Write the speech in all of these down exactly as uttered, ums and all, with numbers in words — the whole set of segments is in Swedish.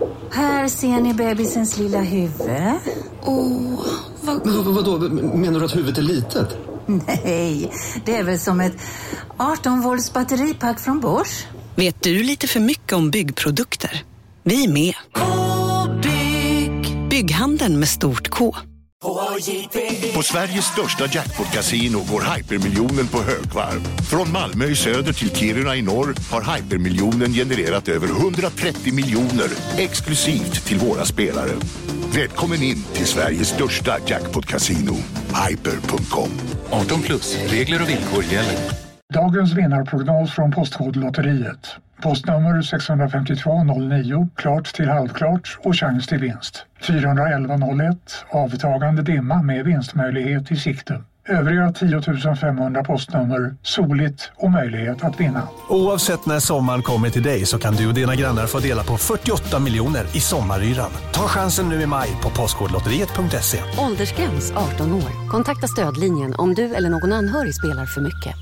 Här ser ni bebisens lilla huvud. Åh, vad... Men vad, vadå? Menar du att huvudet är litet? Nej, det är väl som ett arton volts batteripack från Bosch. Vet du lite för mycket om byggprodukter? Vi är med. K-bygg. Bygghandeln med stort K. På Sveriges största jackpot-casino går hypermiljonen på högvarv. Från Malmö i söder till Kiruna i norr har hypermiljonen genererat över hundratrettio miljoner exklusivt till våra spelare. Välkommen in till Sveriges största jackpot-casino, hyper punkt com. arton plus, regler och villkor gäller. Dagens vinnarprognos från Postkodlotteriet. Postnummer sex fem två noll nio, klart till halvklart och chans till vinst. fyra ett ett noll ett, avtagande dimma med vinstmöjlighet i sikte. Övriga tio tusen femhundra postnummer, soligt och möjlighet att vinna. Oavsett när sommaren kommer till dig så kan du och dina grannar få dela på fyrtioåtta miljoner i sommaryran. Ta chansen nu i maj på postkodlotteriet punkt se. Åldersgräns arton år. Kontakta stödlinjen om du eller någon anhörig spelar för mycket.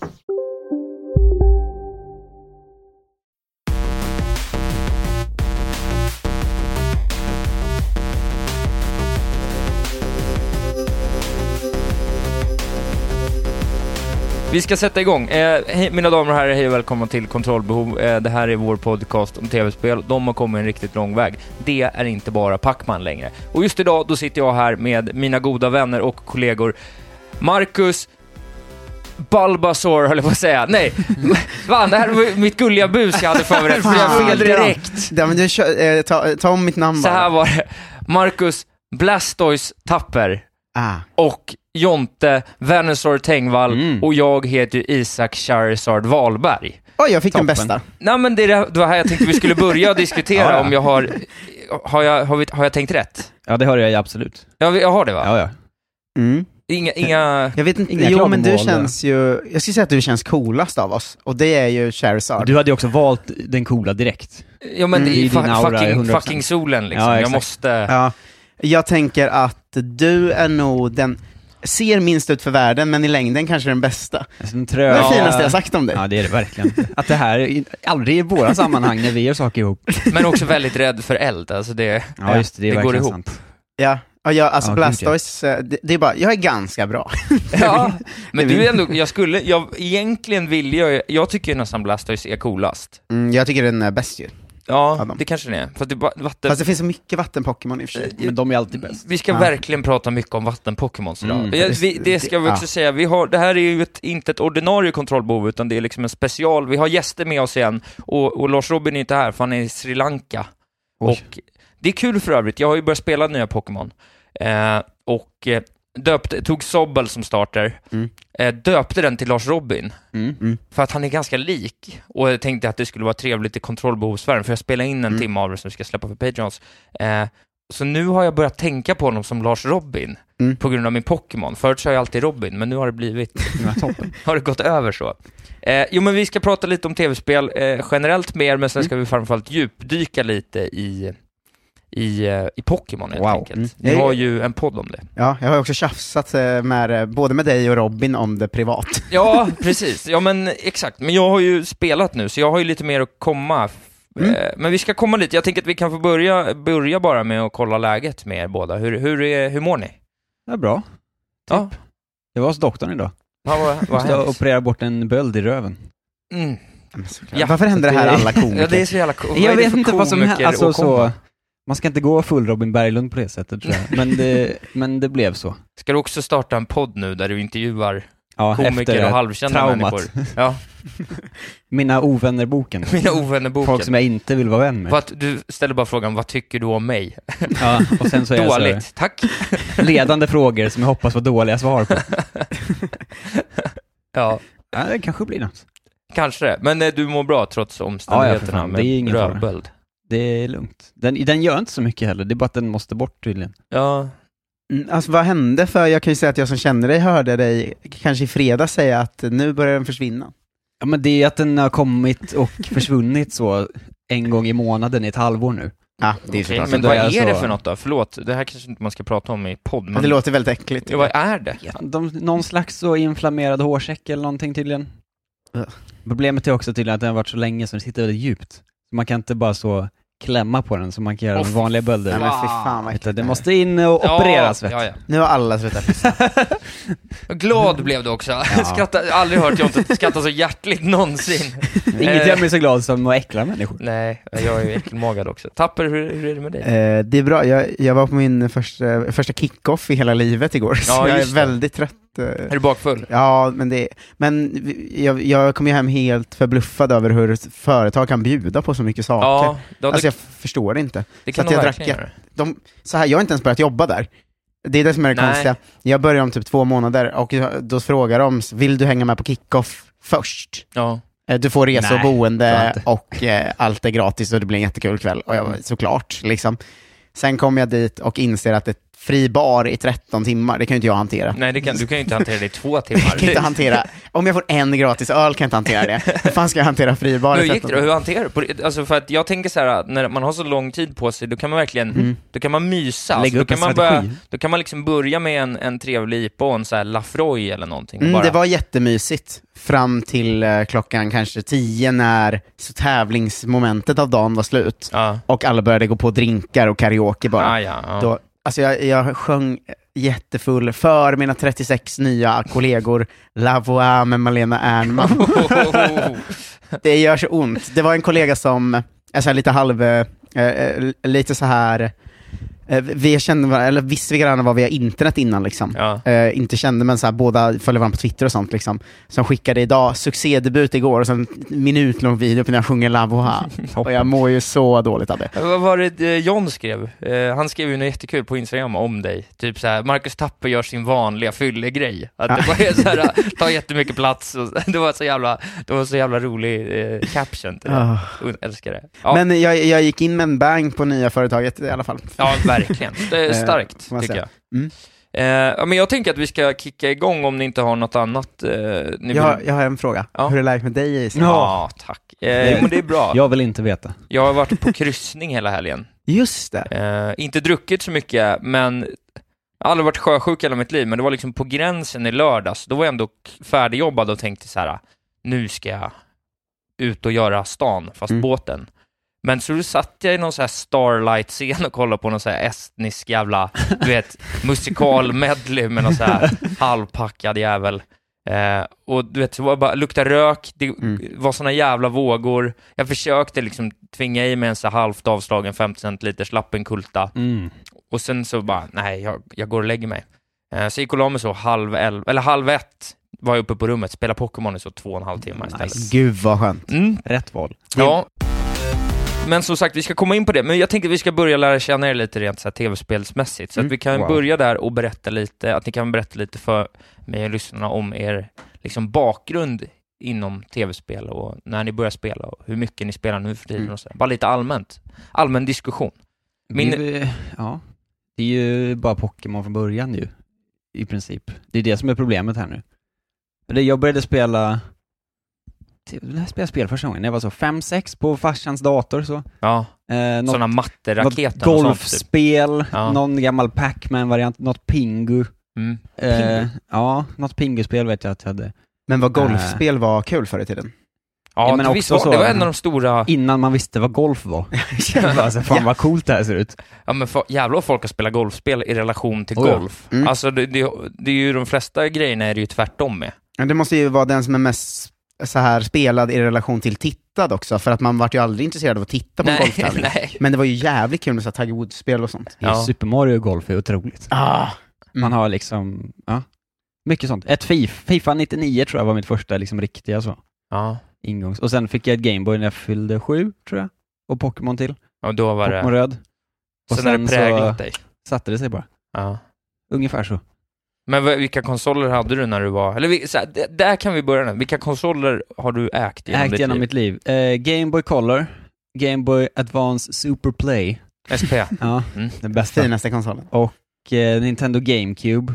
Vi ska sätta igång. Eh, hej, mina damer och herrar, hej och välkomna till Kontrollbehov. Eh, det här är vår podcast om tv-spel. De har kommit en riktigt lång väg. Det är inte bara Pac-Man längre. Och just idag, då sitter jag här med mina goda vänner och kollegor. Marcus Bulbasaur, höll jag på att säga. Nej, fan, det här var mitt gulliga bus jag hade förberett. För jag fel direkt. Ja, men du, eh, ta, ta om mitt namn bara. Så här var det. Marcus Blastoise Tapper. Ah. Och Jonte Venusaur Tengvall. Mm. Och jag heter ju Isak Charizard Wahlberg. Oj, jag fick Toppen. Den bästa. Nej, men det, är, det var här jag tänkte vi skulle börja diskutera. Ja, ja. Om jag har har jag, har, vi, har jag tänkt rätt? Ja, det har jag absolut. Ja, jag har det, va? Ja, ja. Mm. Inga, inga... Jag vet inte, inga jo men du känns ju... Jag skulle säga att du känns coolast av oss. Och det är ju Charizard. Du hade ju också valt den coola direkt. Ja, men mm. det är fa- fucking, fucking solen liksom. Ja, jag måste... Ja. Jag tänker att du är nog den... Ser minst ut för världen, men i längden kanske den bästa. Alltså, det är det finaste jag sagt om det. Ja, det är det verkligen. Att det här är aldrig i våra sammanhang när vi gör saker ihop. Men också väldigt rädd för eld. Alltså det, ja, just det, det, är det går ihop. Sant. Ja, och jag, alltså ja, Blastoise, det, det är bara, jag är ganska bra. Ja, men du är ändå, jag skulle, jag, egentligen vill jag, jag tycker nästan Blastoise är coolast. Mm, jag tycker den är bäst ju. Ja, det kanske det är. Fast det, vatten... Fast det finns så mycket vatten-Pokémon i och för sig. Men de är alltid bäst. Vi ska ja. verkligen prata mycket om vatten-Pokémons idag. Mm. Vi, vi, det ska vi också ja. säga. Vi har, det här är ju ett, inte ett ordinarie kontrollbehov, utan det är liksom en special. Vi har gäster med oss igen. Och, och Lars Robin är inte här, för han är i Sri Lanka. Oj. Och det är kul för övrigt. Jag har ju börjat spela nya Pokémon. Eh, och... Eh, Döpte, tog Sobel som starter, mm. eh, döpte den till Lars Robin mm. Mm. för att han är ganska lik, och jag tänkte att det skulle vara trevligt i kontrollbehovsfären, för jag spelade in en mm. timme av det som vi ska släppa för Patreons. Eh, så nu har jag börjat tänka på honom som Lars Robin mm. på grund av min Pokémon. Förut så har jag alltid Robin, men nu har det blivit har det gått över så. Eh, jo, men vi ska prata lite om tv-spel eh, generellt mer, men sen ska mm. vi framförallt djupdyka lite i i, i Pokémon helt wow. enkelt. Mm. Ni har ju en podd om det. Ja, jag har också tjafsat med både med dig och Robin om det privat. Ja, precis. Ja, men exakt. Men jag har ju spelat nu, så jag har ju lite mer att komma. Mm. Men vi ska komma lite. Jag tänker att vi kan få börja, börja bara med att kolla läget med er båda. Hur, hur, är, hur mår ni? Det är bra. Typ. Ja. Jag var hos doktorn idag. Ja, vad, vad jag operera bort en böld i röven. Mm. Ja, varför händer det här alla komiker? Ja, det är så jävla ko- Jag vet inte vad som händer. Alltså, så... Man ska inte gå full Robin Berglund på det sättet, tror jag. Men det, men det blev så. Ska du också starta en podd nu där du intervjuar ja, komiker och halvkända traumat. människor? Ja. Mina ovännerboken. Mina ovännerboken. Folk som jag inte vill vara vän med. Vad, du ställer bara frågan, vad tycker du om mig? Ja, och sen så är dåligt, jag så tack. Ledande frågor som jag hoppas var dåliga svar på. Ja. Ja, det kanske blir något. Kanske det. Men nej, du mår bra trots omständigheterna ja, ja, med rövböld. Det är lugnt. Den, den gör inte så mycket heller. Det är bara att den måste bort tydligen. Ja. Mm, alltså vad hände? För jag kan ju säga att jag som känner dig hörde dig kanske i fredag säga att nu börjar den försvinna. Ja, men det är att den har kommit och försvunnit så en gång i månaden i ett halvår nu. Ja, det är okay, såklart. Men vad är så... det för något då? Förlåt, det här kanske inte man ska prata om i podd. Men... Ja, det låter väldigt äckligt. Ja, vad är det? Ja, de, någon slags så inflammerad hårsäck eller någonting tydligen. Uh. Problemet är också tydligen att den har varit så länge så den sitter väldigt djupt. Så man kan inte bara så klämma på den som man kan göra med oh, vanliga bölder. Nej, men fy fan vad äckligt. Det måste in och ja, opereras, vet. Ja, ja. Nu har alla slutat pissa. Glad blev du också. Ja. Skratta, aldrig hört Jonte skratta så hjärtligt någonsin. Inget gör mig så glad som att äckla människor. Nej, jag är ju äckelmagad också. Tapper, hur, hur är det med dig? Eh, det är bra. Jag, jag var på min första, första kick-off i hela livet igår. Ja, så jag är det. väldigt trött. Är du bakfull? Ja, men det men jag, jag kom ju hem helt förbluffad över hur ett företag kan bjuda på så mycket saker. Ja, då, alltså jag förstår det inte. Det kan så att de jag drack jag, de, så här, jag har inte ens börjat jobba där. Det är det som är det Nej. konstiga. Jag börjar om typ två månader och då frågar de, vill du hänga med på kick-off först? Ja. Du får resa och boende och eh, allt är gratis och det blir en jättekul kväll. Och jag, såklart, liksom. Sen kom jag dit och inser att ett fri bar i tretton timmar, det kan ju inte jag hantera. Nej, det kan, du kan ju inte hantera det i två timmar. Jag kan inte hantera, om jag får en gratis öl kan jag inte hantera det. Hur fan ska jag hantera fri bar? Hur gick det? Hur hanterar du på det? Alltså för att jag tänker så här, när man har så lång tid på sig, då kan man verkligen, mm. då kan man mysa. Alltså, då, kan man börja, då kan man liksom börja med en, en trevlig I P A och en så här Lafroy eller någonting. Mm, bara. Det var jättemysigt fram till uh, klockan kanske tio när så tävlingsmomentet av dagen var slut. Ja. Och alla började gå på drinkar och karaoke bara. Ah, ja, ja. Då, alltså jag, jag sjöng jättefull för mina trettiosex nya kollegor La Voix med Malena Ernman. Det gör så ont. Det var en kollega som är så här lite halv äh, lite så här äh, vi kände, eller visste vi grann var via internet innan liksom. Ja. Äh, inte kände, men så här, båda följde varandra på Twitter och sånt liksom. Som skickade idag succédebut igår och så en minutlång video när jag sjunger La Voix. Och jag mår ju så dåligt av det. Vad var det John skrev? Uh, han skrev ju något jättekul på Instagram om dig. Typ så här, Marcus Tapper gör sin vanliga fyllegrej. Att det var så här, ta jättemycket plats och det var så jävla det var så jävla rolig uh, caption till det. Oh. Älskar det. Ja. Men jag, jag gick in med en bang på nya företaget i alla fall. Ja, verkligen. Det är starkt, tycker jag. Mm. Uh, men jag tänker att vi ska kicka igång om ni inte har något annat. Uh, ni jag, har, jag har en fråga. Ja. Hur är det läget med dig, Isa? Ja, tack. Uh, men det är bra. Jag vill inte veta. Jag har varit på kryssning hela helgen. Just det. Uh, inte druckit så mycket, men jag har aldrig varit sjösjuk hela mitt liv, men det var liksom på gränsen i lördags. Då var jag ändå färdigjobbad och tänkte så här: nu ska jag ut och göra stan, fast mm. båten. Men så satt jag i någon så här Starlight-scen och kollade på någon så här estnisk jävla, du vet, musikal-medley med någon så här halvpackad jävel. Eh, och du vet, det var bara lukta rök, det mm. var såna jävla vågor. Jag försökte liksom tvinga i mig en så halvt avslagen femtio centiliters lappenkulta. Mm. Och sen så bara, nej, jag, jag går och lägger mig. Eh, så gick och la mig så halv elv, eller halv ett var jag uppe på rummet, spela Pokémon i så två och en halv timme istället. Nice. Gud vad skönt. Mm. Rätt val. Ja. Men som sagt, vi ska komma in på det. Men jag tänker att vi ska börja lära känna er lite rent så här tv-spelsmässigt. Så mm. att vi kan wow. börja där och berätta lite, att ni kan berätta lite för mig och lyssnarna om er liksom bakgrund inom tv-spel och när ni börjar spela och hur mycket ni spelar nu för tiden mm. och så. Bara lite allmänt. Allmän diskussion. Min... Vi, ja, det är ju bara Pokémon från början ju. I princip. Det är det som är problemet här nu. Jag började spela... Jag spelade spel första gången. Jag var så fem sex på farsans dator så. Ja. Eh, något, såna matteraketer. Något golfspel, sånt, typ. Ja. Någon gammal Pac-Man-variant, något Pingu. Mm. Eh, Pingu. Ja, något Pingu-spel vet jag att jag hade. Men vad golfspel eh. var kul förr i tiden? Ja, ja men också var, så, det var en av de stora... Innan man visste vad golf var. Alltså, fan vad coolt det här ser ut. Ja, men för, jävla folk har spelat golfspel i relation till oh, golf. Ja. Mm. Alltså, det, det, det är ju de flesta grejerna är det ju tvärtom med. Ja, det måste ju vara den som är mest så här spelad i relation till tittad också, för att man var ju aldrig intresserad av att titta på nej, en golftävling. Men det var ju jävligt kul med så här Tiger Woods-spel och sånt. Ja. Super Mario Golf är otroligt. Ah. Mm. Man har liksom, ja, mycket sånt. Ett FIFA, FIFA nittionio tror jag var mitt första liksom riktiga så. Ja. Ingångs. Och sen fick jag ett Gameboy när jag fyllde sju, tror jag. Och Pokémon till. Och då var Pokémon det... röd. Och sen, sen det präglat dig. Satte det sig bara. Ja. Ungefär så. Men vilka konsoler hade du när du var... Eller så här, där kan vi börja nu. Vilka konsoler har du ägt genom ägt ditt genom liv? mitt liv? Uh, Game Boy Color, Game Boy Advance Super Play. S P. Ja, mm. den bästa. Finaste konsolen. Och uh, Nintendo GameCube.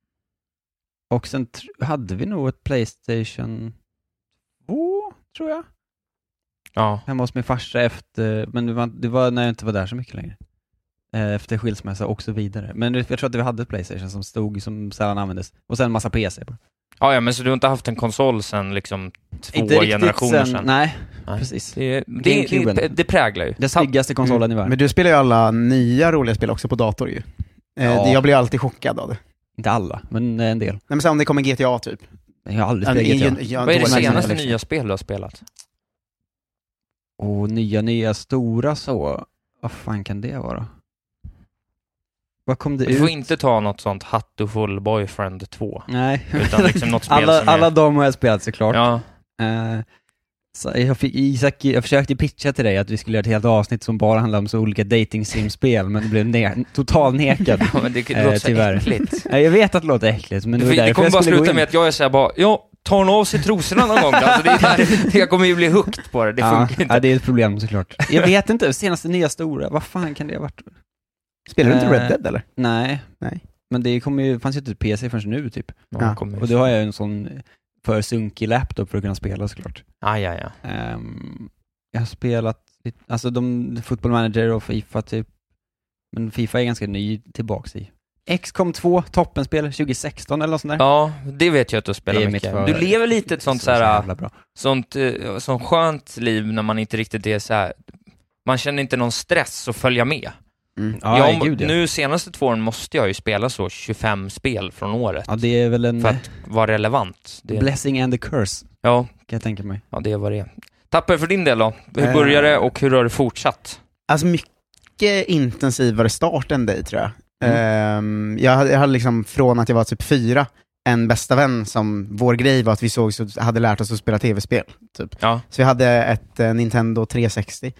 Och sen tr- hade vi nog ett PlayStation två, tror jag. Ja. Hemma hos min farsa efter... Men det var, det var när jag inte var där så mycket längre. Efter skilsmässa och så vidare. Men jag tror att vi hade ett PlayStation som stod, som sällan användes. Och sen en massa P C på. Ja, ja, men så du har inte haft en konsol sen liksom två Inte generationer sen, sen? Nej, nej, precis. Det, det, det, det präglar ju. Den snyggaste konsolen mm. i världen. Men du spelar ju alla nya roliga spel också på dator ju. Ja. Eh, jag blir alltid chockad av det. Inte alla, men en del. Nej, men så om det kommer G T A typ. Jag har aldrig spelat G T A. Vad är det senaste nya spel du har spelat? Och nya, nya, stora så. Vad fan kan det vara? Vad kom det du ut? Du får inte ta något sånt Hatoful Boyfriend två. Nej. Utan liksom något spel alla, som är... alla de har jag spelat såklart. Ja. Uh, så jag, fick, Isak, jag försökte pitcha till dig att vi skulle göra ett helt avsnitt som bara handlar om så olika dating sim-spel, men det blev ner, total nekad. Ja, men det, det låter så tyvärr. äckligt. Ja, jag vet att det låter äckligt, men det, det, det kommer bara sluta med att jag är så här bara, ja, tar hon av sig trosorna någon gång? Alltså det är där, jag kommer ju bli hooked på det, det ja, funkar inte. Ja, det är ett problem såklart. Jag vet inte, senaste nya stora, vad fan kan det ha varit? Spelar du inte Red Dead eller? Nej. Nej. Men det kommer ju, fanns ju inte P C förrän nu typ. Ja. Och då har jag en sån för sunkig laptop för att kunna spela såklart. Ah, ja, ja. Um, jag har spelat lite, alltså de Football Manager och FIFA typ. Men FIFA är ganska ny tillbaks i. X COM två, toppenspel tjugo sexton eller något sånt där. Ja, det vet jag att du spelar mycket. För, du lever lite ett sånt så här, sånt, uh, sånt skönt liv när man inte riktigt är så här. Man känner inte någon stress att följa med. Mm. Ah, jag, gud, ja. Nu senaste två åren måste jag ju spela så tjugofem spel från året. Ja, det är väl en... För att vara relevant. Det är... Blessing and the curse. Ja. Kan jag tänka mig. Ja, det var det. Tapper för din del då? Hur började det och hur har det fortsatt? Alltså mycket intensivare start än dig tror jag. Mm. Um, jag, hade, jag hade liksom från att jag var typ fyra en bästa vän som vår grej var att vi såg så hade lärt oss att spela tv-spel typ. Ja. Så vi hade ett uh, Nintendo trehundrasextio.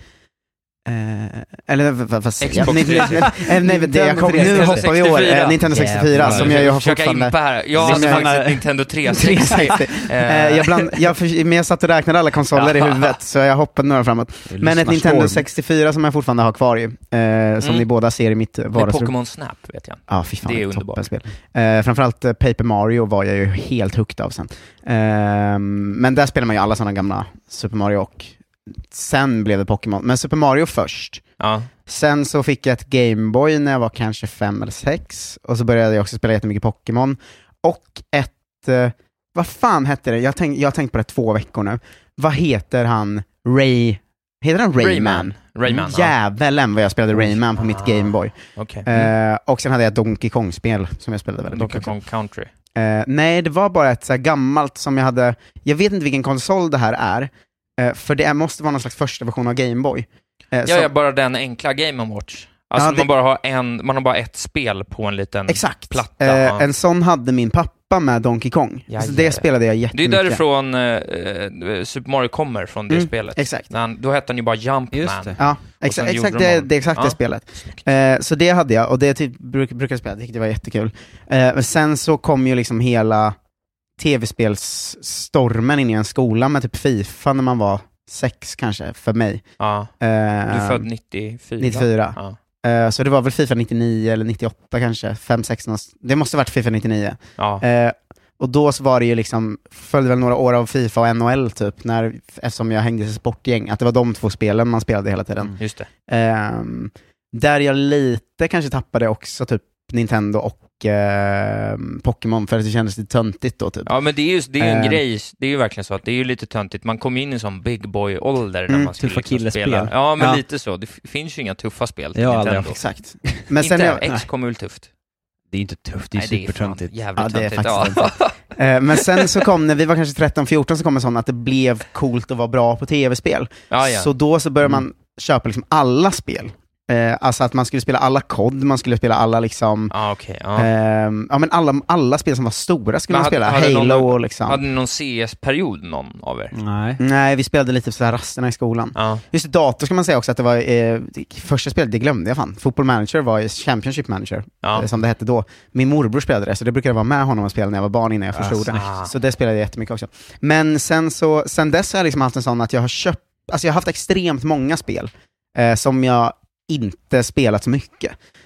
Uh, eller vad vad säger jag? Nej, nej, nej, det jag kom, nu hoppar vi år uh, Nintendo sextiofyra yeah, som jag ju har fortfarande. Här. Jag hade jag, faktiskt ett Nintendo trehundrasextio. uh, jag, bland, jag, för, men jag satt och räknade alla konsoler i huvudet så jag hoppade några framåt. Men ett Nintendo sextiofyra som jag fortfarande har kvar ju, uh, som mm. ni båda ser i mitt vardagsrum. Pokémon Snap vet jag. Ja, ah, fy fan, det är underbart. Uh, framförallt uh, Paper Mario var jag ju helt hooked av sen. Uh, men där spelar man ju alla sådana gamla Super Mario och sen blev det Pokémon, men Super Mario först. Ja. Sen så fick jag ett Game Boy när jag var kanske fem eller sex. Och så började jag också spela jättemycket Pokémon. Och ett, eh, vad fan hette det? Jag, tänk, jag har tänkt på det två veckor nu. Vad heter han? Ray, heter han Rayman? Rayman, Rayman Jävelen vad jag spelade Rayman på mitt Game Boy. Okay. Mm. Eh, och sen hade jag ett Donkey Kong-spel som jag spelade väldigt Donkey mycket. Kong Country. Eh, nej, det var bara ett så här gammalt som jag hade. Jag vet inte vilken konsol det här är. Uh, för det måste vara någon slags första version av Game Boy. Uh, ja, ja, bara den enkla Game and Watch. Alltså ja, man, det... bara har en, man har bara ett spel på en liten Exakt. platta. Uh, ja. En sån hade min pappa med Donkey Kong. Ja, så det ja. spelade jag jättemycket. Det är därifrån uh, Super Mario kommer från det mm, spelet. Exakt. Han, då hette han ju bara Jumpman. Just det. Ja, exa- exakt, det, det är exakt ja. det spelet. Uh, så det hade jag, och det typ, bruk, brukade jag spela, det tyckte jag var jättekul. Uh, men sen så kom ju liksom hela tv-spelsstormen in i en skola med typ FIFA när man var sex kanske, för mig. Ja, uh, du är född nittiofyra. nittiofyra. Ja. Uh, så det var väl FIFA nittionio eller nittioåtta kanske, fem sexton. Det måste ha varit FIFA nittionio. Ja. Uh, och då så var det ju liksom, följde väl några år av FIFA och N H L typ, när, eftersom jag hängde i sportgäng, att det var de två spelen man spelade hela tiden. Mm, just det. Uh, där jag lite kanske tappade också typ Nintendo och eh, Pokémon för att det kändes lite töntigt då typ. Ja, men det är ju, det är ju en uh, grej, det är ju verkligen så att det är ju lite töntigt. Man kommer in i sån big boy-ålder när mm, man skulle liksom spela. Ja, men ja. lite så. Det f- finns ju inga tuffa spel till ja, Nintendo. Aldrig. Exakt. Men sen jag, X kommer väl tufft. Det är inte tufft, det är supertöntigt. Jävligt ja, det är töntigt. faktiskt ja. uh, Men sen så kom, när vi var kanske tretton fjorton så kom en sån att det blev coolt att vara bra på tv-spel. Ja, ja. Så då så började mm. man köpa liksom alla spel. Eh, alltså att man skulle spela alla kod, man skulle spela alla liksom ah, okay, ja. Eh, ja men alla, alla spel som var stora skulle men man spela, hade, hade Halo någon, och liksom. Hade ni någon C S-period någon av er? Nej. Nej, vi spelade lite så här rasterna i skolan. Ja. Just dator ska man säga också att det var eh, första spelet, det glömde jag fan. Football Manager var ju Championship Manager, ja. eh, som det hette då. Min morbror spelade det, så det brukade vara med honom och spela när jag var barn innan jag förstod det. Ah. Så det spelade jag jättemycket också. Men sen så, sen dess har jag liksom haft en sån att jag har köpt, alltså jag har haft extremt många spel eh, som jag inte spelat så mycket.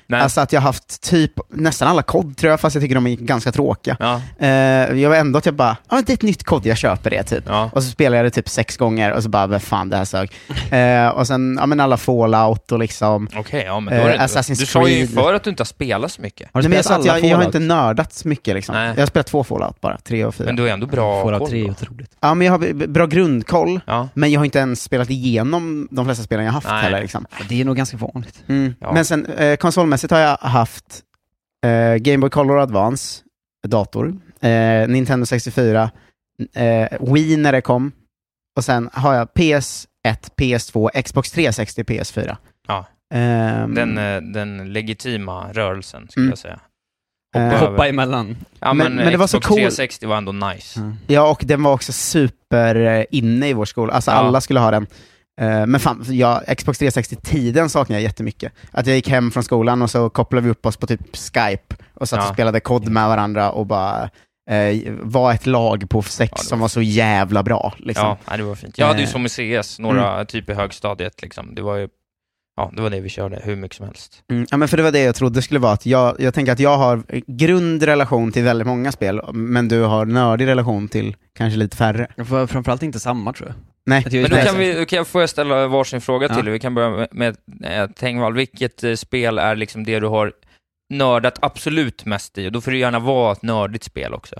Nej. Alltså att jag har haft typ nästan alla kod tror jag, fast jag tycker de är ganska tråkiga. Ja. Uh, jag var ändå att jag bara, ja, det är ett nytt kod, jag köper det typ. Ja. Och så spelar jag det typ sex gånger och så bara, vad fan, det här sög. uh, och sen, ja men alla Fallout och liksom Okej, okay, ja men då är det uh, Assassin's Du sa ju Creed. för att du inte har spelat så mycket. Har du Nej, spelat jag, jag, jag har inte nördat så mycket liksom. Nej. Jag har spelat två Fallout bara, tre och fyra. Men du är ändå bra Fallout koll. tre är otroligt. Ja, men jag har bra grundkoll, ja. men jag har inte ens spelat igenom de flesta spelen jag har haft. Nej. heller liksom. Det är nog ganska vanligt. Mm. Ja. Men sen eh, konsolmässigt har jag haft eh, Game Boy Color Advance, dator, eh, Nintendo sextiofyra, eh, Wii när det kom, och sen har jag P S ett, P S två, Xbox trehundrasextio, P S fyra. Ja. Um, Den, den legitima rörelsen skulle mm. jag säga. Hoppa, uh, hoppa emellan. Ja, men, men, men det var så cool. trehundrasextio var ändå nice. Mm. Ja, och den var också super inne i vår skola. Alltså ja. alla skulle ha den. Uh, men fan, ja, Xbox trehundrasextio-tiden saknar jag jättemycket. Att jag gick hem från skolan och så kopplade vi upp oss på typ Skype och satt ja. och spelade kod med varandra och bara uh, var ett lag på sex ja, som var så jävla bra. Liksom. Ja, det var fint. Jag hade ju som i C S några mm. typ i högstadiet. Liksom. Det var ju Ja, det var det vi körde, hur mycket som helst. Mm, ja, men för det var det jag trodde skulle vara att jag, jag tänker att jag har grundrelation till väldigt många spel, men du har nördig relation till kanske lite färre. För, framförallt inte samma, tror jag. Nej. Men då kan vi, kan jag, får jag ställa varsin fråga ja. till dig. Vi kan börja med, med eh, Tengvall. Vilket eh, spel är liksom det du har nördat absolut mest i? Och då får det gärna vara ett nördigt spel också.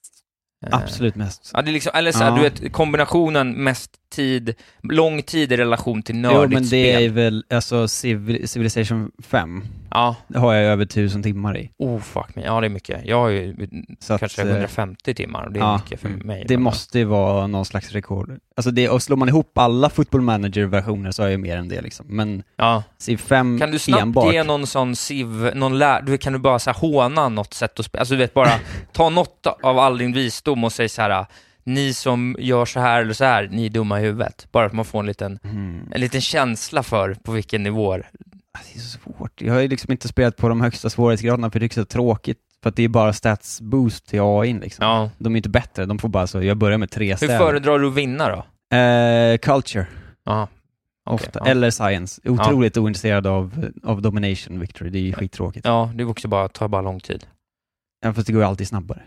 Absolut mest. Ja, det är liksom, eller så här, ja. du vet, kombinationen mest tid, lång tid i relation till nördigt spel. Jo, men det spel. är väl, alltså Civil, Civilization fem. Ja. Det har jag över tusen timmar i. Oh, fuck me. Ja, det är mycket. Jag har ju så kanske att, hundrafemtio timmar, och det är ja, mycket för mig. Det måste ju vara någon slags rekord. Alltså det, och slår man ihop alla Football Manager-versioner så är jag mer än det liksom. Men ja. Civ fem kan du snabbt enbart. ge någon sån Civ, någon lär, du kan du bara så här håna något sätt att spela. Alltså du vet, bara ta något av all din visdom och säg så här: ni som gör så här eller så här, ni är dumma i huvudet. Bara att man får en liten, mm. en liten känsla för på vilken nivå. Det är så svårt. Jag har ju liksom inte spelat på de högsta svårighetsgraderna för det är så tråkigt. För att det är bara stats boost till A I liksom. Ja. De är inte bättre, de får bara så, jag börjar med tre städer. Hur föredrar du att vinna då? Eh, culture. Aha. Okay, Ofta. Ja. Eller science. Otroligt ja. ointresserad av, av domination victory. Det är ju skittråkigt. Ja, det är också bara, tar bara lång tid. Ja, fast det går ju alltid snabbare.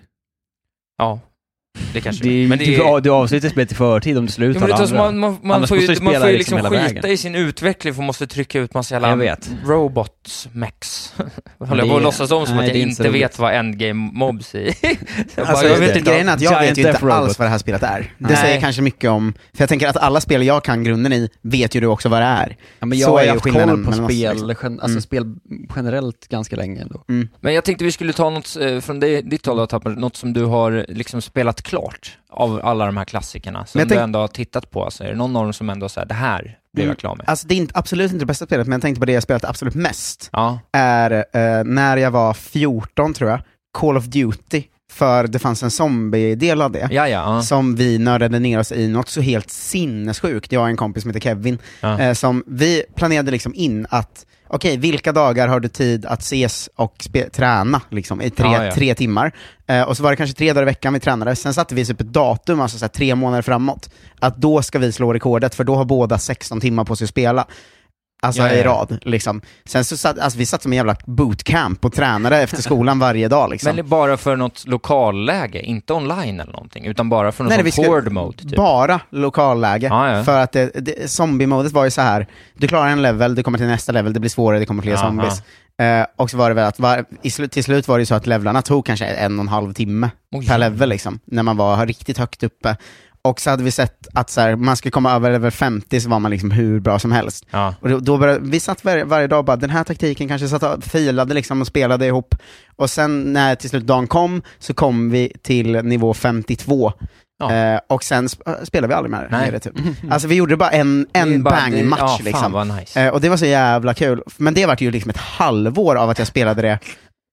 Ja. Det kanske det är, men det du, är... du avslutar spelet i förtid om du slutar ja, alla andra. Man, man, man får ju, man får ju liksom, liksom skita vägen. i sin utveckling för man måste trycka ut massa jävla robots mex. Håller jag på att låtsas om som nej, att jag inte vet roligt. vad endgame mobs är. Alltså, jag vet inte, grejen är att jag vet ju inte alls robot. vad det här spelet är. Det nej. säger kanske mycket om, för jag tänker att alla spel jag kan grunden i vet ju du också vad det är. Ja, men jag så har är haft koll på spel, liksom. gen, alltså mm. spel generellt ganska länge ändå. Mm. Men jag tänkte vi skulle ta något eh, från det, ditt håll, något som du har liksom spelat klart av alla de här klassikerna som tänk... du ändå har tittat på. Alltså, är det någon av dem som ändå säger det här blir jag klar med? Alltså det är inte, absolut inte det bästa spelet, men jag tänkte på det jag spelat absolut mest. Ja. Är eh, när jag var fjorton tror jag, Call of Duty. För det fanns en zombie-del av det. Ja, ja, ja. Som vi nördade ner oss i något så helt sinnessjukt. Jag har en kompis som heter Kevin. Ja. Eh, som vi planerade liksom in att okej, okay, vilka dagar har du tid att ses och spe- träna liksom, i tre, ja, ja. tre timmar? Eh, och så var det kanske tre dagar i veckan vi tränade. Sen satte vi upp ett datum, alltså så här, tre månader framåt. Att då ska vi slå rekordet, för då har båda sexton timmar på sig att spela. Alltså ja, ja, ja. i rad, liksom. Sen så satt, alltså vi satt som en jävla bootcamp och tränade efter skolan varje dag, liksom. Men bara för något lokalläge, inte online eller någonting, utan bara för något Nej, horde mode, typ. Bara lokalläge. Ja, ja. För att det, det, zombie-modet var ju så här: du klarar en level, du kommer till nästa level, det blir svårare, det kommer fler Aha. zombies. Uh, och så var det väl att var, i sl- till slut var det ju så att levlarna tog kanske en och en halv timme Oj. per level, liksom, när man var riktigt högt uppe. Och så hade vi sett att så här, man skulle komma över level femtio så var man liksom hur bra som helst. Ja. Och då, då började, vi satt var, varje dag och bara, den här taktiken kanske satt och filade liksom och spelade ihop. Och sen när till slut dagen kom så kom vi till nivå femtiotvå. Ja. Eh, och sen sp- spelade vi aldrig med det. det typ. Alltså vi gjorde bara en, en bang-match. Ja, liksom. Nice. Eh, och det var så jävla kul. Men det var ju liksom ett halvår av att jag spelade det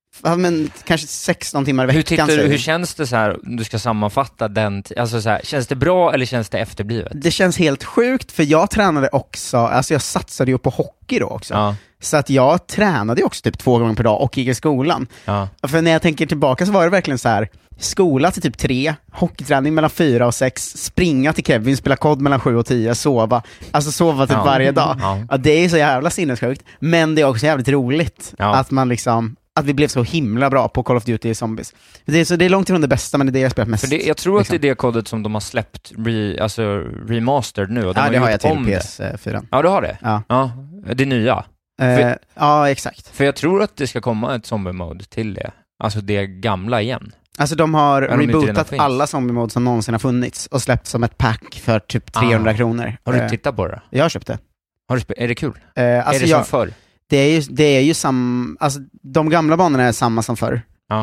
Ja, men kanske sexton timmar i veckan. Hur, tittar du, hur känns det så här, om du ska sammanfatta den, alltså så här, känns det bra eller känns det efterblivet? Det känns helt sjukt, för jag tränade också, alltså jag satsade ju på hockey då också. Ja. Så att jag tränade ju också typ två gånger per dag och gick i skolan. Ja. För när jag tänker tillbaka så var det verkligen så här: skola till typ tre, hockeyträning mellan fyra och sex, springa till Kevin, spela kod mellan sju och tio, sova. Alltså sova typ ja. varje dag. Ja. Ja, det är så jävla sinnessjukt. Men det är också jävligt roligt ja. att man liksom, att vi blev så himla bra på Call of Duty Zombies. Det är, så, det är långt ifrån det bästa, men det är det jag spelat mest. För det, jag tror liksom. att det är det kodet som de har släppt re, alltså remastered nu. Och de ja, har det har gjort jag till om P S fyra. Det. Ja, du har det? Ja. Ja, det nya. Eh, för, ja, exakt. För jag tror att det ska komma ett zombie-mode till det. Alltså det gamla igen. Alltså de har de rebootat alla zombie-modes som någonsin har funnits och släppt som ett pack för typ trehundra ah. kronor. Har du eh, tittat på det? Jag har köpt det. Har du spe- är det kul? Eh, alltså är det jag, som förr? Det är ju, det är ju sam, alltså de gamla banorna är samma som förr. Ja.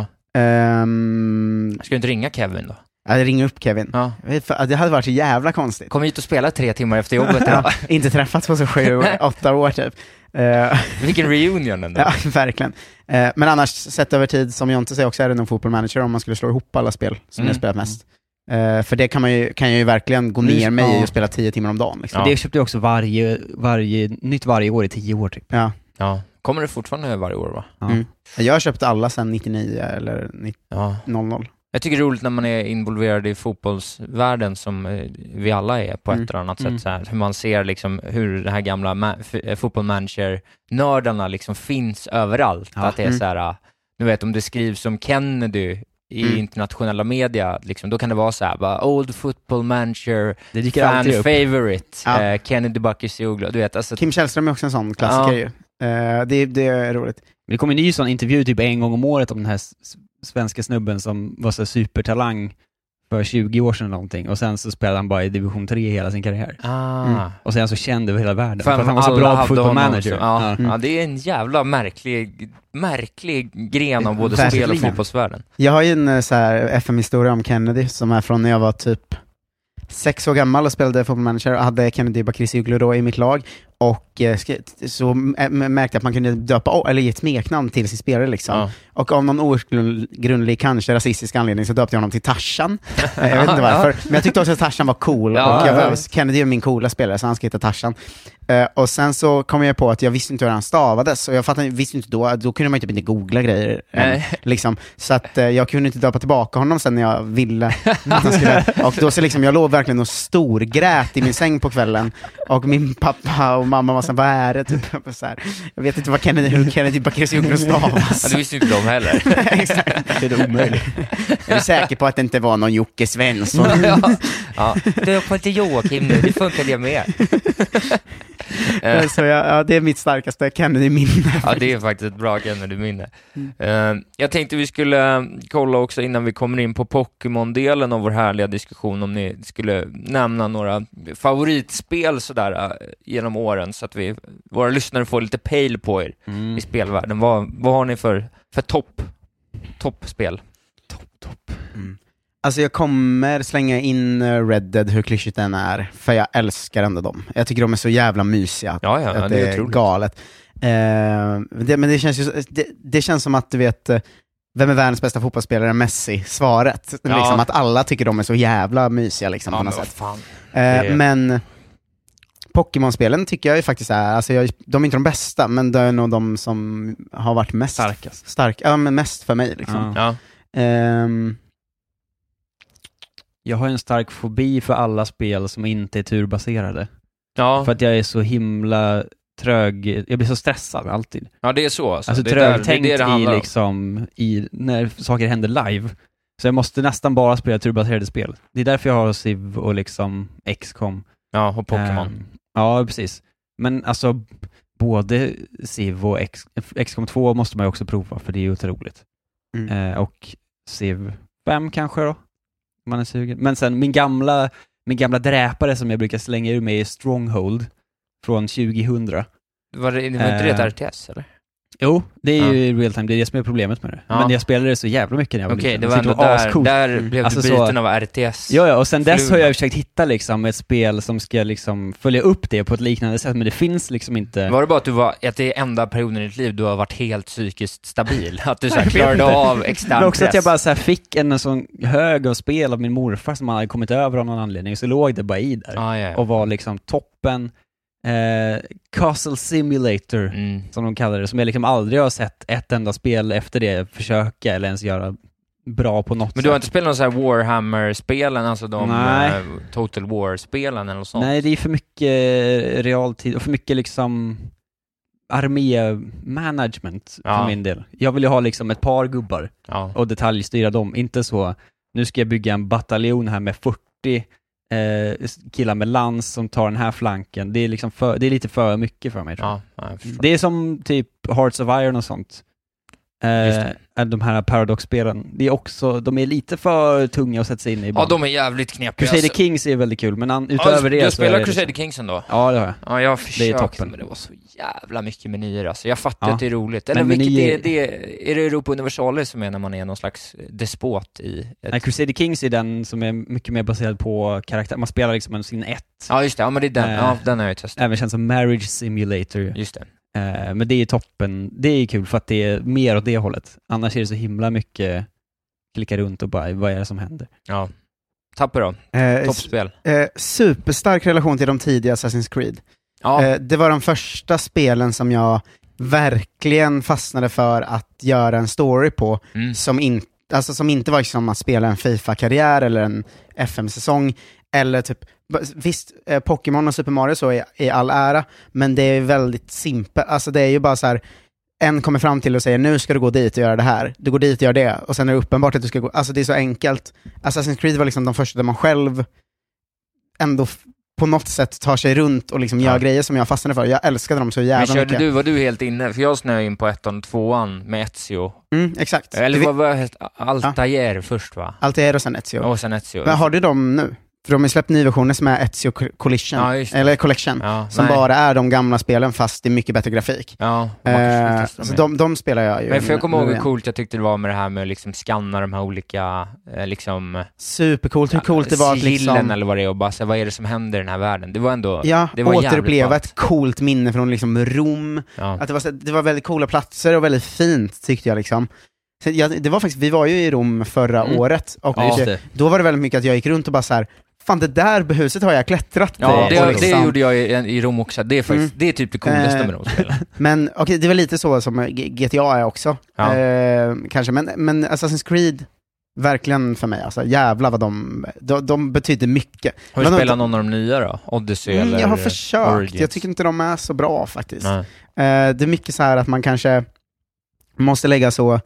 Um, Ska du inte ringa Kevin då? Jag ringer upp Kevin. Ja. Det hade varit så jävla konstigt. Kom hit och spela tre timmar efter jobbet. Ja, inte träffats på så sju, åtta år typ. Uh, Vilken reunion ändå. Ja, verkligen. Uh, men annars, sett över tid, som Jonte säger också, är det nog Football Manager om man skulle slå ihop alla spel som mm. jag spelat mest. Uh, för det kan man ju, kan jag ju verkligen gå ner mig ja. i och spela tio timmar om dagen. Liksom. Ja. Det köpte jag också varje, varje, nytt varje år i tio år typ. Ja. Ja. Kommer det fortfarande varje år va? Ja. Mm. Jag har köpt alla sedan nittionio eller nittio ja. noll noll. Jag tycker det är roligt när man är involverad i fotbollsvärlden som vi alla är på ett mm. eller annat sätt. Mm. Så här, hur man ser liksom hur det här gamla ma- f- fotbollmanager-nördarna liksom finns överallt. Ja. Att det är mm. så här, du vet om det skrivs som Kennedy i mm. internationella media, liksom, då kan det vara så här, bara, old football manager, fan favorite, ja. eh, Kennedy Bakircioglu, du vet. Alltså, Kim Källström är också en sån klassiker ja. ju. Uh, det, det är roligt. Det kommer en ny sån intervju typ en gång om året om den här s- svenska snubben som var så supertalang för tjugo år sedan någonting, och sen så spelade han bara i division tre hela sin karriär. Ah. Mm. Och sen så känd över hela världen. För, för att han var så bra på football manager. Ja. Ja. Mm. ja, det är en jävla märklig märklig gren av både Verkligen. spel och fotbollsvärlden. Jag har ju en så här F M-historia om Kennedy som är från när jag var typ sex år gammal och spelade Football Manager och hade Kennedy Bakircioglu då i mitt lag. Och eh, så märkte jag att man kunde döpa eller ge ett smeknamn till sin spelare liksom. Ja. Och av någon outgrundlig, kanske rasistisk anledning, så döpte jag honom till Tarzan. Jag vet inte varför. Men jag tyckte också att Tarzan var cool. Ja, och jag var, Kennedy är min coola spelare, så han ska heta Tarzan. Uh, och sen så kom jag på att jag visste inte hur han stavades. Och jag fattade, visste inte då, då kunde man typ inte googla grejer. Um, liksom. Så att uh, jag kunde inte döpa tillbaka honom sen när jag ville. Att han skulle, och då så liksom, jag låg verkligen och storgrät i min säng på kvällen. Och min pappa och mamma var så här, vad är det? Typ, så här. Jag vet inte vad Kennedy, hur Kennedy Bakircioglu stavas. Ja, det visste inte de heller. Exakt. Det är omöjligt. Jag är säker på att det inte var någon Jocke Svensson. ja. ja. Du får inte Joakim nu, det funkar det med. Så jag, ja, det är mitt starkaste Kennedy-minne. Ja, det är faktiskt ett bra Kennedy-minne. Mm. Uh, jag tänkte vi skulle kolla också innan vi kommer in på Pokémon-delen av vår härliga diskussion, om ni skulle nämna några favoritspel sådär uh, genom åren, så att vi, våra lyssnare får lite pejl på er mm. i spelvärlden. Vad, vad har ni för, för topp toppspel? Topp, topp. Mm. Alltså jag kommer slänga in Red Dead, hur klyschigt den är, för jag älskar ändå dem. Jag tycker de är så jävla mysiga. Ja, ja, att det är, det är galet. Eh, det, men det känns ju, det, det känns som att du vet, vem är världens bästa fotbollsspelare? Messi, svaret. Ja. Liksom, att alla tycker de är så jävla mysiga liksom, ja, på något men sätt. Fan. Eh, är... Men Pokémon-spelen tycker jag ju faktiskt är, alltså jag, de är inte de bästa, men det är nog de som har varit mest starkast. Stark, ja, men mest för mig liksom. Ja. Eh, Jag har en stark fobi för alla spel som inte är turbaserade. Ja. För att jag är så himla trög. Jag blir så stressad alltid. Ja, det är så. Alltså, alltså det trögtänkt det det i liksom i när saker händer live. Så jag måste nästan bara spela turbaserade spel. Det är därför jag har Civ och liksom X COM. Ja, och Pokémon. Um, ja, precis. Men alltså både Civ och X, X COM två måste man ju också prova, för det är ju otroligt. Mm. Uh, och Civ fem kanske då. Man är sugen. Men sen min gamla min gamla dräpare som jag brukar slänga ur mig är Stronghold från tjugohundra. Var det, var inte det ett R T S eller? Jo, det är Ja. ju real time, det är det som är problemet med det. Ja. Men jag spelade det så jävla mycket när jag var Okej, liten. det var ändå Så där, ascoolt. där blev Alltså du så- biten av R T S. Ja, ja, och sen dess Flug. har jag försökt hitta liksom ett spel som ska liksom följa upp det på ett liknande sätt, men det finns liksom inte. Var det bara att du var, att det är enda perioden i ditt liv du har varit helt psykiskt stabil? Att du så här Jag vet klarade inte. av extern Men också press? att jag bara så här fick en sån hög av spel av min morfar som han hade kommit över av någon anledning, så låg det bara i där. Ah, ja, ja. Och var liksom toppen. Eh, Castle Simulator, Mm. som de kallar det, som jag liksom aldrig har sett ett enda spel efter det försöka eller ens göra bra på något Men sätt. du har inte spelat någon så här Warhammer-spelen, alltså de Nej. eh, Total War-spelen eller något sånt? Nej, det är för mycket realtid och för mycket liksom armé-management Ja. för min del. Jag vill ju ha liksom ett par gubbar Ja. och detaljstyra dem. Inte så, nu ska jag bygga en bataljon här med fyrtio eh, killar med lans som tar den här flanken. Det är liksom för, det är lite för mycket för mig, tror jag. Ja, ja, jag förstår. Det är som typ Hearts of Iron och sånt. Just Eh, de här Paradox-spelen. Det är också, de är lite för tunga att sätta sig in i. Ja, ibland. de är jävligt knepiga. Crusader alltså. Kings är väldigt kul, men an, Ja, utöver det du så är spelar det Crusader liksom- Kings ändå? Ja, det har jag. Ja, jag Det är försökte, toppen. men det var så jävla mycket menyer alltså. Jag fattar Ja. att det är roligt. Eller Men vilket menyer- är det? Är det Europa Universalis som är när man är någon slags despot i ett... Nej, Crusader Kings är den som är mycket mer baserad på karaktär. Man spelar liksom en sin ett. Ja, just det. Ja, men det är den. Eh, Ja, den har jag ju testat. Även känns som Marriage Simulator. Just det. Eh, men det är toppen. Det är kul för att det är mer åt det hållet. Annars är det så himla mycket klicka runt och bara, vad är det som händer? Ja. Tapper då? Eh, Toppspel. Eh, superstark relation till de tidiga Assassin's Creed. Ja. Eh, det var de första spelen som jag verkligen fastnade för att göra en story på, Mm. som, in, alltså, som inte var som att spela en FIFA-karriär eller en F M-säsong, eller typ, visst, eh, Pokémon och Super Mario så är, är all ära, men det är väldigt simpelt, alltså det är ju bara så här, en kommer fram till och säger nu ska du gå dit och göra det här, du går dit och gör det, och sen är det uppenbart att du ska gå, alltså det är så enkelt. Assassin's Creed var liksom de första där man själv ändå f- på något sätt tar sig runt och liksom Ja. gör grejer som jag fastnade för. Jag älskade dem så jävla Men körde mycket. du, var du helt inne? För jag snöade in på ettan och tvåan med Ezio. Mm, exakt. Eller Du vad var det? Altair först, va? Altair och sen Ezio. Och sen Ezio. Men har du dem nu? För de har ju släppt nyversioner som är Ezio Collision, Ja, just det. eller Collection, Ja, som nej. bara är de gamla spelen fast i mycket bättre grafik. Ja, Eh, så de, de spelar jag ju. Men för jag kommer nu ihåg hur igen. coolt jag tyckte det var med det här med att liksom scanna de här olika eh, liksom Supercoolt, hur coolt det var att sigillen liksom, eller vad det är och bara så, vad är det som händer i den här världen? Det var ändå ja, det var återuppleva jävligt ett coolt minne från liksom Rom. Ja. Att det var, så- det var väldigt coola platser och väldigt fint, tyckte jag liksom. Så jag, det var faktiskt, vi var ju i Rom förra Mm. året, och Ja, just det. då var det väldigt mycket att jag gick runt och bara så här, fan det där huset har jag klättrat Ja, på. det, och det liksom. gjorde jag i, i Rom också. Det är faktiskt, Mm. det är typ det coolaste Eh, med de spelen. Men okej, det var lite så som G- G T A är också. Ja. Eh, kanske, men, men Assassin's Creed, verkligen för mig. Alltså, jävla vad de, de, de betyder mycket. Har du Men de- spelat någon av de nya då? Odyssey Mm, eller jag har försökt, Origins? jag tycker inte de är så bra faktiskt. Nej. Eh, det är mycket så här att man kanske måste lägga så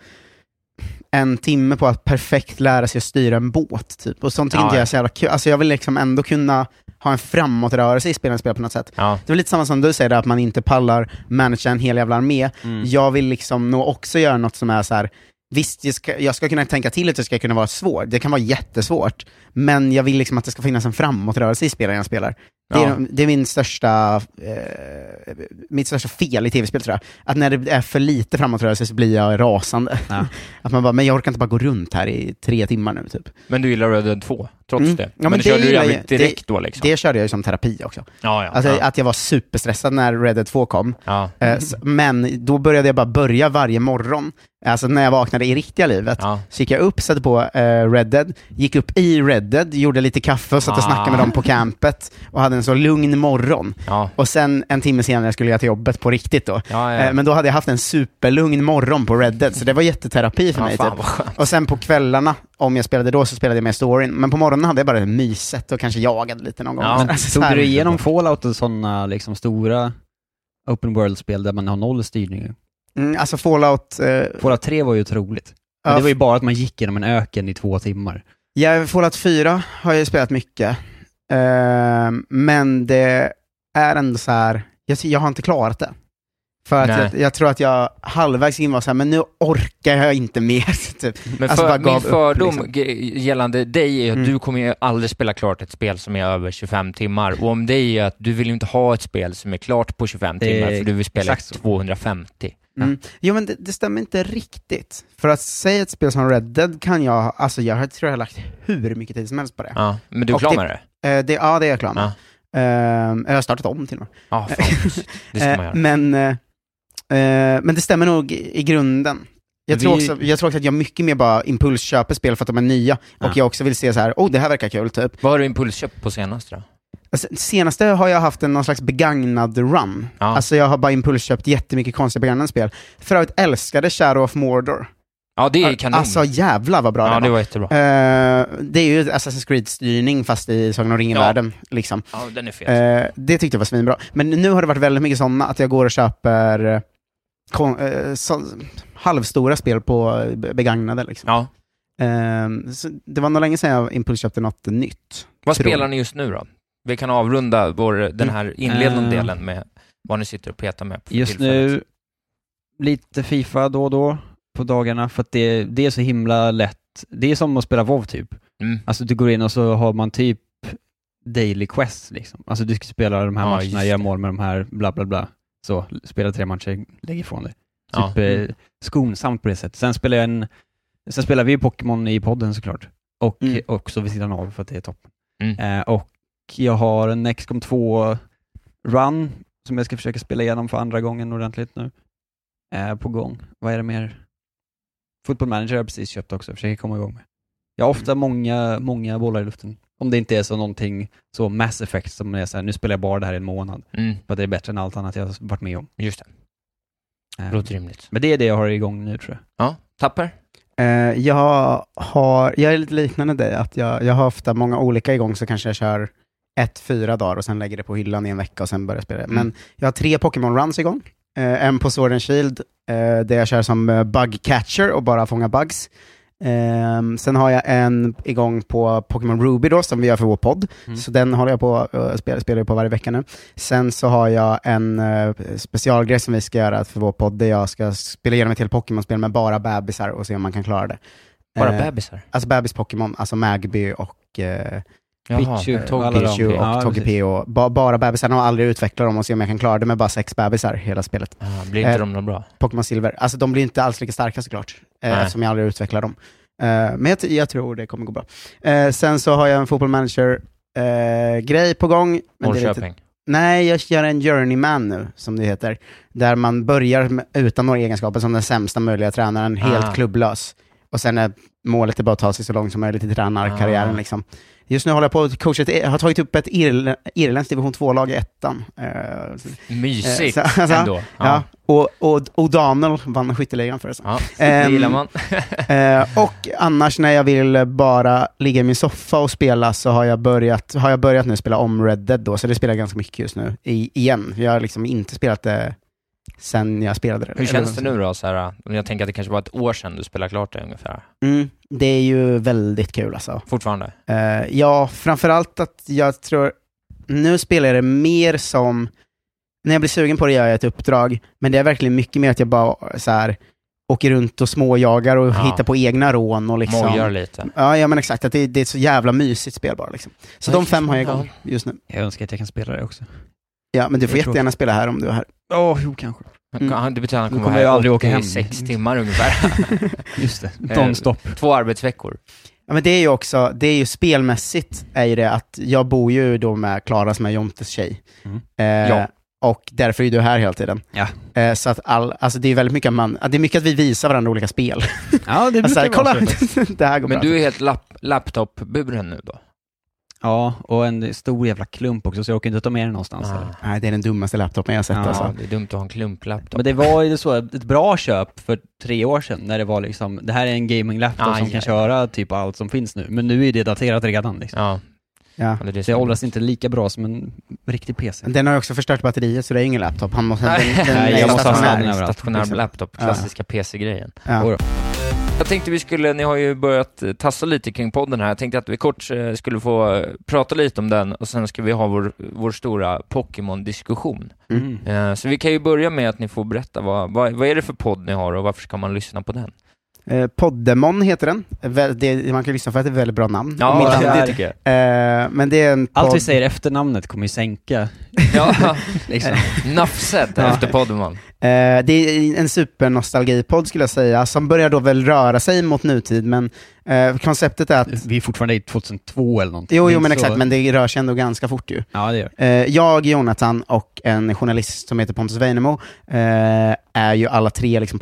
en timme på att perfekt lära sig att styra en båt typ. Och sånt tycker Ja, inte jag ja. är så jävla kul. Alltså jag vill liksom ändå kunna ha en framåtrörelse i spelens spel på något sätt. Ja. Det är lite samma som du säger där, att man inte pallar managera en hel jävla armé. Mm. Jag vill liksom nog också göra något som är så här. Visst, jag ska, jag ska kunna tänka till att det ska kunna vara svårt. Det kan vara jättesvårt. Men jag vill liksom att det ska finnas en framåtrörelse i spelen jag spelar. Det är, Ja. det är min största, eh, mitt största fel i tv-spel, tror jag. Att när det är för lite framåtrörelse så blir jag rasande. Ja. Att man bara, men jag orkar inte bara gå runt här i tre timmar nu typ. Men du gillar Red Dead två, trots Mm. det? Ja, men men det det körde du gillar jävligt jag- direkt det- då liksom? Det körde jag ju som terapi också. Ja, ja. Alltså ja. att jag var superstressad när Red Dead två kom. ja. Eh, s- Men då började jag bara börja varje morgon. Alltså när jag vaknade i riktiga livet. Ja. Så gick jag upp, satte på eh, Red Dead, gick upp i Red Dead, gjorde lite kaffe och satt och Ah. snackade med dem på campet och hade en så lugn morgon. Ja. Och sen en timme senare skulle jag till jobbet på riktigt då. Ja, ja. Eh, Men då hade jag haft en superlugn morgon på Red Dead, så det var jätteterapi för Ja, mig fan typ. vad skönt. Och sen på kvällarna, om jag spelade då, så spelade jag med storyn. Men på morgonen hade jag bara myset och kanske jagade lite någon gång. Ja, Men Alltså, så tog här- du igenom Fallout och sådana liksom stora open world-spel där man har noll styrning? Mm, alltså Fallout... Eh, Fallout tre var ju otroligt. Men Ja, det var ju bara att man gick genom en öken i två timmar. Ja, Fallout fyra har jag ju spelat mycket. Eh, men det är ändå så här, jag, jag har inte klarat det. För att jag, jag tror att jag halvvägs in var så här, men nu orkar jag inte mer. Typ. Men alltså, för, min fördom upp, liksom. gällande dig är att mm. du kommer ju aldrig spela klart ett spel som är över tjugofem timmar. Och om dig är att du vill ju inte ha ett spel som är klart på tjugofem timmar, för du vill spela tvåhundrafemtio. Mm. Jo, men det, det stämmer inte riktigt. För att säga ett spel som Red Dead kan jag, alltså jag tror jag har lagt hur mycket tid som helst på det. Ja, men du är klar med det? Det, det? Ja, det är jag klar med. Ja. Uh, jag har startat om till och med. Ja, fan, det ska man göra. Men, uh, men det stämmer nog i, i grunden. Jag, Vi... tror också, jag tror också att jag mycket mer bara impulsköper spel för att de är nya. Ja. Och jag också vill se så här, oh, det här verkar kul typ. Vad har du impulsköpt på senaste då? Alltså, senaste har jag haft en någon slags begagnad run. Ja. Alltså jag har bara impulsköpt jättemycket konstiga begagnade spel. För att jag älskade Shadow of Mordor. Ja, det är kanon. Alltså jävlar vad bra ja, det var. det var jättebra. Uh, det är ju Assassin's Creed-styrning fast i Sagan om ringen-världen. Ja. Liksom. Ja, den är fet. Uh, det tyckte jag var svinbra. Men nu har det varit väldigt mycket sådana att jag går och köper kon- uh, så, halvstora spel på begagnade. Liksom. Ja. Uh, så det var nog länge sedan jag impulsköpte något nytt. Vad spelar ni just nu då? Vi kan avrunda vår, den här inledande uh, delen med vad ni sitter och petar med på just tillfället. Nu lite FIFA då och då på dagarna, för att det, det är så himla lätt. Det är som att spela WoW typ. Mm. Alltså du går in och så har man typ daily quests liksom. Alltså du ska spela de här ja, matcherna, göra mål med de här bla bla bla. Så spela tre matcher, lägg ifrån dig. Typ ja. eh, skonsamt på det sättet. Sen spelar jag en sen spelar vi Pokémon i podden såklart. Och mm. också vid sidan av för att det är toppen. Mm. Eh, och jag har en X COM två run som jag ska försöka spela igenom för andra gången ordentligt nu. Eh, på gång. Vad är det mer? Football Manager har jag precis köpt också. Försöker komma igång med. Jag har ofta många, många bollar i luften. Om det inte är så någonting så Mass Effect som är så här, nu spelar jag bara det här i en månad. Mm. För att det är bättre än allt annat jag har varit med om. Just det. Det låter rimligt. Men det är det jag har igång nu tror jag. Ja, Tapper? Uh, jag har, jag är lite liknande dig. Att jag, jag har ofta många olika igång, så kanske jag kör ett, fyra dagar och sen lägger det på hyllan i en vecka och sen börjar jag spela. Mm. Men jag har tre Pokémon runs igång. Uh, en på Sword and Shield uh, där jag kör som uh, bug catcher och bara fångar bugs. Um, sen har jag en igång på Pokémon Ruby då, som vi gör för vår podd. Mm. Så den håller jag på uh, spelar, spelar på varje vecka nu. Sen så har jag en uh, specialgrej som vi ska göra för vår podd, där jag ska spela igenom ett helt Pokémon-spel med bara bebisar och se om man kan klara det. Bara uh, bebisar? Alltså bebis-Pokémon, alltså Magby och uh, Pichu, uh, Pichu och ja, Togepi och ba- bara bebisarna, har aldrig utvecklat dem och se om jag kan klara det med bara sex bebisar hela spelet. Ah, blir inte uh, de något bra? Pokémon Silver, alltså de blir inte alls lika starka såklart, uh, eftersom jag aldrig utvecklar dem. Uh, men jag, jag tror det kommer gå bra. Uh, sen så har jag en Football Manager uh, grej på gång. Norrköping? Nej, jag gör en Journeyman nu, som det heter. Där man börjar med, utan några egenskaper, som den sämsta möjliga tränaren, helt ah. klubblös. Och sen är målet är bara att ta sig så långt som möjligt i tränarkarriären ah. liksom. Just nu håller jag på att coacha ett, har tagit upp ett irl, irländskt division två-lag i ettan. Uh, Mysigt uh, så, alltså, ändå. Ja. Ja. Och, och O'Donnell vann skytteligan för det. Ja, det um, gillar man. uh, och annars när jag vill bara ligga i min soffa och spela, så har jag börjat, har jag börjat nu spela om Red Dead då, så det spelar ganska mycket just nu. I, igen. Jag har liksom inte spelat det sen jag spelade det. Hur känns det nu då? Så här, jag tänker att det kanske var ett år sedan du spelade klart det ungefär. Mm, det är ju väldigt kul alltså. Fortfarande? Uh, ja, framförallt att jag tror, nu spelar jag det mer som, när jag blir sugen på det gör jag ett uppdrag, men det är verkligen mycket mer att jag bara så här, åker runt och småjagar och ja. hittar på egna rån och liksom. Mojar lite. Ja, ja men exakt, att det, det är ett så jävla mysigt spel bara liksom. Så de fem har jag igång just nu. Jag önskar att jag kan spela det också. Ja, men du får jag jättegärna tror... spela här om du är här. Åh, oh, jo kanske. Mm. Det betyder att han kommer, kommer jag aldrig åka hem i sex timmar ungefär. Just det, non-stop. Två arbetsveckor. Ja, men det är ju också, det är ju spelmässigt är ju det att jag bor ju då med Klara som är Jontes tjej. Mm. Eh, ja. Och därför är du här hela tiden. Ja. Eh, så att all, alltså det är väldigt mycket man, det är mycket att vi visar varandra olika spel. Ja, det är alltså, kolla, det här går Men bra. du är helt lap- laptop-buren nu då? Ja, och en stor jävla klump också, så jag åker inte ta med den någonstans. Ah. Nej, det är den dummaste laptopen jag har sett. Ja, alltså. Det är dumt att ha en klumplaptop. Men det var ju så ett bra köp för tre år sedan, när det var liksom, det här är en gaming-laptop ah, som ja, kan ja. köra typ allt som finns nu. Men nu är det daterat redan liksom. Ja. Ja. Det, det, det åldras inte lika bra som en riktig P C. Den har ju också förstört batteriet, så det är ingen laptop. Han måste, Nej, den, den Nej, jag måste ha stationär, stationär liksom. laptop, klassiska ja. P C-grejen. Ja. Jag tänkte vi skulle, ni har ju börjat tassa lite kring podden här. Jag tänkte att vi kort skulle få prata lite om den och sen ska vi ha vår, vår stora Pokémon-diskussion. Mm. Så vi kan ju börja med att ni får berätta vad, vad, vad är det för podd ni har och varför ska man lyssna på den? Eh, Poddemon heter den. Det, man kan lyssna för att det är ett väldigt bra namn. Ja, det, det tycker jag. Eh, men det är en podd... Allt vi säger efter namnet kommer ju sänka. Ja, liksom. Nuffset ja. Efter Poddemon. Eh, det är en supernostalgipodd skulle jag säga, som börjar då väl röra sig mot nutid, men eh, konceptet är att... Vi är fortfarande i tjugohundratvå eller någonting. Jo, jo men så... exakt, men det rör sig ändå ganska fort ju. Ja, det gör. Eh, jag, Jonathan och en journalist som heter Pontus Weinemo eh, är ju alla tre liksom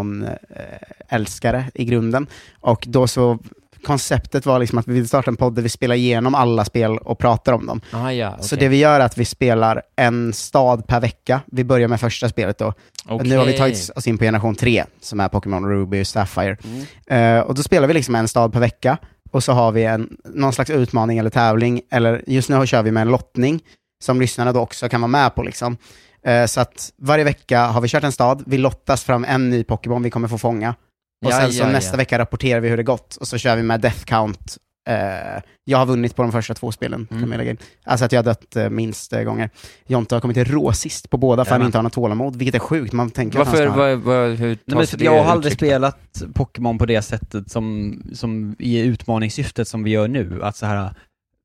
Pokémon-älskare eh, i grunden. Och då så... Konceptet var liksom att vi vill starta en podd där vi spelar igenom alla spel och pratar om dem. Ah, ja, okay. Så det vi gör är att vi spelar en stad per vecka. Vi börjar med första spelet då. Okay. Nu har vi tagit oss in på generation tre som är Pokémon Ruby och Sapphire. Mm. Uh, och då spelar vi liksom en stad per vecka. Och så har vi en, någon slags utmaning eller tävling. Eller just nu kör vi med en lottning som lyssnarna då också kan vara med på. Liksom. Uh, så att varje vecka har vi kört en stad. Vi lottas fram en ny Pokémon vi kommer få fånga. Och ja, sen så ja, nästa ja. vecka rapporterar vi hur det gått. Och så kör vi med death count. Uh, jag har vunnit på de första två spelen. Mm. Kan jag lägga in. Alltså att jag har dött uh, minst uh, gånger. Jonte har kommit till råsist på båda för ja. Han inte har något tålamod. Vilket är sjukt. Man tänker varför, att han var, var, hur Nej, men jag har aldrig spelat Pokémon på det sättet som, som i utmaningssyftet som vi gör nu. Att så här,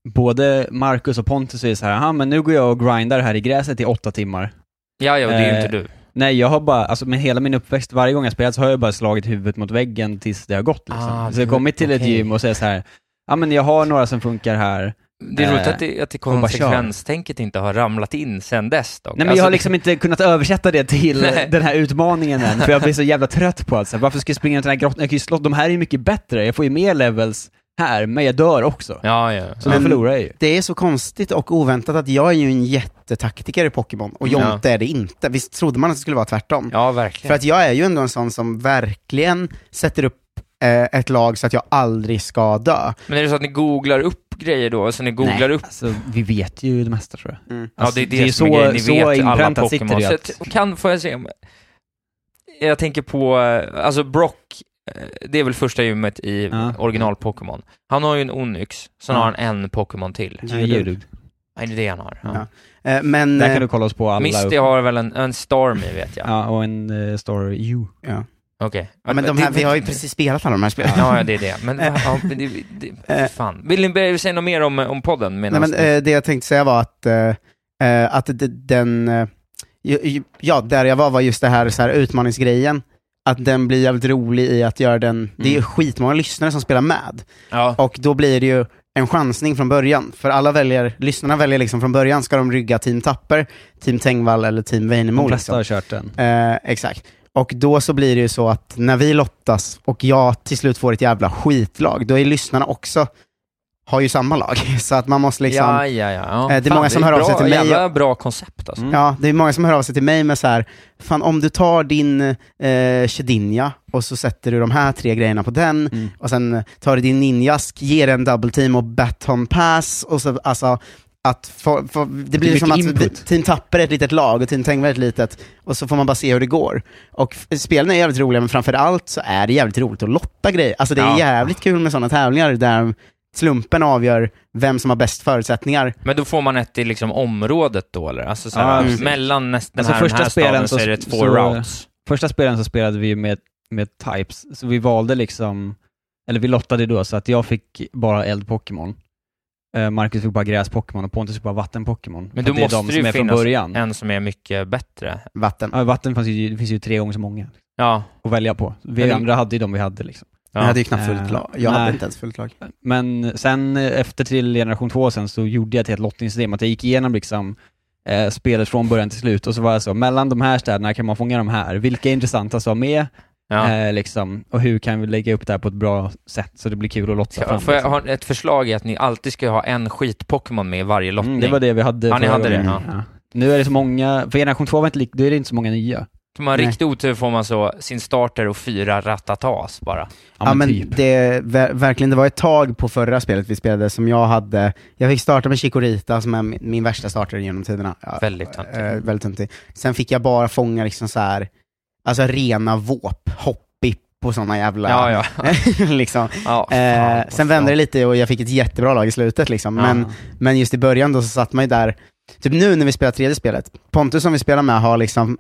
både Marcus och Pontus är så här, aha, men nu går jag och grindar här i gräset i åtta timmar. Ja, ja, det är ju uh, inte du. Nej, jag har bara, alltså med hela min uppväxt, varje gång jag spelat så har jag bara slagit huvudet mot väggen tills det har gått liksom. Ah, så jag har kommit till okay. ett gym och säger så här, ja men jag har några som funkar här. Det är roligt att det, att det konsekvenstänket inte har ramlat in sen dess dock. Nej men alltså, jag har liksom inte kunnat översätta det till den här utmaningen än, för jag blir så jävla trött på allt. Varför ska jag springa till den här grottan? Jag kan ju slå, de här är ju mycket bättre, jag får ju mer levels här, men jag dör också. Ja, ja. Så men förlorar jag ju. Det är så konstigt och oväntat att jag är ju en jättetaktiker i Pokémon och Jonte ja. Är det inte. Visst trodde man att det skulle vara tvärtom. Ja, verkligen. För att jag är ju ändå en sån som verkligen sätter upp eh, ett lag så att jag aldrig ska dö. Men är det så att ni googlar upp grejer då? Alltså ni googlar Nej, upp... alltså vi vet ju det mesta tror jag. Mm. Alltså, ja, det är det, det är som så, är grejen. Ni så vet alla Pokémon. Så att... Kan, får jag se... Jag tänker på... Alltså Brock... Det är väl första gymmet i ja. original Pokémon. Han har ju en Onyx, sen ja. har han en Pokémon till. Geodude. Nej, det är det han har. Ja. Ja. Uh, men, Där kan du kolla oss på alla. Misty har väl en, en Starmie, vet jag. Ja, och en uh, Star U. Ja. Okej. Okay. Ja, men de här, vi har ju precis spelat alla de här spelen. Ja, det är det. Men ja, det, det, fan. Vill ni säga något mer om, om podden? Nej, men uh, det jag tänkte säga var att, uh, att den... Uh, ja, där jag var var just det här, så här utmaningsgrejen. Att den blir jävligt rolig i att göra den... Mm. Det är ju skitmånga lyssnare som spelar med. Ja. Och då blir det ju en chansning från början. För alla väljer, lyssnarna väljer liksom från början, ska de rygga Team Tapper, Team Tengvall eller Team Weinemo. De flesta liksom. har kört den. Eh, exakt. Och då så blir det ju så att när vi lottas och jag till slut får ett jävla skitlag, då är lyssnarna också... har ju samma lag, så att man måste liksom... Ja, ja, ja. ja. Det är fan, många som det är hör bra, av sig till mig. Jävla bra koncept alltså. Mm. Ja, det är många som hör av sig till mig med så här, fan om du tar din eh, Shedinja och så sätter du de här tre grejerna på den mm. och sen tar du din Ninjask, ger en double team och baton pass och så, alltså att få, få, det blir det som input. Att Team Tapper är ett litet lag och Team Tengvall är ett litet, och så får man bara se hur det går. Och spelen är jävligt roliga, men framför allt så är det jävligt roligt att lotta grejer. Alltså det är ja. jävligt kul med sådana tävlingar där slumpen avgör vem som har bäst förutsättningar. Men då får man ett i liksom området då, eller? Alltså så här, ja, mm. mellan näst, den alltså här, första den här spelen så, så är det två så, routes. Första spelen så spelade vi med, med types, så vi valde liksom, eller vi lottade då så att jag fick bara eld-Pokémon. Uh, Marcus fick bara gräs-Pokémon och Pontus fick bara vatten-Pokémon. Men då måste de det ju finnas början. En som är mycket bättre. Vatten. Ja, vatten fanns ju, det finns ju tre gånger så många. Ja. Att välja på. Vi men andra hade ju de vi hade liksom. Ja. Jag hade ju knappt fullt lag. Jag Nej. hade inte ens fullt lag. Men sen efter till generation två sen så gjorde jag till ett lottningssystem att jag gick igenom liksom eh, spelet från början till slut och så var jag så, mellan de här städerna kan man fånga de här. Vilka är intressanta att ha med? Ja. Eh, liksom, och hur kan vi lägga upp det här på ett bra sätt så det blir kul att lotta. Ja, får jag ha ett förslag i att ni alltid ska ha en skit-Pokémon med i varje lottning? Mm, det var det vi hade. Ja, ni hade det, ja. Ja. Nu är det så många, för generation två var inte lik, då är det inte så många nya. Om man har Nej. riktigt otur får man så sin starter och fyra ratatas bara. Ja, Ja, men, men typ. det ver- verkligen, det var ett tag på förra spelet vi spelade som jag hade, jag fick starta med Chikorita som är min, min värsta starter genom tiderna. Ja, Väldigt töntig. äh, väldigt töntig. Sen fick jag bara fånga liksom så här, alltså rena våp, hoppip och såna jävla Ja, ja. liksom. Ja, fan, eh, vad sen vände fan. det lite och jag fick ett jättebra lag i slutet liksom. Ja. men, men just i början då så satt man ju där, typ nu när vi spelar tredje spelet, Pontus som vi spelar med har liksom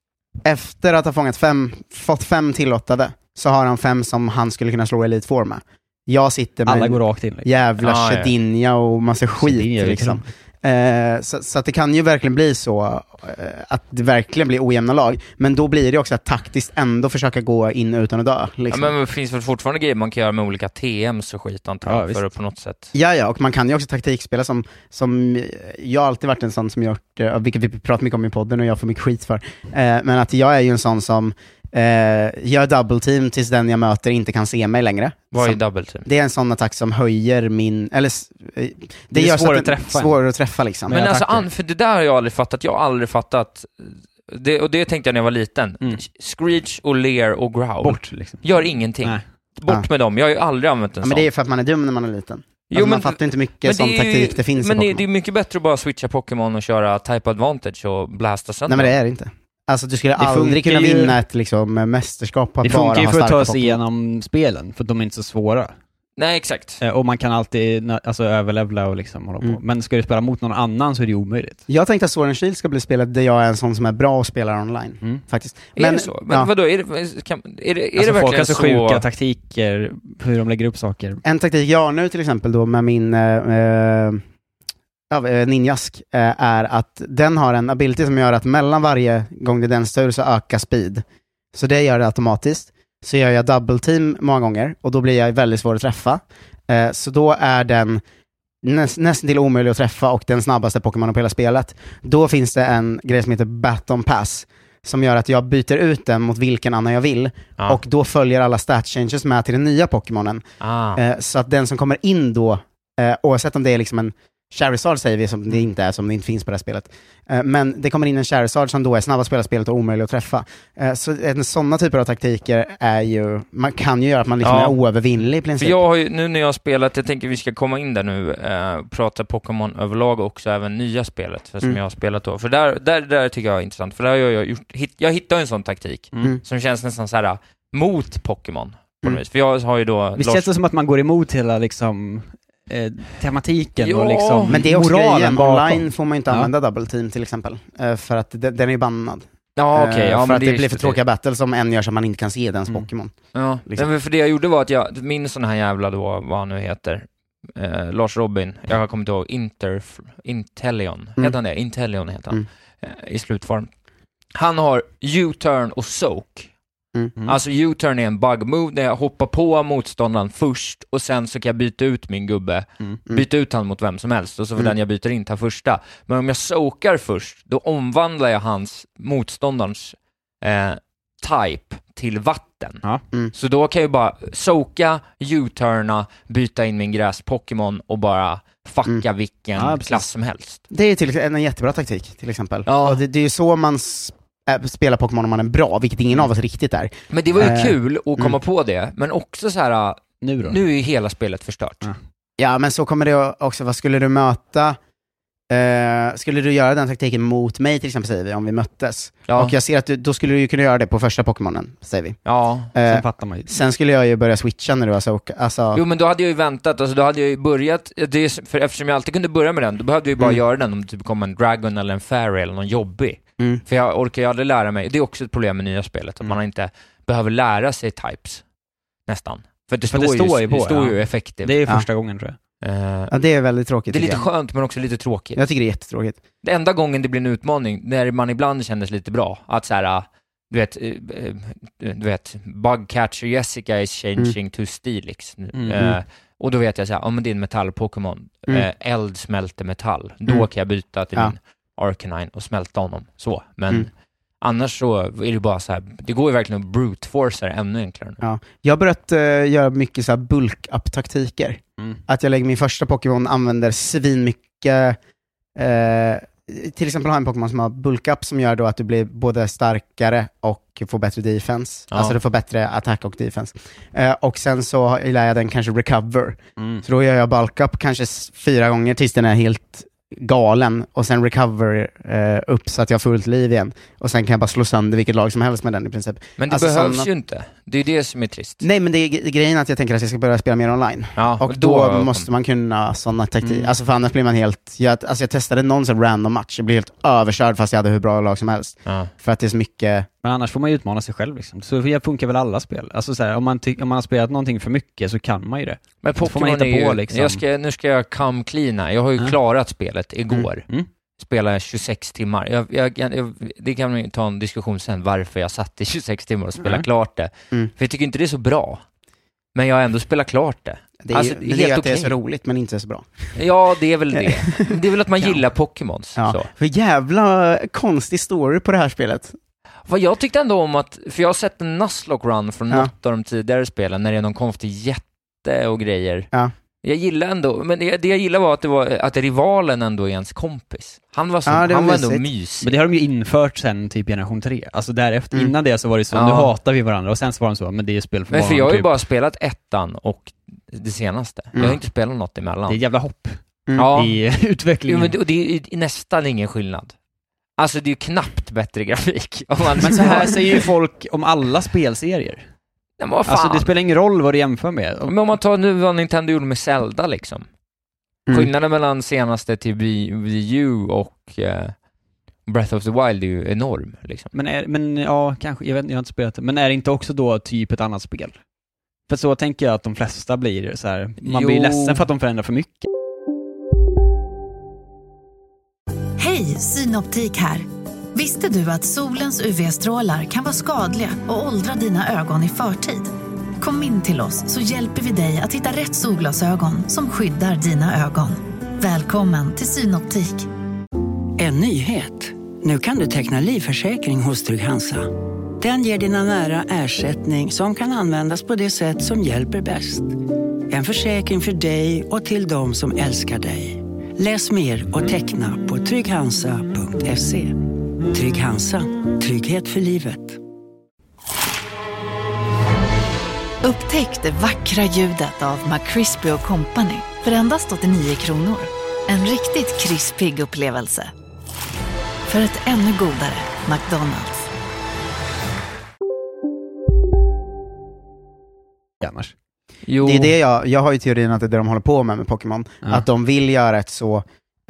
efter att ha fångat fem, fått fem tillåtade, så har han fem som han skulle kunna slå Elite Four med. Jag sitter med Alla går rakt in. Liksom. jävla Ah, ja. Shedinja och massa skit Shedinja, liksom. Eh, så, så att det kan ju verkligen bli så eh, att det verkligen blir ojämna lag, men då blir det också att taktiskt ändå försöka gå in utan att dö liksom. Ja, men det finns väl fortfarande grejer man kan göra med olika T Ms och skit antar jag, Ja, för att på något sätt. Ja, ja, och man kan ju också taktikspela som, som jag har alltid varit en sån som gjort, eh, vilket vi pratar mycket om i podden och jag får mycket skit för, eh, men att jag är ju en sån som eh, gör double team tills den jag möter inte kan se mig längre. Vad är Som- double team? Det är en sån attack som höjer min, eller s- eh, det, Det är gör så svårare att det- att träffa. svårare att träffa liksom. Men Med alltså, attacker. an, för det där har jag aldrig fattat. Jag har aldrig fattat. Det, och det tänkte jag när jag var liten. Mm. Screech och Leer och Growl. Bort liksom. Gör ingenting. Nej. Bort Ja. med dem. Jag har ju aldrig använt en Ja, sån. men det är för att man är dum när man är liten. Alltså, Jo, man men- fattar inte mycket Men sån det är ju- taktik det finns Men i det, Pokémon. det är mycket bättre att bara switcha Pokémon och köra type advantage och blasta sönder. Nej, men det är det inte. Alltså du skulle Det aldrig funkar kunna ju- vinna ett liksom, mästerskap på att Det bara funkar ju ha för att ta starka sig Pokémon. igenom spelen, för de är inte så svåra. Nej, exakt. Eh, Och man kan alltid na- alltså, överlevla och liksom hålla Mm. på. Men ska du spela mot någon annan så är det omöjligt. Jag tänkte att Sword and Shield ska bli spelet där jag är en sån som är bra och spelar online, Mm. faktiskt. Är det så? Men ja. vadå? Är det, kan, är det, är Alltså det folk verkligen har så så? sjuka taktiker, hur de lägger upp saker. En taktik jag har nu till exempel då med min eh, eh, ja, eh, ninjask eh, är att den har en ability som gör att mellan varje gång det är den tur så ökar speed. Så det gör det automatiskt. Så gör jag double team många gånger och då blir jag väldigt svår att träffa. Eh, så då är den näst, nästan till omöjlig att träffa och den snabbaste Pokémon på hela spelet. Då finns det en grej som heter Baton Pass som gör att jag byter ut den mot vilken annan jag vill. Ja. Och då följer alla stat changes med till den nya Pokémonen. Ah. Eh, så att den som kommer in då, eh, oavsett om det är liksom en Charizard säger vi som det inte är, som det inte finns på det här spelet. Eh, men det kommer in en Charizard som då är snabbast spela spelet och omöjlig att träffa. Eh, så en sådana typer av taktiker är ju, man kan ju göra att man liksom Ja. är oövervinnlig i princip. För jag har ju, nu när jag har spelat, jag tänker vi ska komma in där nu, eh, prata Pokémon överlag och också även nya spelet för som Mm. jag har spelat då. För där, där, där tycker jag är intressant, för där har jag gjort, hit, jag hittade en sån taktik Mm. som känns nästan så här mot Pokémon på Mm. något vis. För jag har ju då Visst Lars- känns det som att man går emot hela liksom eh, tematiken Ja, och liksom Men det är också moralen grejen, bakom. online får man ju inte Ja. använda double team till exempel. Eh, för att det, den är ju bannad. Ja, okej. Eh, ja, för men att det, är blir för just tråkiga battles som en gör så man inte kan se dens Mm. Pokémon. Ja, liksom. men för det jag gjorde var att jag, min sån här jävla då, vad han nu heter, eh, Lars Robin, jag har kommit ihåg, Inter, Inteleon, Mm. heter han det? Inteleon heter han, Mm. eh, i slutform. Han har U-turn och soak. Mm. Mm. Alltså U-turn är en bug move där jag hoppar på motståndaren först och sen så kan jag byta ut min gubbe, Mm. byta ut han mot vem som helst och så får Mm. den jag byter in ta första. Men om jag soakar först, då omvandlar jag hans motståndarens eh, type till vatten. Ja. Mm. Så då kan jag bara soaka, U-turna, byta in min gräs-Pokémon och bara fucka Mm. vilken Ja, precis. klass som helst. Det är till, en jättebra taktik till exempel. Ja. Och det, det är ju så man s- äh, spelar Pokémon om man är bra, vilket ingen av oss riktigt är. Men det var ju Eh, kul att komma mm. på det, men också så här, Nu då? nu är ju hela spelet förstört. Ja. Ja, men så kommer det också, vad skulle du möta? Eh, skulle du göra den taktiken mot mig till exempel, säger vi, om vi möttes? Ja. Och jag ser att du, då skulle du ju kunna göra det på första Pokémonen, säger vi. Ja. Eh, Sen fattar man ju. sen skulle jag ju börja switcha när du har soak. Alltså, Jo, men då hade jag ju väntat, alltså då hade jag ju börjat, det är, för eftersom jag alltid kunde börja med den, då behövde jag ju bara Mm. göra den om det typ kom en Dragon eller en Fairy eller någon jobbig. mm. För jag orkar ju aldrig lära mig, det är också ett problem med nya spelet, att Mm. man inte behöver lära sig types, nästan. För det För står, det står ju, ju på, det står ja. ju effektiv. Det är ju Ja. första gången tror jag. Eh, Ja, det är väldigt tråkigt. det är tycker lite jag. skönt men också lite tråkigt. Jag tycker det är jättetråkigt. Det enda gången det blir en utmaning, när man ibland kändes lite bra, att så här, du vet, eh, eh, du vet, Bugcatcher Jessica is changing Mm. to Steelix. Mm. Eh, och då vet jag så här, om oh, det är en metall-Pokémon, Mm. eh, eld smälter metall, då Mm. kan jag byta till Ja. min Arcanine och smälta honom, så. Men Mm. annars så är det bara så här, det går ju verkligen att brute force det ännu enklare nu. Ja. Jag har börjat uh, göra mycket så här bulk-up-taktiker. Mm. Att jag lägger min första Pokémon, använder svin mycket uh, till exempel har en Pokémon som har bulk up som gör då att du blir både starkare och får bättre defense. Ja. Alltså du får bättre attack och defense. Uh, och sen så lär jag den kanske recover. Mm. Så då gör jag bulk up kanske fyra gånger tills den är helt galen och sen recover eh, upp så att jag har fullt liv igen och sen kan jag bara slå sönder vilket lag som helst med den i princip. Men det alltså, behövs såna... ju inte. Det är det som är trist. Nej, men det är grejen att jag tänker att jag ska börja spela mer online. Ja, och då, då måste man kunna sådana taktik. Mm. Alltså för annars blir man helt jag, alltså jag testade någon sån random match och blev helt överkörd fast jag hade hur bra lag som helst. Ja. För att det är så mycket. Men annars får man ju utmana sig själv liksom. Så det funkar väl alla spel. Alltså så här, om man ty- om man har spelat någonting för mycket så kan man ju det. Men Pokémon får man hitta ju, på liksom. Jag ska, nu ska jag come cleana. Jag har ju mm. klarat spelet igår. Mm. Mm. Spela tjugosex timmar. Jag, jag, jag, det kan man ju ta en diskussion sen varför jag satt i tjugosex timmar och spelade mm. klart det. Mm. För jag tycker inte det är så bra. Men jag har ändå spelat klart det. Det är, alltså, det är helt att okay. Det är så roligt men inte så bra. Ja, det är väl det. Det är väl att man gillar Pokémons. Ja. Så. För jävla konstig story på det här spelet. Vad jag tyckte ändå om att, för jag har sett en Nuzlocke run från ja. något av de tidigare spelen när det är någon konstig jätte och grejer. Ja. Jag gillar ändå, men det, det jag gillar var att det var att rivalen ändå är ens kompis. Han var, så, ja, han var, var ändå mysig. Men det har de ju infört sen typ generation tre. Alltså därefter, mm. innan det så var det så, ja. nu hatar vi varandra och sen så var de så, men det är ju spel för Men barn, för jag har ju typ. bara spelat ettan och det senaste. Mm. Jag har inte spelat något emellan. Det är jävla hopp mm. ja. i utvecklingen. Jo, men det, det är nästan ingen skillnad. Alltså det är ju knappt bättre grafik. Om man men så här säger ju folk om alla spelserier. Nej, men vad fan? Alltså det spelar ingen roll vad du jämför med. Men om man tar nu vad Nintendo gjorde med Zelda liksom. Mm. Skillnaden mellan senaste till Wii U och uh, Breath of the Wild är ju enorm liksom. Men, är, men ja, kanske, jag vet jag har inte spelat det. Men är det inte också då typ ett annat spel? För så tänker jag att de flesta blir så här. Man jo. blir ledsen för att de förändrar för mycket. Hej, Synoptik här. Visste du att solens U V-strålar kan vara skadliga och åldra dina ögon i förtid? Kom in till oss så hjälper vi dig att hitta rätt solglasögon som skyddar dina ögon. Välkommen till Synoptik. En nyhet. Nu kan du teckna livförsäkring hos Trygg-Hansa. Den ger dina nära ersättning som kan användas på det sätt som hjälper bäst. En försäkring för dig och till de som älskar dig. Läs mer och teckna på trygghansa punkt se. Trygg-Hansa. Trygghet för livet. Upptäck det vackra ljudet av McCrispy och Company för endast åttionio kronor. En riktigt krispig upplevelse. För ett ännu godare McDonald's. Annars. Jo. Det är det jag, jag har ju teorin att det är det de håller på med med Pokémon. Ja. Att de vill göra ett så...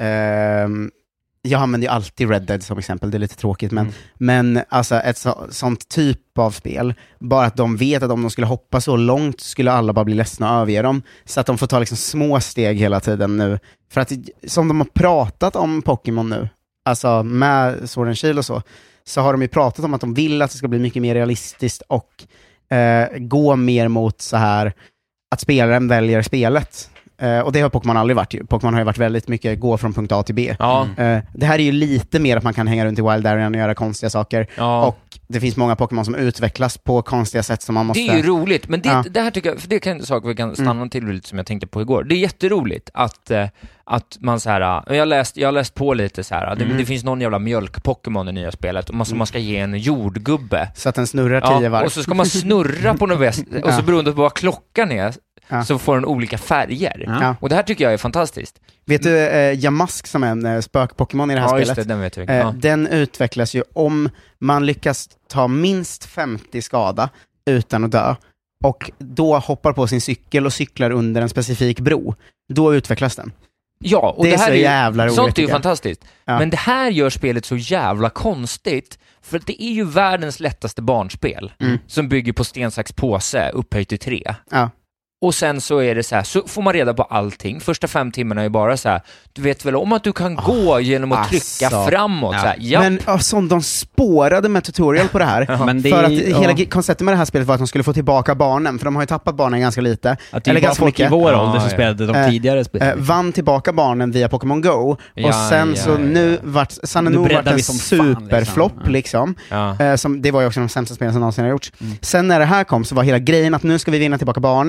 Ehm, jag använder ju alltid Red Dead som exempel, det är lite tråkigt, men, mm. men alltså ett så, sånt typ av spel, bara att de vet att om de skulle hoppa så långt skulle alla bara bli ledsna och överge dem, så att de får ta liksom små steg hela tiden nu, för att som de har pratat om Pokémon nu, alltså med Sword and Shield och så, så har de ju pratat om att de vill att det ska bli mycket mer realistiskt och eh, gå mer mot så här att spelaren väljer spelet. Uh, och det har Pokémon aldrig varit ju. Pokémon har ju varit väldigt mycket gå från punkt A till B. Ja. Uh, det här är ju lite mer att man kan hänga runt i Wild Area och göra konstiga saker. Ja. Och det finns många Pokémon som utvecklas på konstiga sätt som man måste... Det är ju roligt, men det, ja. det här tycker jag, för det kan en sak vi kan stanna mm. till lite som jag tänkte på igår. Det är jätteroligt att, uh, att man så här, jag läst, jag har läst på lite så här, det, mm. det finns någon jävla mjölk-Pokémon i nya spelet och man, mm. man ska ge en jordgubbe. Så att den snurrar tio ja, varv. och så ska man snurra på något väst, och så beroende på vad klockan är, ja. så får den olika färger. Ja. Och det här tycker jag är fantastiskt. Vet du, eh, Yamask som är en eh, spök-Pokémon i det här ja, spelet, just det, den, vet jag. Eh, ja. den utvecklas ju om man lyckas ta minst femtio skada utan att dö och då hoppar på sin cykel och cyklar under en specifik bro. Då utvecklas den. Ja, och det, det är här så är ju, jävla roligt. sånt är ju fantastiskt. Ja. Men det här gör spelet så jävla konstigt, för att det är ju världens lättaste barnspel mm. som bygger på sten, sax, påse upphöjt till tre. Ja. Och sen så är det så här, så får man reda på allting. Första fem timmarna är bara så här, du vet väl om att du kan oh, gå genom att trycka alltså. framåt. Ja. Så här, ja. Men alltså, de spårade med tutorial på det här. ja. Men det för att ja. hela konceptet med det här spelet var att de skulle få tillbaka barnen. För de har ju tappat barnen ganska lite. Att det är bara folk i vår ålder som spelade de tidigare spelen. Eh, vann tillbaka barnen via Pokémon Go. Ja, och sen ja, så ja, nu vart Saneno vart en superflopp fan, liksom. liksom. Ja. Eh, som, det var ju också de sämsta spelen som någonsin har gjorts. Mm. Sen när det här kom så var hela grejen att nu ska vi vinna tillbaka barnen.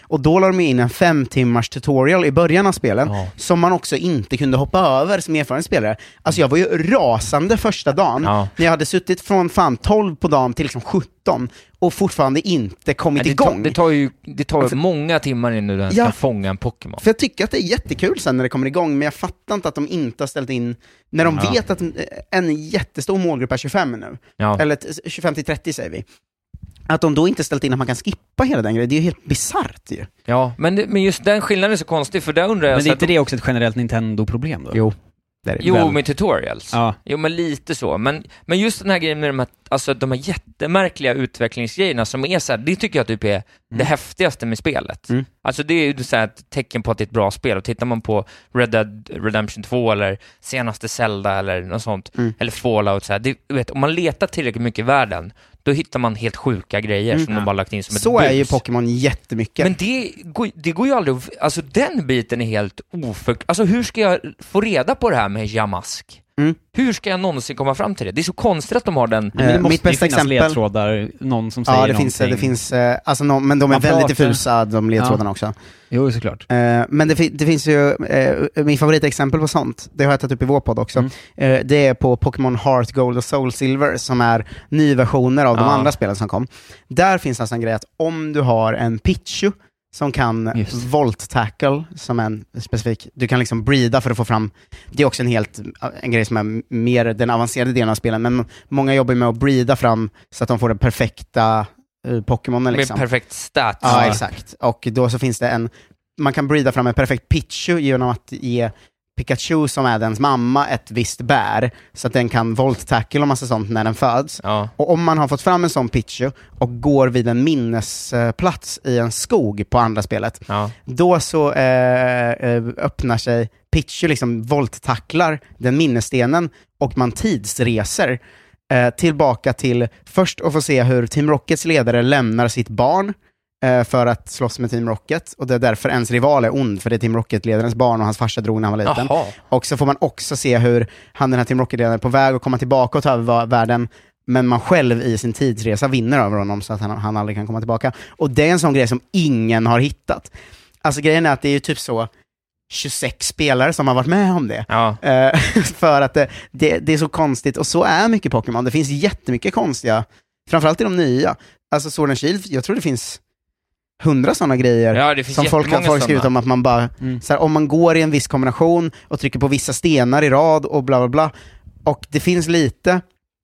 Och då la de in en fem timmars tutorial i början av spelen Ja. som man också inte kunde hoppa över som erfaren spelare. Alltså jag var ju rasande första dagen Ja. när jag hade suttit från fan tolv på dagen till liksom sjutton och fortfarande inte kommit det, igång. tar, det tar ju det tar ju För- många timmar innan du ens Ja. kan fånga en Pokémon. För jag tycker att det är jättekul sen när det kommer igång, men jag fattar inte att de inte har ställt in, när de Ja. vet att en jättestor målgrupp är tjugofem nu, Ja. eller t- tjugofem till trettio säger vi, att de då inte ställt in att man kan skippa hela den grejen, det är ju helt bisarrt ju. Ja, men, det, men just den skillnaden är så konstig, för där undrar jag... Men det är så inte att det också ett generellt Nintendo-problem då? Jo. Det är det. Jo, Väl. med tutorials. Ja. Jo, men lite så. Men, men just den här grejen med de här, alltså, de här jättemärkliga utvecklingsgrejerna som är så här, det tycker jag typ är det häftigaste med spelet. Mm. Alltså det är ju så här ett tecken på att det är ett bra spel. Och tittar man på Red Dead Redemption två eller senaste Zelda eller något sånt, Mm. eller Fallout så här, det, du vet, om man letar tillräckligt mycket i världen, då hittar man helt sjuka grejer Mm. som de bara lagt in som ett Så bus. är ju Pokémon jättemycket. Men det går, det går ju aldrig att- alltså den biten är helt oförklarad. Alltså hur ska jag få reda på det här med Yamask? Mm. Hur ska jag någonsin komma fram till det? Det är så konstigt att de har den... Men det Eh, måste mitt ju bästa finnas exempel- ledtrådar, någon som säger Ja, det någonting. finns, det finns eh, alltså no, men de är Man väldigt pratar. diffusa, de ledtrådarna också. Jo, såklart. Eh, men det, fi- det finns ju, eh, min favoritexempel på sånt, det har jag tagit upp i vår podd också, Mm. eh, det är på Pokémon Heart Gold och Soul Silver som är nyversioner av de Ja. andra spelen som kom. Där finns alltså en grej att om du har en Pichu som kan Just. volt tackle som en specifik, du kan liksom breeda för att få fram, det är också en helt en grej som är mer den avancerade delen av spelen, men många jobbar med att breeda fram så att de får den perfekta uh, Pokémonen liksom. Med perfekt stats. Ja, exakt. Och då så finns det en, man kan breeda fram en perfekt Pichu genom att ge Pikachu som är dens mamma ett visst bär så att den kan volt-tackle och massa sånt när den föds. Ja. Och om man har fått fram en sån Pichu och går vid en minnesplats i en skog på andra spelet, Ja. då så eh, eh, öppnar sig Pichu, liksom volt-tacklar den minnesstenen och man tidsreser eh, tillbaka till först att få se hur Team Rockets ledare lämnar sitt barn eh, för att slåss med Team Rocket, och det är därför ens rival är ond, för det är Team Rocket-ledarens barn och hans farsa drog när han var liten. Jaha. Och så får man också se hur han, den här Team Rocket-ledaren, är på väg att komma tillbaka och ta över va- världen, men man själv i sin tidsresa vinner över honom så att han, han aldrig kan komma tillbaka. Och det är en sån grej som ingen har hittat. Alltså grejen är att det är ju typ så tjugosex spelare som har varit med om det. Ja. Eh, för att det, det, det är så konstigt, och så är mycket Pokémon. Det finns jättemycket konstiga, framförallt i de nya. Alltså Sword and Shield, jag tror det finns hundra sådana grejer Ja, det finns som folk har jättemånga folk skrivit såna. om att man bara, Mm. så här, om man går i en viss kombination och trycker på vissa stenar i rad och bla bla bla. Och det finns lite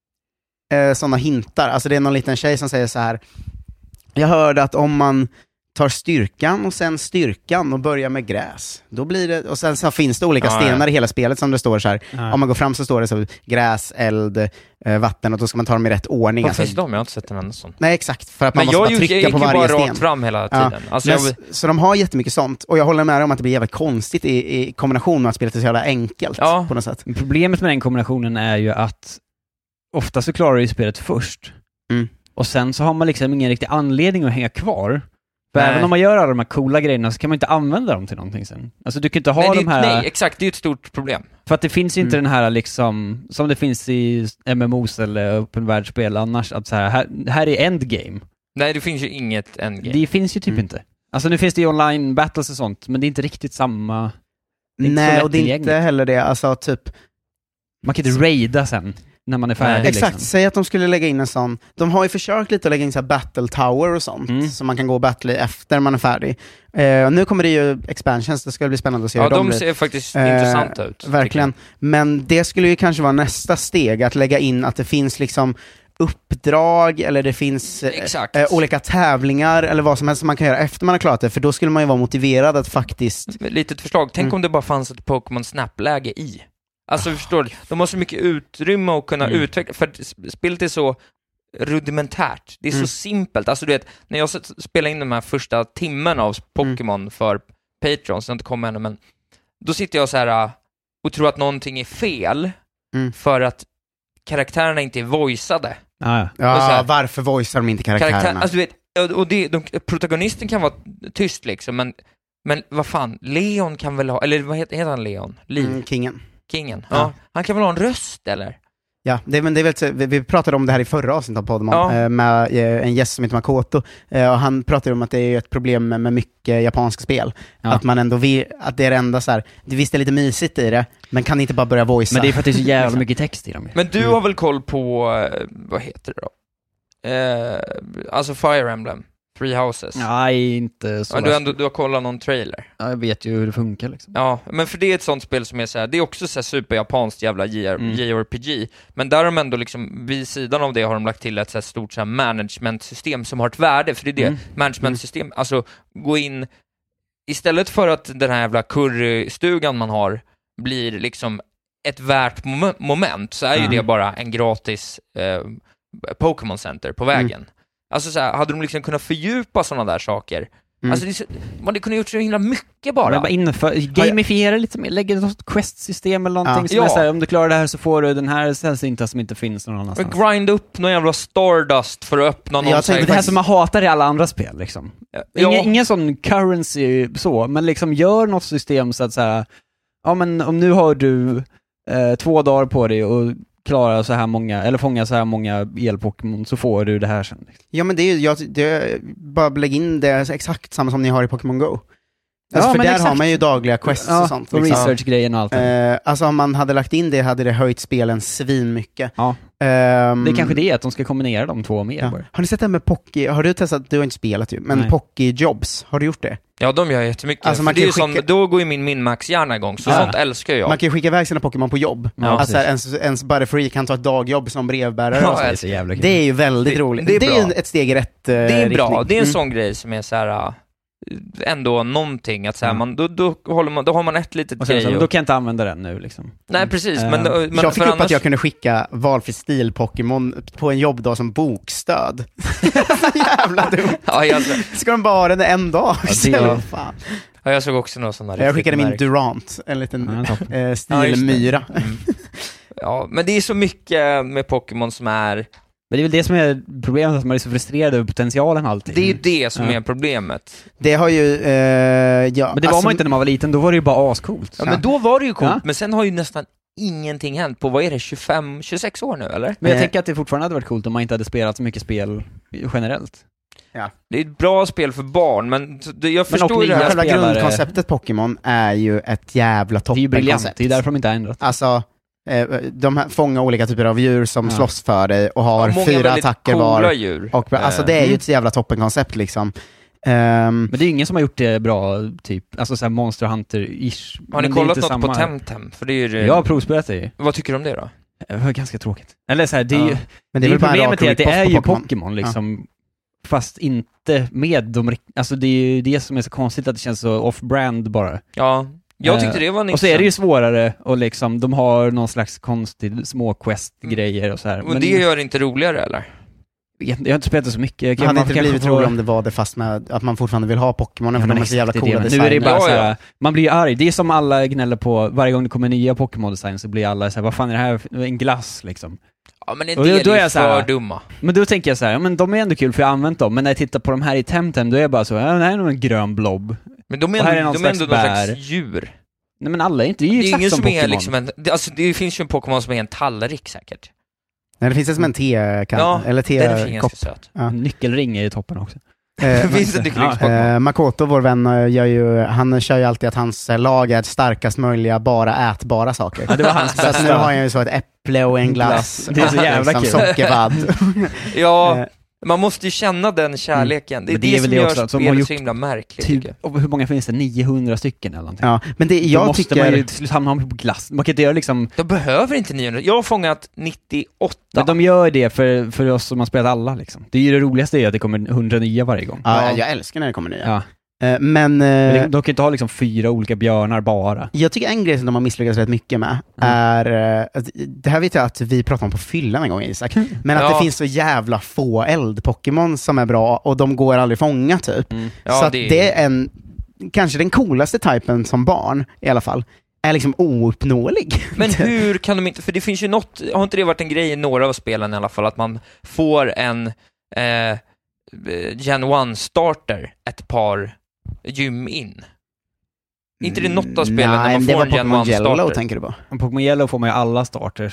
eh, sådana hintar. Alltså det är någon liten tjej som säger så här: jag hörde att om man tar styrkan och sen styrkan och börjar med gräs, då blir det, och sen så finns det olika Ja, stenar ja. i hela spelet som det står så här. Ja. Om man går fram så står det så gräs, eld, eh, vatten, och då ska man ta dem i rätt ordning. Vad Alltså, finns de? Jag har inte sett en enda sån. nej, exakt, för att man Men måste jag, bara gick, jag trycka gick på ju varje bara sten. rakt fram hela Ja. tiden. Alltså, Men, jag, s- så de har jättemycket sånt, och jag håller med om att det blir jävligt konstigt i, i kombination med att spelet är så jävla enkelt Ja. på något sätt. Men problemet med den kombinationen är ju att ofta så klarar du ju spelet först. Mm. Och sen så har man liksom ingen riktig anledning att hänga kvar. För Nej. även om man gör alla de här coola grejerna så kan man inte använda dem till någonting sen. Alltså du kan inte ha nej, det, de här... nej, exakt, det är ju ett stort problem. För att det finns ju inte Mm. den här liksom, som det finns i M M Os eller öppen världsspel annars, att så här, här, här är endgame. Nej, det finns ju inget endgame. Det finns ju typ Mm. inte. Alltså nu finns det ju online battles och sånt, men det är inte riktigt samma... Det är inte så Nej, och det är lättillgängligt. inte heller det, alltså typ Man kan inte raida sen, när man är färdig. Nej. exakt, Liksom. säg att de skulle lägga in en sån, de har ju försökt lite att lägga in så här battle tower och sånt, Mm. som man kan gå och battle i efter man är färdig. Eh, nu kommer det ju expansions, det ska bli spännande att se Ja, hur de de blir. ser faktiskt Eh, intressanta ut. Verkligen, men det skulle ju kanske vara nästa steg, att lägga in att det finns liksom uppdrag, eller det finns eh, Exakt. eh, olika tävlingar, eller vad som helst som man kan göra efter man har klarat det, för då skulle man ju vara motiverad att faktiskt... Litet förslag. Tänk Mm. om det bara fanns ett Pokémon Snap-läge i. Alltså, förstår du? De har så mycket utrymme att kunna Mm. utveckla, för att sp- spelet är så rudimentärt. Det är Mm. så simpelt. Alltså, du vet, när jag s- spelar in de här första timmen av Pokémon för Patrons, jag har inte kommit ännu, men då sitter jag så här äh, och tror att någonting är fel Mm. för att karaktärerna inte är voiceade. Ah, ja. Och så Ja, här- varför voicear de inte karaktärerna? Karaktär, alltså, du vet, och- och det, de, protagonisten kan vara tyst liksom, men, men vad fan, Leon kan väl ha, eller vad heter, heter han Leon? Liv? Mm, kingen. Kingen? Ja. Ja. Han kan väl ha en röst, eller? Ja, det, men det är väl så, vi, vi pratade om det här i förra avsnittet av podden Ja. eh, med eh, en gäst som heter Makoto eh, och han pratade om att det är ett problem med, med mycket japanska spel. Ja. Att man ändå vill, att det är enda så här, det visst är lite mysigt i det, men kan inte bara börja voicea. Men det är för att det är så jävla mycket text i dem. Men du har väl koll på, eh, vad heter det då? Eh, alltså Fire Emblem, Three Houses. Nej, inte så. Ja, du, ändå, du har kollat någon trailer. Ja, jag vet ju hur det funkar liksom. Ja, men för det är ett sånt spel som är så här, det är också så här superjapanskt jävla J R, Mm. J R P G, men där har de ändå liksom, vid sidan av det har de lagt till ett så här stort så här management-system som har ett värde, för det är det, Mm. management-system, alltså gå in, istället för att den här jävla currystugan man har blir liksom ett värt mom- moment, så är ju Ja. det bara en gratis eh, Pokémon Center på vägen. Mm. Alltså så här, hade de liksom kunnat fördjupa sådana där saker, Mm. alltså det är så, man hade kunnat gjort så himla mycket bara. Men bara inför, gamifiera lite mer, lägga ett quest-system eller någonting Ja. som Ja. är så här, om du klarar det här så får du den här sällsynta som inte finns någon annanstans. Men grind upp någon jävla Stardust för att öppna någon Jag så här- Det här som man hatar i alla andra spel liksom. Ja. Ingen, ingen sån currency så, men liksom gör något system så att så här, ja men om nu har du eh, två dagar på dig och klara så här många, eller fånga så här många el-Pokémon, så får du det här sen. Ja, men det är ju, jag, det, bara lägg in det exakt samma som ni har i Pokémon Go. Ja, Alltså, för men där exakt. har man ju dagliga quests Ja, och sånt. och liksom. research-grejen och allt. Eh, alltså om man hade lagt in det hade det höjt spelen svin mycket. Ja. Ehm, Det är kanske det, att de ska kombinera de två mer ja. bara. Har ni sett det här med Pocky? Har du testat, du har inte spelat ju, men Nej. Pocky Jobs, har du gjort det? Ja, de gör jättemycket. Alltså, För man det är kan ju sån, skicka- då går ju min Minmax-hjärna igång, så Ja. sånt älskar jag. Man kan ju skicka iväg sina Pokémon på jobb. Ja, alltså ens, ens Butterfree kan ta ett dagjobb som brevbärare. Ja, och så. Det är så jävla kul. Det är ju väldigt Det- roligt. det är Det bra. är ju ett steg i rätt eh, Det är bra, riktning. det är en Mm. sån grej som är så här äh, ändå någonting, att så här, Ja. man, då, då, håller man, då har man ett litet Och sen, grej. så, och, då kan jag inte använda den nu liksom. nej, precis, Eh, men, men Jag fick för upp annars, att jag kunde skicka valfri stil-Pokémon på en jobbdag som bokstöd. Så jävla dumt. ja, jag, Ska de bara ha den en dag? Ja, det- Så jävla fan. ja, jag såg också några sådana Jag skickade min märk. Durant, en liten Ja, toppen. eh, Ja, just det. stilmyra. Mm. Ja, men det är så mycket med Pokémon som är, Men det är väl det som är problemet, att man är så frustrerad över potentialen alltid. det är ju det som Ja. är problemet. Det har ju, eh, ja, Men det var alltså, man inte när man var liten, då var det ju bara ascoolt. Ja, men då var det ju coolt, Ja. men sen har ju nästan ingenting hänt på, vad är det, tjugofem, tjugosex år nu, eller? Men jag Eh. tänker att det fortfarande hade varit coolt om man inte hade spelat så mycket spel generellt. Det är ett bra spel för barn, men det, jag Men förstår och ju det nya här. själva spelare- grundkonceptet Pokémon är ju ett jävla Det är ju briljant, toppenkoncept. det är därför de inte har ändrat. Alltså, eh, de här fångar olika typer av djur som Ja. slåss för dig och har Ja, många fyra väldigt attacker coola var. djur. Och, alltså det är ju Mm. ett jävla toppenkoncept liksom. Ehm, Men det är ju ingen som har gjort det bra, typ, alltså såhär Monster Hunter-ish. Har ni Men det är kollat inte något på samma- Temtem? För det är ju, Jag har provspelat det. vad tycker du om det då? Det var ganska tråkigt. Eller såhär, det är Ja. ju, men det är väl bara en problemet rak är att det rip-off är på ju Pokémon. Pokémon liksom, fast inte med de, rikt- alltså det är ju det som är så konstigt, att det känns så off-brand bara. Ja, jag Eh, tyckte det var en Och så är det ju svårare, och liksom, de har någon slags konstig små quest-grejer och så här. Och det gör det inte roligare, eller? jag, jag har inte spelat det så mycket. Jag Det kan- hade man inte kanske blivit får- roligt om det var det, fast med att man fortfarande vill ha Pokémonen, för Ja, de men är så jävla exakt, det är coola det. Men nu är det designer. bara Ja, så här, ja. man blir ju arg. Det är som alla gnäller på, varje gång det kommer nya Pokémon-design så blir alla så här, vad fan är det här för en glass liksom? Ja, men en Och del då- då är är jag ju så här- för dumma. Men då tänker jag så här, ja, men de är ändå kul för jag har använt dem, men när jag tittar på de här i Temtem, då är jag bara så, ja, det här är nog en grön blob. Men de är Och här är ändå, någon de är ändå slags någon slags bär. djur. Nej men alla är inte, det är ju Det är exakt ingen som som Pokémon. är liksom en, det, alltså det finns ju en Pokémon som är en tallrik säkert. Nej, det finns det som en te-kan, Ja, eller den är te-kopp. ganska söt. Ja. Nyckelring är ju toppen också. Eh, Finns det nyckelringspokémon? Eh, Makoto, vår vän, eh, gör ju, han kör ju alltid att hans eh, lag är starkast möjliga, bara ätbara saker. Ja, det var hans Så att nu bästa. har jag ju så ett äpple och en glass. Det är så jävla som kul. sockervadd. Ja, Eh, man måste ju känna den kärleken. Det är Men det, det är väl som det gör också, att de har spelet gjort så himla märkligt. Typ, tycker jag. och hur många finns det? niohundra stycken eller någonting. ja, men det, Då jag måste tycker... man ju till slut hamna på glass. Man kan inte göra liksom, Jag behöver inte niohundra. Jag har fångat nittioåtta. men de gör det för, för oss som har spelat alla liksom. Det är ju det roligaste är att det kommer hundra nya varje gång. Ja, Ja. jag älskar när det kommer nya. Ja. Eh, men... eh, Men det, de kan inte ha liksom fyra olika björnar bara. Jag tycker en grej som de har misslyckats rätt mycket med är, eh, att- det här vet jag att vi pratade om på fyllan en gång, Isak, men att Ja. det finns så jävla få eld-Pokémon som är bra och de går aldrig fånga typ. Mm. Ja, så att det är- det är en, kanske den coolaste typen som barn i alla fall, är liksom ouppnåelig. Men hur kan de inte, för det finns ju något, har inte det varit en grej i några av spelen i alla fall, att man får en eh, Gen one starter ett par gym in? Inte det något av spelen Nej, när man det får var en Gen Pokémon one Yellow, starter? tänker du på? Och Pokémon Yellow får man ju alla starters.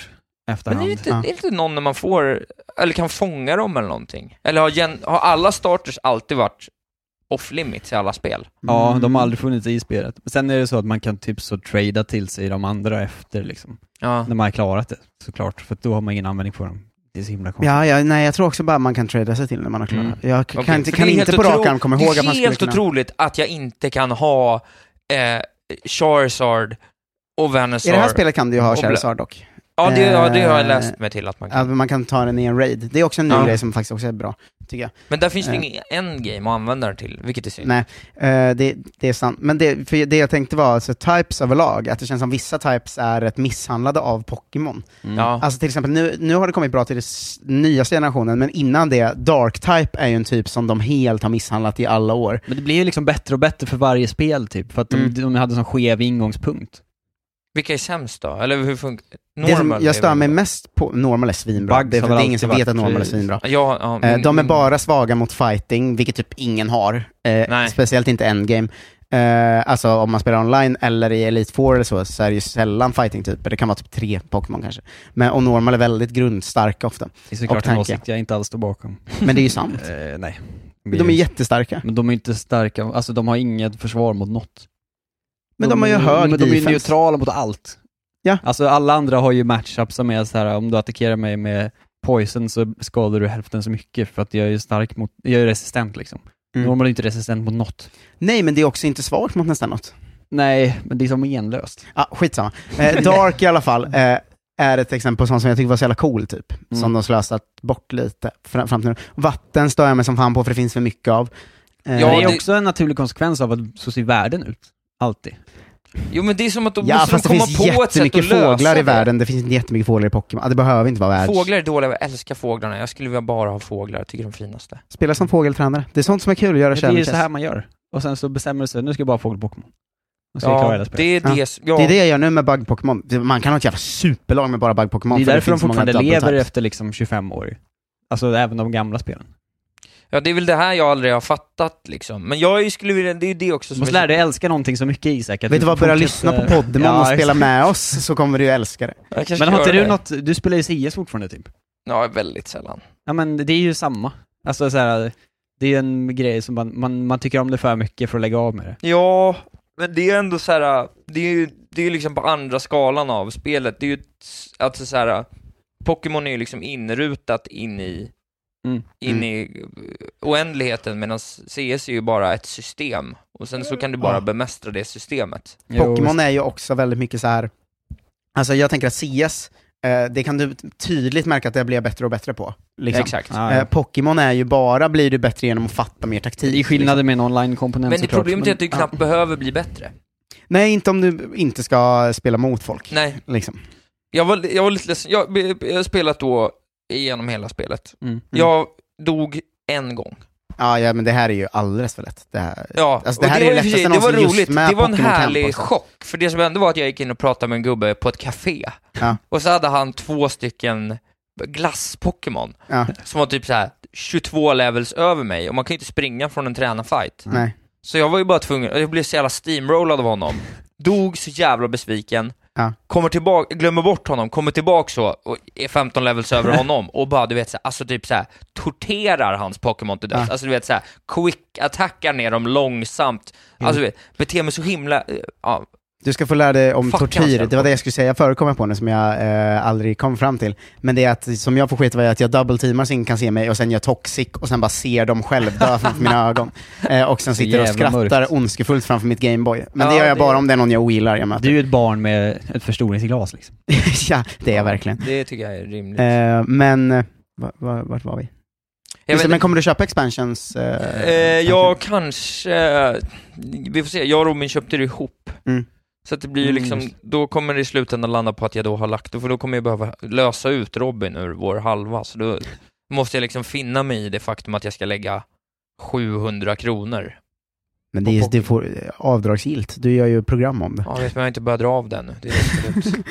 efterhand. Men är det, inte, Ja. är det inte någon när man får, eller kan fånga dem eller någonting? Eller har, gen, har alla starters alltid varit off-limits i alla spel? Ja, de har aldrig funnits i spelet. Men sen är det så att man kan typ så trada till sig de andra efter liksom. Ja. När man har klarat det, såklart. För då har man ingen användning för dem. Det är så himla konstigt. Ja, ja, nej, jag tror också bara man kan trada sig till när man har klarat. Mm. Jag kan, Okay, inte, kan inte på rak arm komma ihåg att man skulle Det är helt kunna... otroligt att jag inte kan ha eh, Charizard och Venusaur. I det här spelet kan du ju ha och Bla- Charizard dock. Ja, det, ja, det har jag Eh, läst mig till att man kan. Ja, man kan ta den i en raid. Det är också en ny Ja. grej som faktiskt också är bra, tycker jag. Men där finns det Eh. ingen endgame att använda den till, vilket är synd. Nej, eh, det, det är sant. Men det, för det jag tänkte var alltså, types överlag, att det känns som vissa types är rätt misshandlade av Pokémon. Mm. Ja. Alltså till exempel, nu, nu har det kommit bra till den s- nya generationen, men innan det, Dark-type är ju en typ som de helt har misshandlat i alla år. Men det blir ju liksom bättre och bättre för varje spel typ. För att de, Mm. de hade en sån skev ingångspunkt. Vilka är sämst då? Eller hur funkar Det som Normal jag är stör väl- mig mest på, normal är svinbra. Bugs Det är, har för det väl är ingen som alltid vet att varit- normal är svinbra. Ja, ja, Eh, min- de är min- bara svaga mot fighting, vilket typ ingen har. Eh, Nej. speciellt inte endgame. Eh, alltså om man spelar online eller i Elite Four eller så, så är det ju sällan fighting-typer. Det kan vara typ tre Pokémon kanske. Men, och normal är väldigt grundstarka ofta. Det är såklart Och en tankiga. åsikt jag inte alls står bakom. Men det är ju sant. eh, nej. De är jättestarka. Men de är inte starka, alltså de har inget försvar mot något. Men de har ju hög Men de är ju defense. neutrala mot allt. Ja. Alltså alla andra har ju matchups som är så här: om du attackerar mig med poison så skadar du hälften så mycket för att jag är stark mot, jag är resistent liksom. Mm. Normal är inte resistent mot något. Nej, men det är också inte svagt mot nästan något. Nej, men det är som menlöst. Ja, ah, skitsamma. Eh, Dark i alla fall eh, är ett exempel på sånt som jag tycker var så jävla cool typ. Mm. Som de slösat bort lite fram, fram till nu. Vatten stör jag mig som fan på för det finns för mycket av. Eh, Ja, det är det- också en naturlig konsekvens av att så ser världen ut. Alltid. Jo, men det är som att de ja, måste fast det komma finns på ett sätt att jättemycket lösa fåglar i det. världen. Det finns inte jättemycket fåglar i Pokémon. Ah, det behöver inte vara världs. Fåglar är dåliga, jag älskar fåglarna. Jag skulle vilja bara ha fåglar, jag tycker de är finaste. Spela som fågeltränare. Det är sånt som är kul att göra Ja, det är ju challenges. så här man gör. Och sen så bestämmer du sig, nu ska jag bara ha fågel-Pokémon. Och så ska jag klara Ja, hela spelet. det är det, Ja. ja. Det är det jag gör nu med bug-Pokémon. Man kan ha ett jävla superlag med bara bug-Pokémon. Det är för därför de finns så många fortfarande double lever types. efter liksom tjugofem år. Alltså även de gamla spelen. Ja, det är väl det här jag aldrig har fattat liksom. Men jag skulle vilja, det är ju det också Du som måste är lära dig älska någonting så mycket, Isak. att Vet du vad, får börja fortsätta- lyssna på Poddemon Ja, och spela exakt. med oss så kommer du ju älska det. Jag kanske Men har ska inte göra du det. något, du spelar ju C S fortfarande typ. Ja, väldigt sällan. Ja men det är ju samma. Alltså så här, det är en grej som man, man, man tycker om det för mycket för att lägga av med det. Ja, men det är ändå så här. Det är ju det är liksom på andra skalan av spelet. Det är ju ett, alltså så här. Pokémon är ju liksom inrutat in i Mm. in Mm. i oändligheten, medan C S är ju bara ett system och sen så kan du bara Ja. bemästra det systemet. Pokémon är ju också väldigt mycket så här. Alltså jag tänker att C S, eh, det kan du tydligt märka att det blir bättre och bättre på. Liksom. Exakt. Ja, ja. Eh, Pokémon är ju bara, blir du bättre genom att fatta mer taktik. Det är skillnader med en online-komponent Men det såklart, problemet är att du men- knappt behöver bli bättre. Nej, inte om du inte ska spela mot folk. Nej. Liksom. Jag var, jag var lite ledsen. Jag, jag har spelat då igenom hela spelet. Mm. Jag dog en gång. Ja, ja, men det här är ju alldeles för lätt. Det, här, Ja, alltså, det och här det, är var, ju i och för sig- lättaste det var någonsin just roligt. med Det var en Pokémon Camp härlig också. chock. För det som ändå var att jag gick in och pratade med en gubbe på ett café. Ja. Och så hade han två stycken glass-Pokémon. Ja. Som var typ så här tjugotvå levels över mig. Och man kan ju inte springa från en tränarfight. Nej. Så jag var ju bara tvungen, jag blev så jävla steamrollad av honom. Dog så jävla besviken. Ja. Kommer tillbaka, glömmer bort honom, kommer tillbaka så och är femton levels över honom och bara du vet så här, alltså typ så här torterar hans Pokémon till döds. Ja. Alltså du vet så här quick attackar ner dem långsamt. Alltså du vet, beter mig så himla eh, ja. Du ska få lära dig om Fuck tortyr. hans Det var det jag skulle säga förr, kom jag på nu, som jag eh, aldrig kom fram till. Men det är att, som jag får skita var att jag double-teamar så ingen kan se mig och sen gör toxic och sen bara ser dem själv dö framför mina ögon. Eh, och sen Så sitter och jävla skrattar mörkt. ondskefullt framför mitt Gameboy. Men Ja, det gör jag det- bara om det är någon jag ogillar jag möter. Du är ju ett barn med ett förstoringsglas liksom. Ja, det är jag verkligen. Det tycker jag är rimligt. Eh, men, eh, va, va, vart var vi? Jag Just, vet men inte- kommer du köpa expansions? Eh, Eh, jag kanske, vi får se, jag och Robin köpte det ihop. Mm. Så att det blir ju Mm, liksom, just. då kommer det i slutändan landa på att jag då har lagt, för då kommer jag behöva lösa ut Robin ur vår halva, så då måste jag liksom finna mig i det faktum att jag ska lägga sjuhundra kronor. Men det är, det får avdragsgillt. Du gör ju program om det. Ja, vet, men jag har inte börjat dra av den nu. Det är absolut.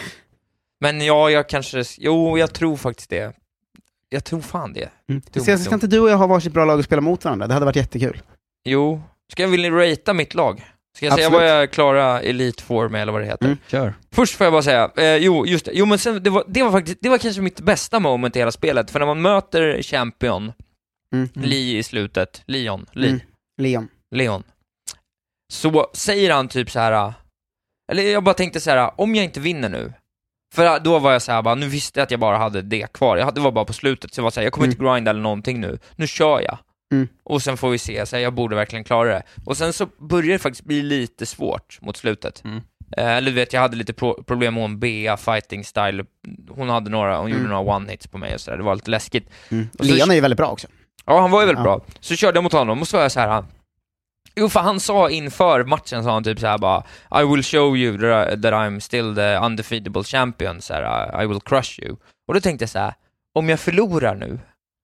Men ja, jag kanske, jo, jag tror faktiskt det. Jag tror fan det. Mm. Dumt, Ska, ska dumt. inte du och jag ha varsitt bra lag och spela mot varandra? Det hade varit jättekul. Jo, ska jag vilja ratea mitt lag? Ska jag Absolut. säga vad jag klarar Elite Four med, eller vad det heter? Mm, kör. Först får jag bara säga, eh, jo, just det. Jo, men sen, det var, det var faktiskt, det var kanske mitt bästa moment i hela spelet. För när man möter champion, Mm. Lee i slutet, Leon, Lee. Mm. Leon. Leon. Så säger han typ så här, eller jag bara tänkte så här, om jag inte vinner nu, för då var jag så här, bara, nu visste jag att jag bara hade det kvar. Jag hade, det var bara på slutet, så jag var så här, jag kommer Mm. inte grinda eller någonting nu. Nu kör jag. Mm. Och sen får vi se, så här, jag borde verkligen klara det. Och sen så började det faktiskt bli lite svårt mot slutet. Mm. Eh, eller du vet, jag hade lite pro- problem med hon Bea fighting style. Hon hade några, hon Mm. gjorde några one hits på mig och så där. Det var lite läskigt. Mm. Och så- Leon är ju väldigt bra också. Ja, han var ju väldigt Ja. bra. Så körde jag mot honom och så var jag så här. Jo, för han sa inför matchen, sa han typ så här bara, I will show you that, that I'm still the undefeatable champion, så här, I will crush you. Och då tänkte jag så här, om jag förlorar nu,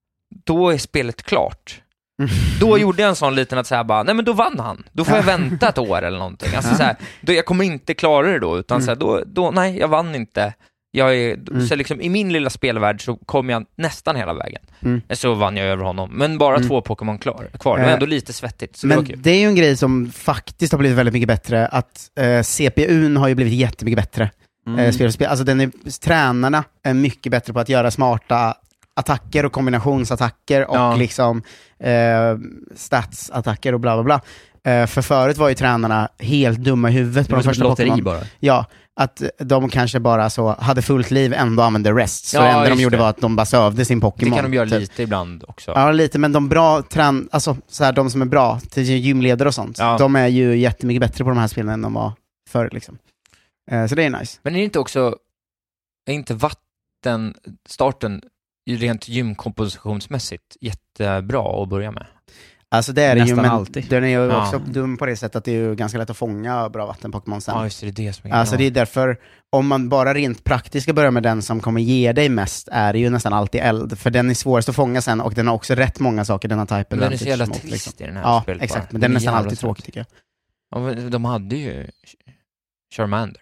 då är spelet klart. Då gjorde jag en sån liten att säga bara, nej men då vann han. Då får jag vänta ett år eller någonting. Alltså så här, då jag kommer inte klara det då, utan så här, då, då nej, jag vann inte. Jag är, Mm. så liksom, i min lilla spelvärld så kom jag nästan hela vägen. Mm. Så vann jag över honom. Men bara Mm. två Pokémon klar, kvar. Det var Eh, ändå lite svettigt. Så det var Men kul. det är ju en grej som faktiskt har blivit väldigt mycket bättre, att eh, C P U:n har ju blivit jättemycket bättre. Mm. Eh, spel, spel, alltså den är, tränarna är mycket bättre på att göra smarta attacker och kombinationsattacker och Ja. liksom eh, statsattacker och bla bla bla. Eh, för förut var ju tränarna helt dumma i huvudet Det på var de som ett första lotteri Pokémon. bara. Ja, att de kanske bara så hade fullt liv, ändå använde rest. Så Ja, det enda de just gjorde det. var att de bara sövde sin Det Pokémon. kan de göra typ. lite ibland också. Ja, lite, men de bra trän, alltså så här, de som är bra till gymledare och sånt, Ja. de är ju jättemycket bättre på de här spelen än de var förr liksom. Eh, så det är nice. Men är det inte också, är inte vattenstarten ju rent gymkompositionsmässigt jättebra att börja med? Alltså det är det ju, Nästan men alltid. den är ju Ja. också dum på det sättet att det är ju ganska lätt att fånga bra vatten-Pokémon sen. Ja, just det, det är det som är Alltså bra. det är därför, om man bara rent praktiskt ska börja med den som kommer ge dig mest, är det ju nästan alltid eld. För den är svårast att fånga sen, och den har också rätt många saker den har type Men den är så jävla advantage mot, trist liksom. i den här Ja, spelet exakt, bara. men den är nästan Jävla alltid tråkig trist. tycker jag. Ja, men de hade ju Charmander.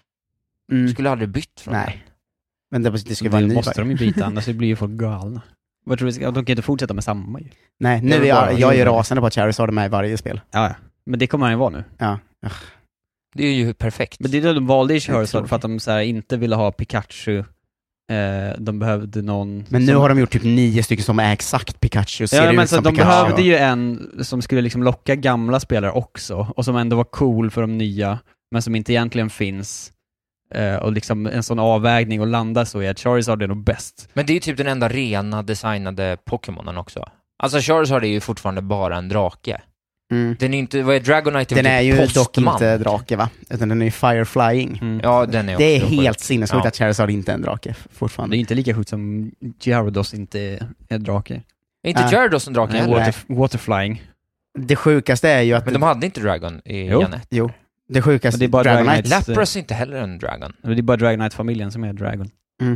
Mm. Skulle aldrig bytt från Nej. den. Men det, det ska Det vara en ny måste färg. de ju byta, annars blir ju folk galna. Vad tror du, ska- de kan inte fortsätta med samma ju. Nej, Det nu är är bara- jag, jag är ju rasande på att Charizard är med i varje spel. Ja, ja. Men det kommer han ju vara nu. Ja. Det är ju perfekt. Men det är då de valde ju Charizard tråkigt. för att de så här, inte ville ha Pikachu. Eh, de behövde någon... Men nu som... har de gjort typ nio stycken som är exakt Pikachu. Ser Ja, men ut så som de Pikachu. behövde ju en som skulle liksom locka gamla spelare också, och som ändå var cool för de nya, men som inte egentligen finns. Eh, och liksom en sån avvägning och landa så är att Charizard är nog bäst. Men det är ju typ den enda rena designade Pokémonen också. Alltså Charizard är ju fortfarande bara en drake. Mm. Den är inte, vad är Dragonite? Den är ju dock postman. inte drake, va? Utan den är ju Fire Flying. Mm. Ja, den är också Det är sjukt. helt sinnessjukt Ja. att Charizard inte är en drake Det fortfarande. är inte lika sjukt som Gyarados inte är en drake. Är inte Ah. Gyarados en drake Nej, heller? water, waterflying. Det sjukaste är ju att... Men de hade inte Dragon i Jo. Janet. Jo. Det sjukaste... Men det är bara Dragonite. Dragonite. Lapras är inte heller en Dragon. Det är bara Dragonite-familjen som är Dragon. Mm.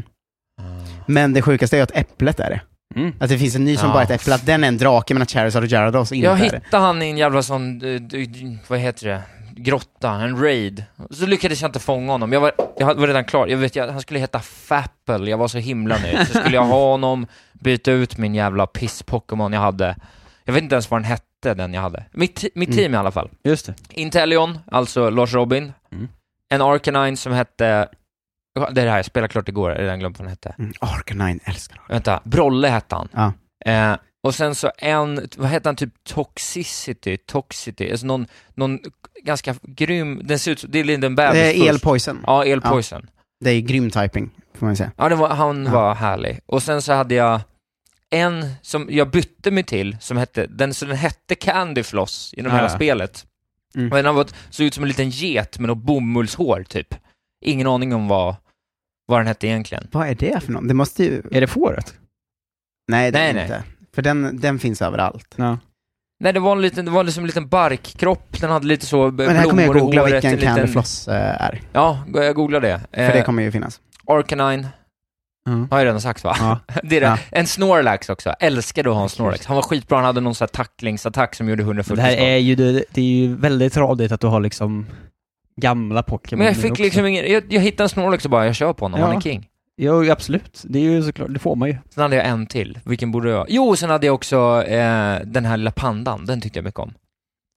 Men det sjukaste är ju att äpplet är det. Mm. Att det finns en ny som Ja. bara ett äpple, att den är en drake, men att Charizard och Gyarados inte Jag är det. hittade han i en jävla sån, eh, d- d- vad heter det? Grotta, en raid. Så lyckades jag inte fånga honom. Jag var, jag var redan klar. Jag vet, jag, han skulle heta Fapple. Jag var så himla nöjd. Så skulle jag ha honom, byta ut min jävla piss-Pokémon jag hade. Jag vet inte ens vad den hette, den jag hade. Mitt, mitt Mm. team i alla fall. Just det. Inteleon, alltså Lars Robin. Mm. En Arcanine som hette... Det är det här, jag spelade klart igår. Jag har redan glömt vad den hette. Mm. Arcanine, älskar honom. Vänta, Brolle hette han. Ja. Eh, och sen så en, vad heter han, typ Toxicity, Toxicity, alltså någon, någon ganska grym, den ser ut som, det är lite en bebis Det är först. elpoison. Ja, elpoison. Det är grym typing, får man säga. Ja, det var, han Ja. var härlig. Och sen så hade jag en som jag bytte mig till, som hette, den, så den hette Candy Floss genom Ja, hela ja. spelet. Mm. Och den var, såg ut som en liten get med något bomullshår typ. Ingen aning om vad, vad den hette egentligen. Vad är det för någon? Det måste ju... Är det fåret? Nej, det är Nej, inte. För den, den finns överallt. Ja. Nej, det var en liten, det var liksom en liten barkkropp, den hade lite så Men här kommer jag blommor i googla håret, vilken en liten- Candy Floss eh, är. Ja, jag googlar det. För det kommer ju finnas. Arcanine, Mm. har jag redan sagt va? Ja. Det är det. Ja. En Snorlax också, älskade att ha en Snorlax. Han var skitbra, han hade någon sån här tacklingsattack som gjorde hundrafyrtio Det här skott. är ju, det, det är ju väldigt tradigt att du har liksom gamla Pokémon. Men jag fick också. liksom ingen, jag, jag hittade en Snorlax och bara, jag kör på honom, Ja. han är king. Jo, absolut. Det är ju såklart, det får man ju. Sen hade jag en till, vilken borde jag? Jo, sen hade jag också eh, den här lilla pandan, den tyckte jag mycket om.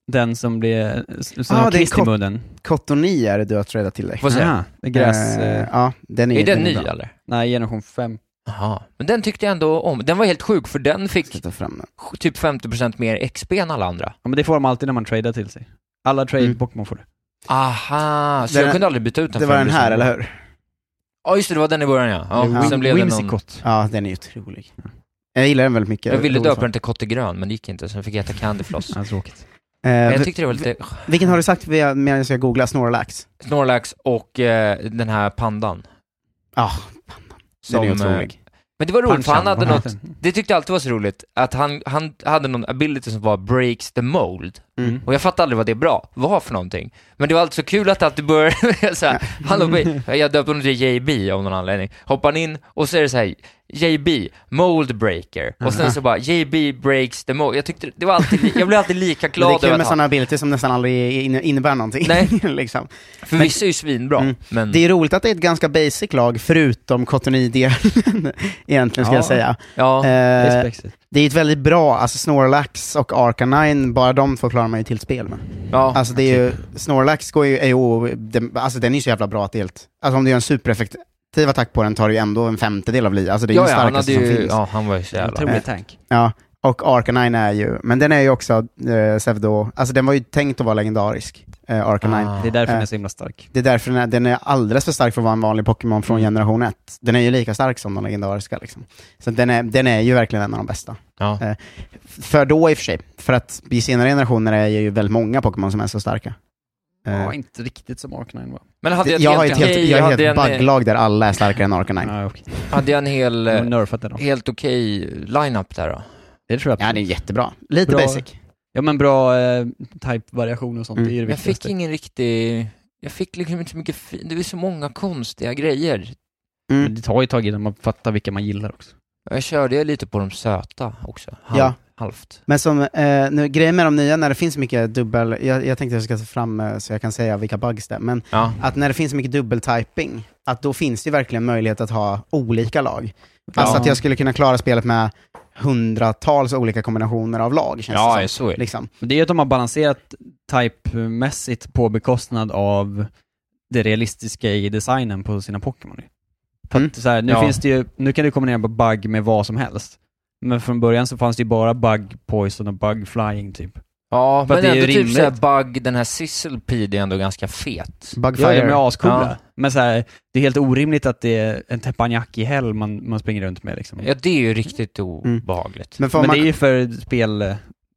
Den som blir som ah, har klister i munnen. Cottony är det du har tradat till dig. Får se. Aha, gräs. Uh, ja, den är, är den, den ny är eller? Nej, generation fem. Jaha, men den tyckte jag ändå om. Den var helt sjuk för den fick fram den. typ femtio procent mer X P än alla andra. Ja, men det får de alltid när man tradar till sig. Alla trade mm. Pokémon får det. Aha, så den, jag kunde aldrig byta ut den. Det var den här, eller hur? Ja, just det, det var den i början, ja. ja Wim, sen blev Whimsicott. Någon... Ja, den är otrolig. Jag gillar den väldigt mycket. Jag ville döpa den till Kottegrön, men det gick inte, så jag fick äta Candyfloss. Ja, tråkigt. Eh, jag tyckte det var lite... Vilken har du sagt medan jag ska googla? Snorlax? Snorlax och eh, den här pandan. Ja, ah, pandan. Den är otrolig. Men det var roligt, för han hade något, det tyckte jag alltid var så roligt, att han, han hade någon ability som var breaks the mold. Mm. Och jag fattade aldrig vad det bra var för någonting. Men det var alltid så kul att alltid började så här, han hoppar, jag döpte honom till J B av någon anledning. Hoppar in och så är det så här, J B, mold breaker. Och sen så bara, J B breaks the mold. Jag tyckte det var alltid, jag blev alltid lika glad. Men det är kul med sådana ability som nästan aldrig innebär någonting. Nej, liksom. För vissa är ju svinbra. Mm. Men... Det är roligt att det är ett ganska basic lag, förutom Cottony-delen, egentligen ska ja. jag säga. Ja, eh, det är det är ett väldigt bra, alltså Snorlax och Arcanine, bara de två klarar man ju till spel med. Ja, alltså det är ju, Snorlax går ju, är ju den, alltså den är ju så jävla bra att det är helt, alltså om du gör en supereffektiv attack på den tar du ju ändå en femtedel av liv, alltså det är ja, ju ja, starkaste som ju, finns. Ja, han var ju så jävla eh, tank. Ja, och Arcanine är ju, men den är ju också eh, Sevdo, alltså den var ju tänkt att vara legendarisk. Uh, Arcanine. Ah. Det är därför uh, den är så himla stark. Det är därför den är, den är alldeles för stark för att vara en vanlig Pokémon från mm. generation ett. Den är ju lika stark som de legendariska liksom. Så den är, den är ju verkligen en av de bästa. Ja. Uh, för då i och för sig, för att i senare generationer är ju väldigt många Pokémon som är så starka. Uh, ja, inte riktigt som Arcanine var. Men hade jag, jag har ett helt, okay, jag har ett helt buglag där alla är starkare än Arcanine. Ah, okay. Hade jag en hel, helt okej okay line-up där då? Det tror jag. Ja, det är jättebra. Lite bra. basic. Ja, men bra eh, type-variation och sånt, mm. det är det Jag fick ingen riktig... Jag fick liksom inte så mycket... Fi... Det är så många konstiga grejer. Mm. Men det tar ju tag innan man fattar vilka man gillar också. Jag körde lite på de söta också. Halv, ja. Halvt. Men som, eh, nu, grejen med de nya, när det finns mycket dubbel... Jag, jag tänkte att jag ska ta fram eh, så jag kan säga vilka bugs det är. Men ja. Att när det finns mycket dubbeltyping, att då finns det verkligen möjlighet att ha olika lag. Ja. Alltså att jag skulle kunna klara spelet med hundratals olika kombinationer av lag, känns ja, det som. Så är det. Liksom. Det är ju att de har balanserat type-mässigt på bekostnad av det realistiska i designen på sina Pokémon. För Mm. att, så här, nu, ja. finns det ju, nu kan du kombinera på bug med vad som helst. Men från början så fanns det ju bara bug poison och bug flying typ. Ja, för men det är ändå ju typ såhär bug, den här Sizzlepede är ändå ganska fet. Bugfire. Ja, de är ascoola. Ja. Men så här, det är helt orimligt att det är en teppanyaki häll man, man springer runt med liksom. Ja, det är ju riktigt obehagligt. Men, Men man... det är ju för spel,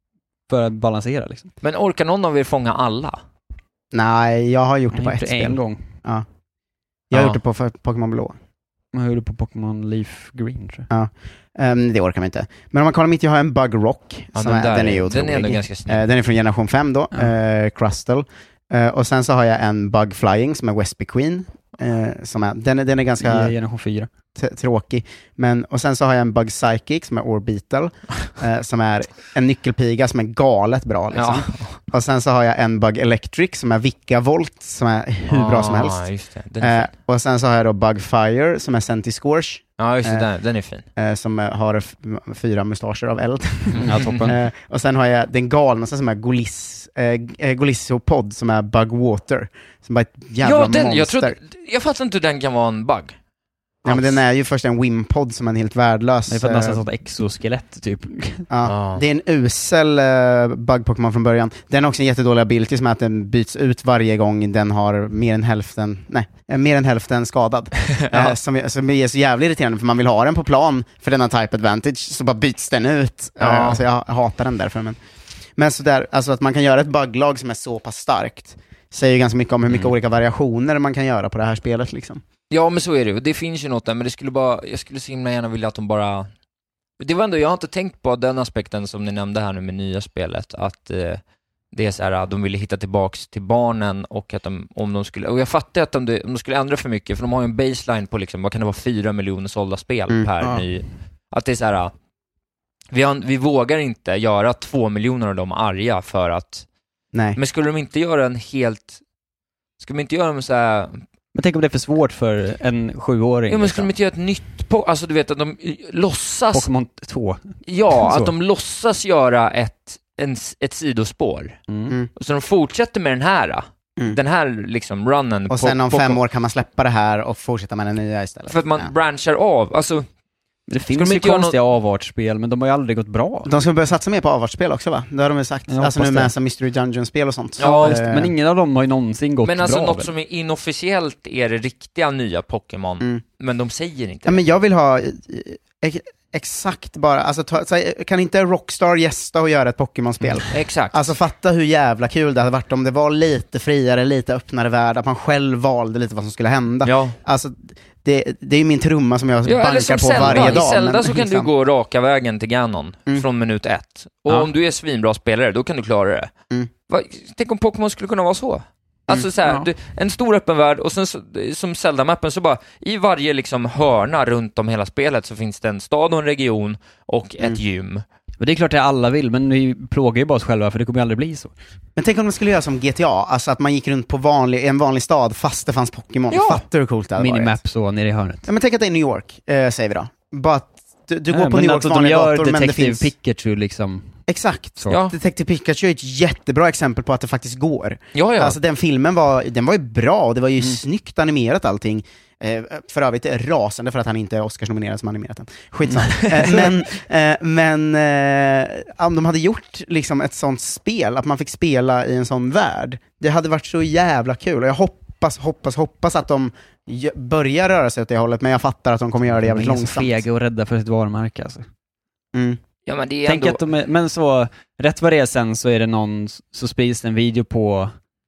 för att balansera liksom. Men orkar någon av er fånga alla? Nej, jag har gjort det på ett ett spel. En gång. Ja. Jag har Ja. gjort det på för Pokémon Blå. Man gjorde på Pokémon Leaf Green, tror jag. Ja, um, det orkar man inte. Men om man kollar mitt, jag har en Bug Rock. Ja, som den, är, den är ju den är ändå otrolig. ganska snygg. Uh, den är från generation fem då, Ja. uh, Crustle. Uh, och sen så har jag en Bug Flying som är Wespy Queen. Uh, som är, den, är, den är ganska i generation fyra. T- tråkig. Men, och sen så har jag en Bug Psychic som är Orbital. uh, som är en nyckelpiga som är galet bra. Liksom. Ja. Och sen så har jag en Bug Electric som är Vicavolt som är hur ah, bra som helst. Just det. Den är Uh, och sen så har jag då Bug Fire som är Centiscorch. Ja, just det. Eh, Den, den är fin. Eh, som eh, har f- fyra mustascher av eld. Mm, ja, toppen. eh, och sen har jag den galna som är Golis, eh, Golissopod som är Bug Water. Som bara ett jävla Ja, den, monster. jag, trodde, jag fattar inte hur den kan vara en bug. Ja, men den är ju först en Wimpod som är en helt värdelös... Det är för att nästan eh, sånt exoskelett typ. Ja, Ah. det är en usel uh, bug-Pokémon från början. Den har också en jättedålig ability som är att den byts ut varje gång den har mer än hälften, nej, eh, mer än hälften skadad. eh, som, som är så jävligt irriterande för man vill ha den på plan för den har type advantage så bara byts den ut. Ja. Eh, alltså jag hatar den därför. Men, men så där, alltså att man kan göra ett buglag som är så pass starkt säger ju ganska mycket om hur mycket Mm. olika variationer man kan göra på det här spelet liksom. Ja, men så är det. Det finns ju något där, men det skulle bara, jag skulle så himla gärna vilja att de bara... Det var ändå, jag har inte tänkt på den aspekten som ni nämnde här nu med nya spelet, att eh, det är så här, att de ville hitta tillbaks till barnen och att de, om de skulle, och jag fattar att om, det, om de skulle ändra för mycket, för de har ju en baseline på liksom, vad kan det vara, fyra miljoner sålda spel Mm, per ja. ny, att det är så här, vi, har, vi vågar inte göra två miljoner av dem arga för att, Nej. men skulle de inte göra en helt, skulle de inte göra en så här... Men tänk om det är för svårt för en sjuåring. Ja, men skulle de inte göra ett nytt på, alltså du vet att de låtsas Pokémon två. Ja, Så. att de låtsas göra ett en, ett sidospår. Mm. Så de fortsätter med den här. Mm. Den här liksom runnen. Och sen på, om fem på, år kan man släppa det här och fortsätta med den nya istället. För att man ja. branchar av. Alltså, det finns de ju konstiga någon... avartspel, men de har ju aldrig gått bra. De ska börja satsa mer på avartspel också, va? Det har de ju sagt. Jag alltså nu med som Mystery Dungeon-spel och sånt. Ja, uh, men ingen av dem har ju någonsin gått bra. Men alltså bra, något väl? som är inofficiellt är det riktiga nya Pokémon. Mm. Men de säger inte ja, men jag vill ha ex- exakt bara, alltså ta, så, kan inte Rockstar gästa och göra ett Pokémon-spel? Mm. Exakt. Alltså fatta hur jävla kul det hade varit om det var lite friare, lite öppnare värld, att man själv valde lite vad som skulle hända. Ja. Alltså det, det är ju min trumma som jag ja, bankar som på Zelda. varje dag. I Zelda men, så kan liksom. du gå raka vägen till Ganon mm. från minut ett. Och ja. om du är svinbra spelare, då kan du klara det. Mm. Va, tänk om Pokémon skulle kunna vara så. Alltså mm. så här, ja. du, en stor öppen värld och sen så, som Zelda-mappen så bara i varje liksom hörna runt om hela spelet så finns det en stad och en region och mm. ett gym. Men det är klart att alla vill, men vi plågar ju bara oss själva för det kommer ju aldrig bli så. Men tänk om man skulle göra som G T A, alltså att man gick runt på vanlig, en vanlig stad fast det fanns Pokémon. Ja. Fattar du hur coolt det hade Minimap varit? så nere i hörnet. Ja, men tänk att det är New York, eh, säger vi då. Bara att du, du Nej, går på New Yorks alltså, vanliga de gör gator, men det Detective finns... Pikachu liksom. Exakt. Ja. Detective Pikachu är ett jättebra exempel på att det faktiskt går. Ja, ja. Alltså den filmen var, den var ju bra och det var ju mm. snyggt animerat allting. Eh, för övrigt är rasande för att han inte är Oscars-nominerad som animerat den. Skitsamma. eh, men eh, men eh, om de hade gjort liksom ett sånt spel, att man fick spela i en sån värld, det hade varit så jävla kul. Och jag hoppas, hoppas, hoppas att de j- börjar röra sig åt det hållet, men jag fattar att de kommer göra det jävligt långsamt. De är så fega och rädda för ett varumärke alltså. Mm. Ja, men det är Tänk ändå... att de är, men så, rätt vad det är sen så är det någon, så sprids en video på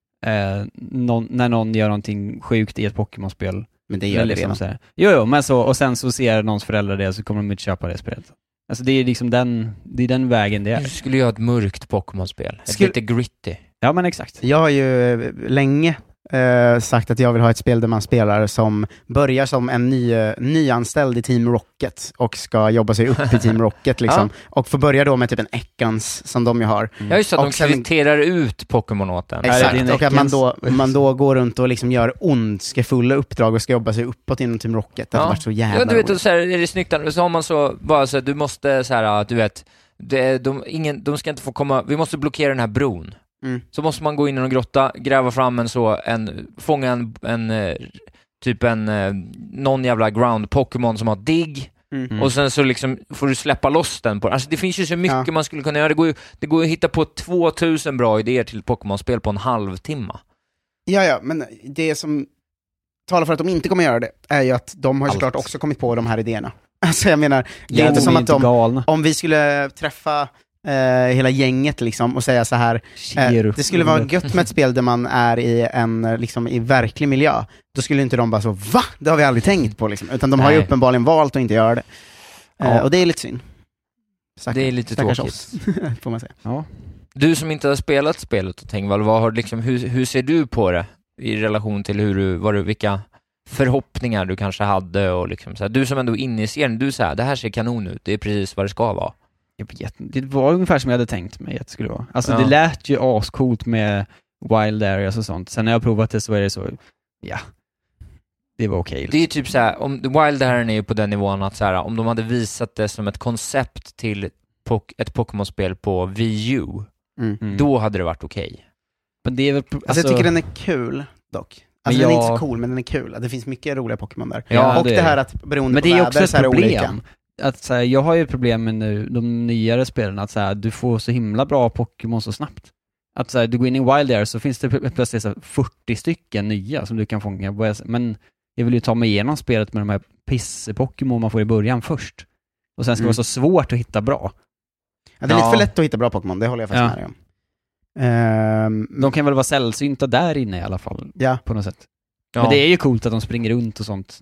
eh, någon, när någon gör någonting sjukt i ett Pokémon-spel. Men det gör det liksom redan. Så här. Jo, jo, men så, och sen så ser någons föräldrar det så kommer de inte köpa det spelet. Alltså det är liksom den, det är den vägen det är. Du skulle göra ett mörkt Pokémon-spel. Ett Skulle... lite gritty. Ja, men exakt. Jag har ju länge eh, sagt att jag vill ha ett spel där man spelar som börjar som en ny, nyanställd i Team Rocket och ska jobba sig upp i Team Rocket liksom. Ja. Och får börja då med typ en Ekans som de ju har. Mm. Ja, just så att och de sen... kvitterar ut Pokémon åt den. Exakt, och att man då, man då går runt och liksom gör ondskefulla uppdrag och ska jobba sig uppåt inom Team Rocket. Det ja. har varit så jävla ja, du vet, roligt. så här, är det snyggt, så har man så, bara så här, du måste så här, du vet, det, de, ingen, de ska inte få komma, vi måste blockera den här bron. Mm. Så måste man gå in i en grotta, gräva fram en så, en, fånga en, en typ en, någon jävla ground Pokémon som har digg. Mm. Och sen så liksom får du släppa loss den på. Alltså det finns ju så mycket ja. man skulle kunna göra. Det går ju, det går ju att hitta på tvåtusen bra idéer till Pokémon-spel på en halvtimme. Ja, ja, men det som talar för att de inte kommer göra det är ju att de har såklart också kommit på de här idéerna. Alltså jag menar, det är ja, inte som att de, galna. om vi skulle träffa eh, hela gänget liksom och säga så här, eh, det skulle vara gött med ett spel där man är i en liksom i verklig miljö. Då skulle inte de bara så, va? Det har vi aldrig tänkt på liksom. Utan de Nej. har ju uppenbarligen valt att inte göra det. Ja. Eh, och det är lite synd. Stackar, det är lite tråkigt, oss, får man säga. Ja. Du som inte har spelat spelet och Tengvall, vad har liksom, hur, hur ser du på det i relation till hur du, vad du, vilka förhoppningar du kanske hade och liksom så här, du som ändå är inne i serien, du säger det här ser kanon ut, det är precis vad det ska vara. Det var ungefär som jag hade tänkt mig att det skulle vara. Alltså ja. det lät ju ascoolt med wild areas och sånt. Sen när jag har provat det så är det så, ja, det var okej. Okay. Det är typ så här, om wild area är ju på den nivån att så här, om de hade visat det som ett koncept till po- ett Pokémon-spel på Wii U, mm. då hade det varit okej. Okay. Men det är väl, alltså, alltså jag tycker den är kul dock. Alltså jag... den är inte så cool, men den är kul. Det finns mycket roliga Pokémon där. Ja, och det, det här att beroende men på det är väder, också ett så här problem. Olika. Att, så här, jag har ju problem med nu, de nyare spelen att så här, du får så himla bra Pokémon så snabbt. Att så här, du går in i Wild Air så finns det plötsligt så här, fyrtio stycken nya som du kan fånga. Men jag vill ju ta mig igenom spelet med de här piss-Pokémon man får i början först. Och sen ska det mm. vara så svårt att hitta bra. Ja, det är ja. lite för lätt att hitta bra Pokémon, det håller jag faktiskt ja. med om. Um, de kan väl vara sällsynta där inne i alla fall, ja. på något sätt. Ja. Men det är ju coolt att de springer runt och sånt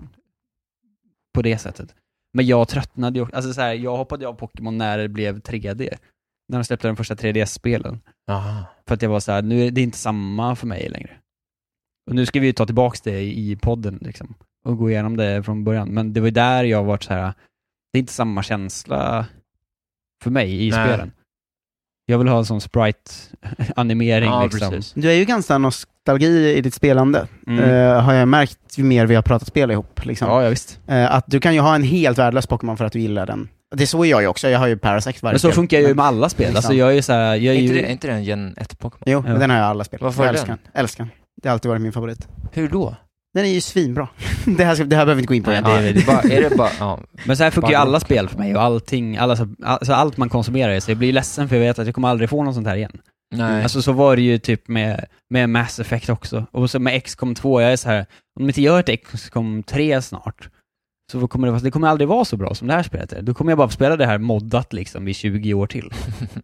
på det sättet. Men jag tröttnade ju, alltså så här, jag hoppade av Pokémon när det blev tre D. När de släppte de första tre D S-spelen. Aha. För att jag var så här, nu är det inte samma för mig längre. Och nu ska vi ju ta tillbaks det i podden liksom. Och gå igenom det från början. Men det var där jag varit så här, det är inte samma känsla för mig i Nej. spelen. Jag vill ha en sån sprite-animering ja, liksom. Precis. Du är ju ganska nostalgi i ditt spelande. Mm. Uh, har jag märkt ju mer vi har pratat spel ihop. Liksom. Ja, ja, visst. Uh, att du kan ju ha en helt värdelös Pokémon för att du gillar den Det så är jag ju också, jag har ju Parasect varje Men så funkar jag ju med alla spel. Alltså jag är ju så här, jag är inte, ju... det, inte det en gen ett Pokémon? Jo, men den har jag alla spel. Varför jag är älskar den? den? Älskar den. Det har alltid varit min favorit. Hur då? Den är ju svinbra. det, här ska, det här behöver vi inte gå in på. Nej, det är, det bara, är det bara, ja. Men så här funkar ju Bara alla rock. spel för mig och allting, alla, så, alltså allt man konsumerar, så jag blir ledsen för jag vet att jag kommer aldrig få något sånt här igen. Nej. Alltså så var det ju typ med, med Mass Effect också. Och så med X COM två, jag är så här, om de inte gör ett X COM tre snart, så kommer det, det kommer aldrig vara så bra som det här spelet är. Då kommer jag bara spela det här moddat liksom i tjugo år till.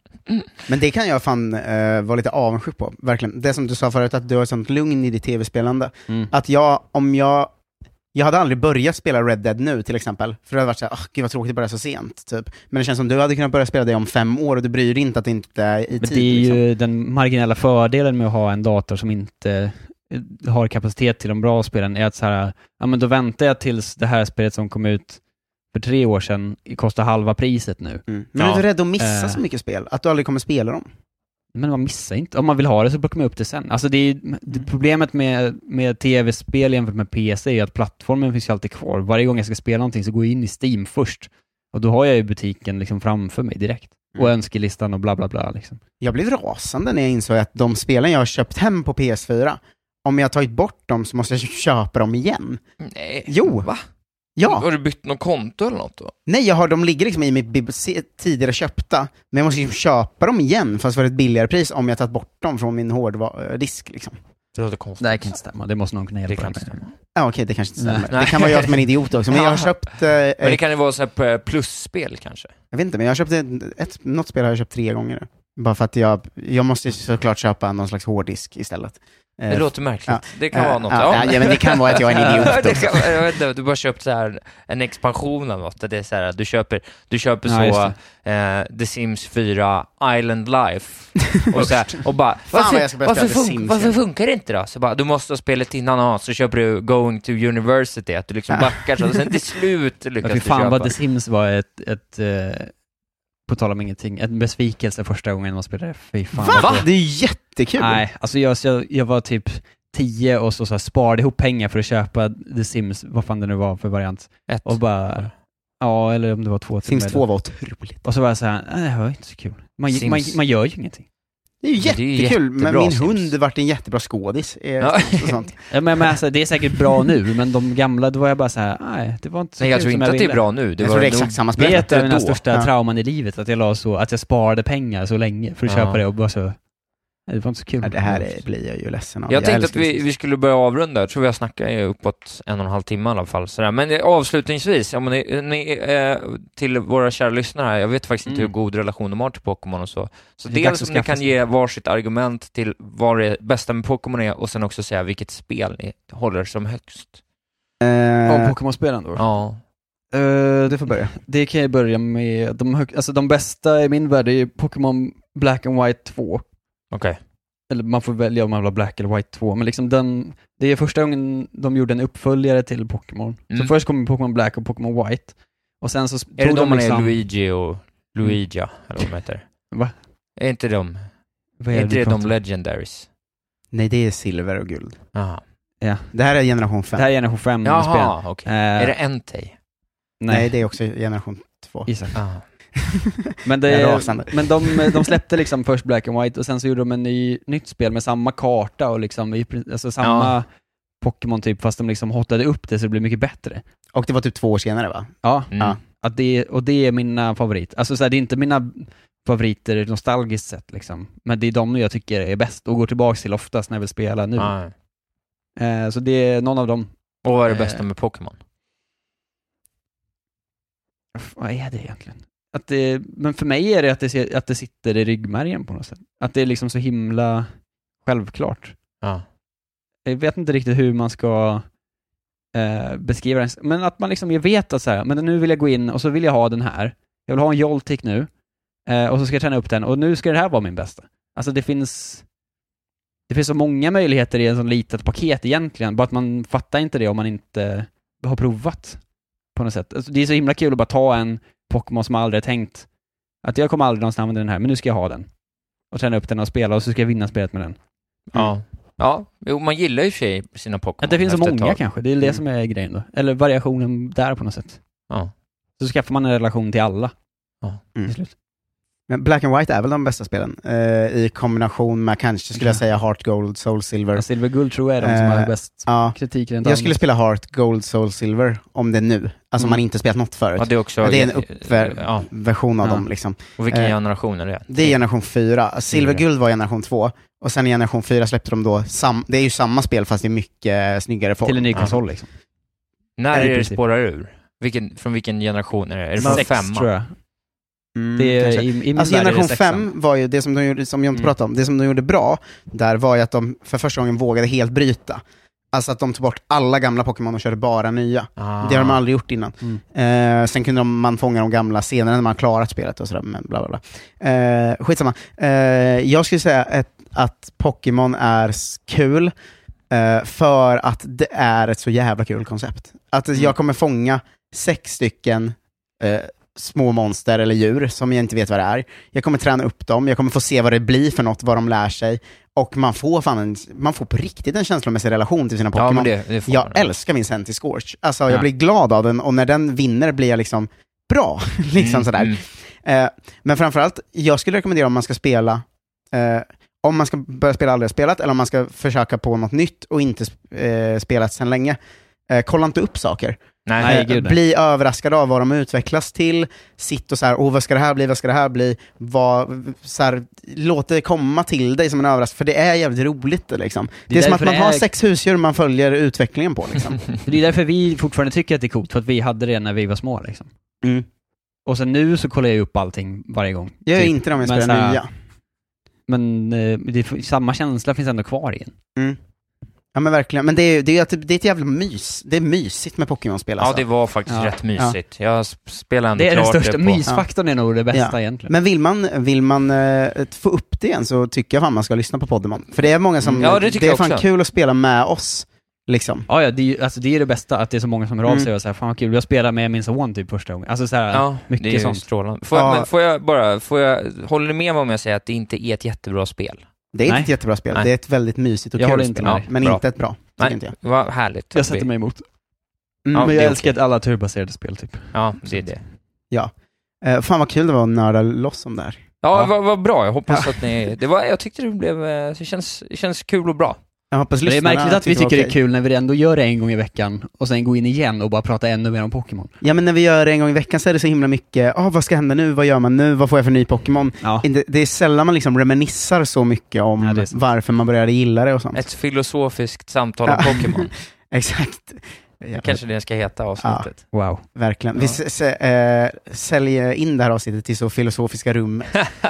Men det kan jag fan uh, vara lite avundsjuk på, verkligen. Det som du sa förut, att du har ett sånt lugn i ditt tv-spelande. Mm. Att jag, om jag jag hade aldrig börjat spela Red Dead nu till exempel, för det hade varit så här, åh gud vad tråkigt att börja så sent typ. Men det känns som du hade kunnat börja spela det om fem år och du bryr dig inte att det inte är i Men tid. det är liksom. ju den marginella fördelen med att ha en dator som inte har kapacitet till de bra spelen, är att så här, ja men då väntar jag tills det här spelet som kom ut för tre år sedan kostar halva priset nu. Mm. Men ja. är du rädd att missa uh, så mycket spel? Att du aldrig kommer spela dem? Men man missar inte. Om man vill ha det så plockar man upp det sen. Alltså det är, det problemet med, med tv-spel jämfört med P C är att plattformen finns ju alltid kvar. Varje gång jag ska spela någonting så går jag in i Steam först. Och då har jag ju butiken liksom framför mig direkt. Och Mm. önskelistan och bla bla bla. Liksom. Jag blev rasande när jag insåg att de spelen jag har köpt hem på P S fyra, om jag tagit bort dem så måste jag köpa dem igen. Nej. Jo. Va? Ja. Har du bytt något konto eller något då? Nej, jag har, de ligger liksom i mitt bibliotek tidigare köpta, men jag måste liksom köpa dem igen fast för ett billigare pris om jag tagit bort dem från min hårddisk liksom. Det låter konstigt. Det här kan inte stämma. Det måste någon kunna hjälpa Det kan mig. inte stämma. Ja, okej, det kanske inte stämmer. Nej. Det kan vara jag som en idiot också, men jag har köpt... Eh, Men det kan ju vara så här plusspel kanske. Jag vet inte, men jag har köpt ett, ett, något spel har jag köpt tre gånger. Bara för att jag, jag måste såklart köpa någon slags hårddisk istället. Det Eh, låter märkligt. ja. Det kan Eh, vara något. Ja, ja, men det kan vara att jag är en idiot Det också. kan, jag vet inte, du bara köpt så här en expansion av något. Det är så här, du köper, du köper Ja, så just eh, The Sims fyra Island Life. och, så här, och bara, vad varför, jag ska börja varför, spela The fun- Sims varför igen? funkar det inte då? Så bara, du måste ha spelet innan, ah, så köper du Going to University. Att du liksom backar så, och sen till slut lyckas Fy du fan köpa. vad The Sims var ett, ett eh, på tal om ingenting, en besvikelse första gången man spelade. Fy fan. Va? vad Va? Det är ju jättekul. Nej, alltså jag, jag, jag var typ tio och så, så här, sparade ihop pengar för att köpa The Sims, vad fan det nu var för variant. Ett. Och bara, ja, eller om det var två till Sims med två det. var otroligt. Och så var jag så här, nej, det var inte så kul. Man, Sims. man, man gör ju ingenting. Det är ju Men det är ju jättekul, men jättebra min Sims. hund vart en jättebra skådis. Eh, Ja. och sånt. Ja, men, men alltså, det är säkert bra nu, men de gamla, då var jag bara så här, nej, det var inte så Nej, jag kul tror som inte jag att det är ville. bra nu. Det Jag var tror det är nog- exakt samma Det spel. är ett av mina då. största Ja. trauman i livet, att jag la så, att jag sparade pengar så länge för att Ja. köpa det och bara så, nej, det var inte så kul. Ja, det här är, blir jag ju ledsen av. Jag tänkte att älskar vi, Sims. vi skulle börja avrunda. Jag tror vi har snackat i uppåt en och en halv timme i alla fall. Sådär. Men eh, avslutningsvis, ja, men, ni, ni, eh, till våra kära lyssnare här, jag vet faktiskt inte Mm. hur god relation de har till Pokémon och så. Så Det är dels dags att om ni skaffa kan sig. ge varsitt argument till vad det bästa med Pokémon är och sen också säga vilket spel ni håller som högst. Eh, Om Pokémon-spelen då? Ja. eh, du får börja. Det kan jag börja med. De, hög, alltså de bästa i min värld är ju Pokémon Black and White två. Okej. Eller man får välja om man vill ha Black eller White två. Men liksom den, det är första gången de gjorde en uppföljare till Pokémon. Mm. Så först kom Pokémon Black och Pokémon White. Och sen så Är det tog de man liksom, är Luigi och Luigia, eller vad de heter? Va? Är inte de? Vad Är är inte det det du de pratar om? Legendaries? Nej, det är silver och guld. Jaha. Ja. Det här är generation fem. Det här är generation fem spel. Jaha, okej. Eh, Är det Entei? Nej, Nej, det är också generation två. Isak. Jaha. Men, det, Jag är rasande. men de, de släppte liksom först Black and White och sen så gjorde de en ny, nytt spel med samma karta och liksom, i prin- alltså samma Ja. Pokémon typ, fast de liksom hotade upp det så det blev mycket bättre. Och det var typ två år senare, va? Ja, Mm. Ja. att det, och det är mina favoriter. Alltså så här, det är inte mina favoriter nostalgiskt sett liksom, men det är de jag tycker är bäst och går tillbaka till oftast när jag vill spela nu. Ja. Eh, så det är någon av dem. Och vad är det Eh. bästa med Pokémon? F- Vad är det egentligen? Att det, men för mig är det att det, se- att det sitter i ryggmärgen på något sätt. Att det är liksom så himla självklart. Ja. Jag vet inte riktigt hur man ska eh, beskriva det. Men att man liksom, jag vet att så här, men nu vill jag gå in och så vill jag ha den här. Jag vill ha en Joltik nu. Eh, och så ska jag träna upp den. Och nu ska det här vara min bästa. Alltså det finns det finns så många möjligheter i en sån litet paket egentligen. Bara att man fattar inte det om man inte har provat på något sätt. Alltså det är så himla kul att bara ta en Pokémon som man aldrig har tänkt att jag kommer aldrig någonsin använda den här, men nu ska jag ha den. Och träna upp den och spela och så ska jag vinna spelet med den. Ja. Ja, jo, man gillar ju sig sina Pokémon. Att det finns så efter ett många tag. kanske, det är det Mm. som är grejen då. Eller variationen där på något sätt. Ja. Så skaffar man en relation till alla. Ja. Mm. Men Black and White är väl de bästa spelen eh, i kombination med kanske skulle jag säga Heart Gold, Soul Silver. Ja, Silver Gold tror jag är de som eh, har bäst ja. kritik. Jag alldeles. skulle spela Heart Gold, Soul Silver om det nu. Alltså mm. man inte spelat något förut. Ja, det, är också, det är en uppversion ja. av ja. dem liksom. Och vilken eh, generation är det? Det är generation fyra. Silver Gold var generation två. Och sen i generation fyra släppte de då, sam- det är ju samma spel fast det är mycket snyggare form. Till en ny konsol ja. liksom. När är det spårar ur? Vilken, från vilken generation är det? Är det från sex, femma? tror jag. Mm, det är, i, i alltså generation fem var ju det som de gjorde, som jag inte mm. pratade om, det som de gjorde bra där var ju att de för första gången vågade helt bryta. Alltså att de tog bort alla gamla Pokémon och körde bara nya. Ah. Det har de aldrig gjort innan. Mm. Eh, sen kunde de, man fånga de gamla senare när man klarat spelet och sådär, men bla bla bla. Eh, skitsamma. Eh, jag skulle säga ett, att Pokémon är kul eh, för att det är ett så jävla kul koncept. Att mm. jag kommer fånga sex stycken eh, små monster eller djur som jag inte vet vad det är. Jag kommer träna upp dem, jag kommer få se vad det blir för något, vad de lär sig. Och man får fan en, man får på riktigt en känslomässig relation till sina Pokémon. Ja, det, det jag man. älskar min Senti Scorch. Alltså ja. jag blir glad av den och när den vinner blir jag liksom bra. liksom mm, sådär. Mm. Eh, men framförallt, jag skulle rekommendera om man ska spela eh, om man ska börja spela aldrig spelat eller om man ska försöka på något nytt och inte eh, spelat sedan länge. Eh, kolla inte upp saker. Nej, nej, gud, nej. Bli överraskad av vad de utvecklas till. Sitt och så här, åh, vad ska det här bli, vad ska det här bli? Vad, så här, låt det komma till dig som en överraskning, för det är jävligt roligt liksom. Det, det är som att man är... har sex husdjur man följer utvecklingen på liksom. Det är därför vi fortfarande tycker att det är coolt, för att vi hade det när vi var små liksom. Mm. Och sen nu så kollar jag upp allting varje gång. Jag är typ. inte om jag spelar men, nya. Men det, samma känsla finns ändå kvar igen. Mm. Ja men verkligen, men det är, det, är, det är ett jävla mys. Det är mysigt med Pokémon-spel alltså. Ja, det var faktiskt ja. rätt mysigt. Ja. Jag spelar ändå det är klart den största det på... mysfaktorn är nog det bästa ja. egentligen. Men vill man, vill man uh, få upp det igen så tycker jag fan man ska lyssna på Pokémon. För det är många som, ja, det, det är fan kul att spela med oss. Liksom. Ja, ja det, är, alltså, det är det bästa, att det är så många som hör av sig mm. och säger, fan vad kul, jag spelar med min son typ första gången. Alltså såhär, ja, mycket det är sånt. Strålande. Får, ja. jag, får jag bara, får jag, håller ni med om jag säger att det inte är ett jättebra spel? Det är inte ett jättebra spel, Nej. det är ett väldigt mysigt och jag kul spel, ja, men bra. inte ett bra. Nej, inte jag. Vad härligt. Jag sätter mig emot. Mm, ja, men jag älskar okay. alla turbaserade spel typ. Ja, det är det. Ja. Uh, fan vad kul det var att nörda loss om det här. Ja, ja. Vad, vad bra. Jag hoppas ja. att ni... Det var, jag tyckte det blev... Det känns, det känns kul och bra. Jag hoppas det är märkligt att vi tycker det, det är kul när vi ändå gör det en gång i veckan och sen går in igen och bara pratar ännu mer om Pokémon. Ja, men när vi gör det en gång i veckan så är det så himla mycket, ah, vad ska hända nu, vad gör man nu, vad får jag för ny Pokémon? Ja. Det, det är sällan man liksom reminissar så mycket om ja, varför man började gilla det och sånt. Ett filosofiskt samtal om ja. Pokémon. Exakt. Ja. Kanske det ska heta avsnittet. Ja, wow. Verkligen. Ja. Vi s- s- äh, säljer in det här avsnittet till så filosofiska rum.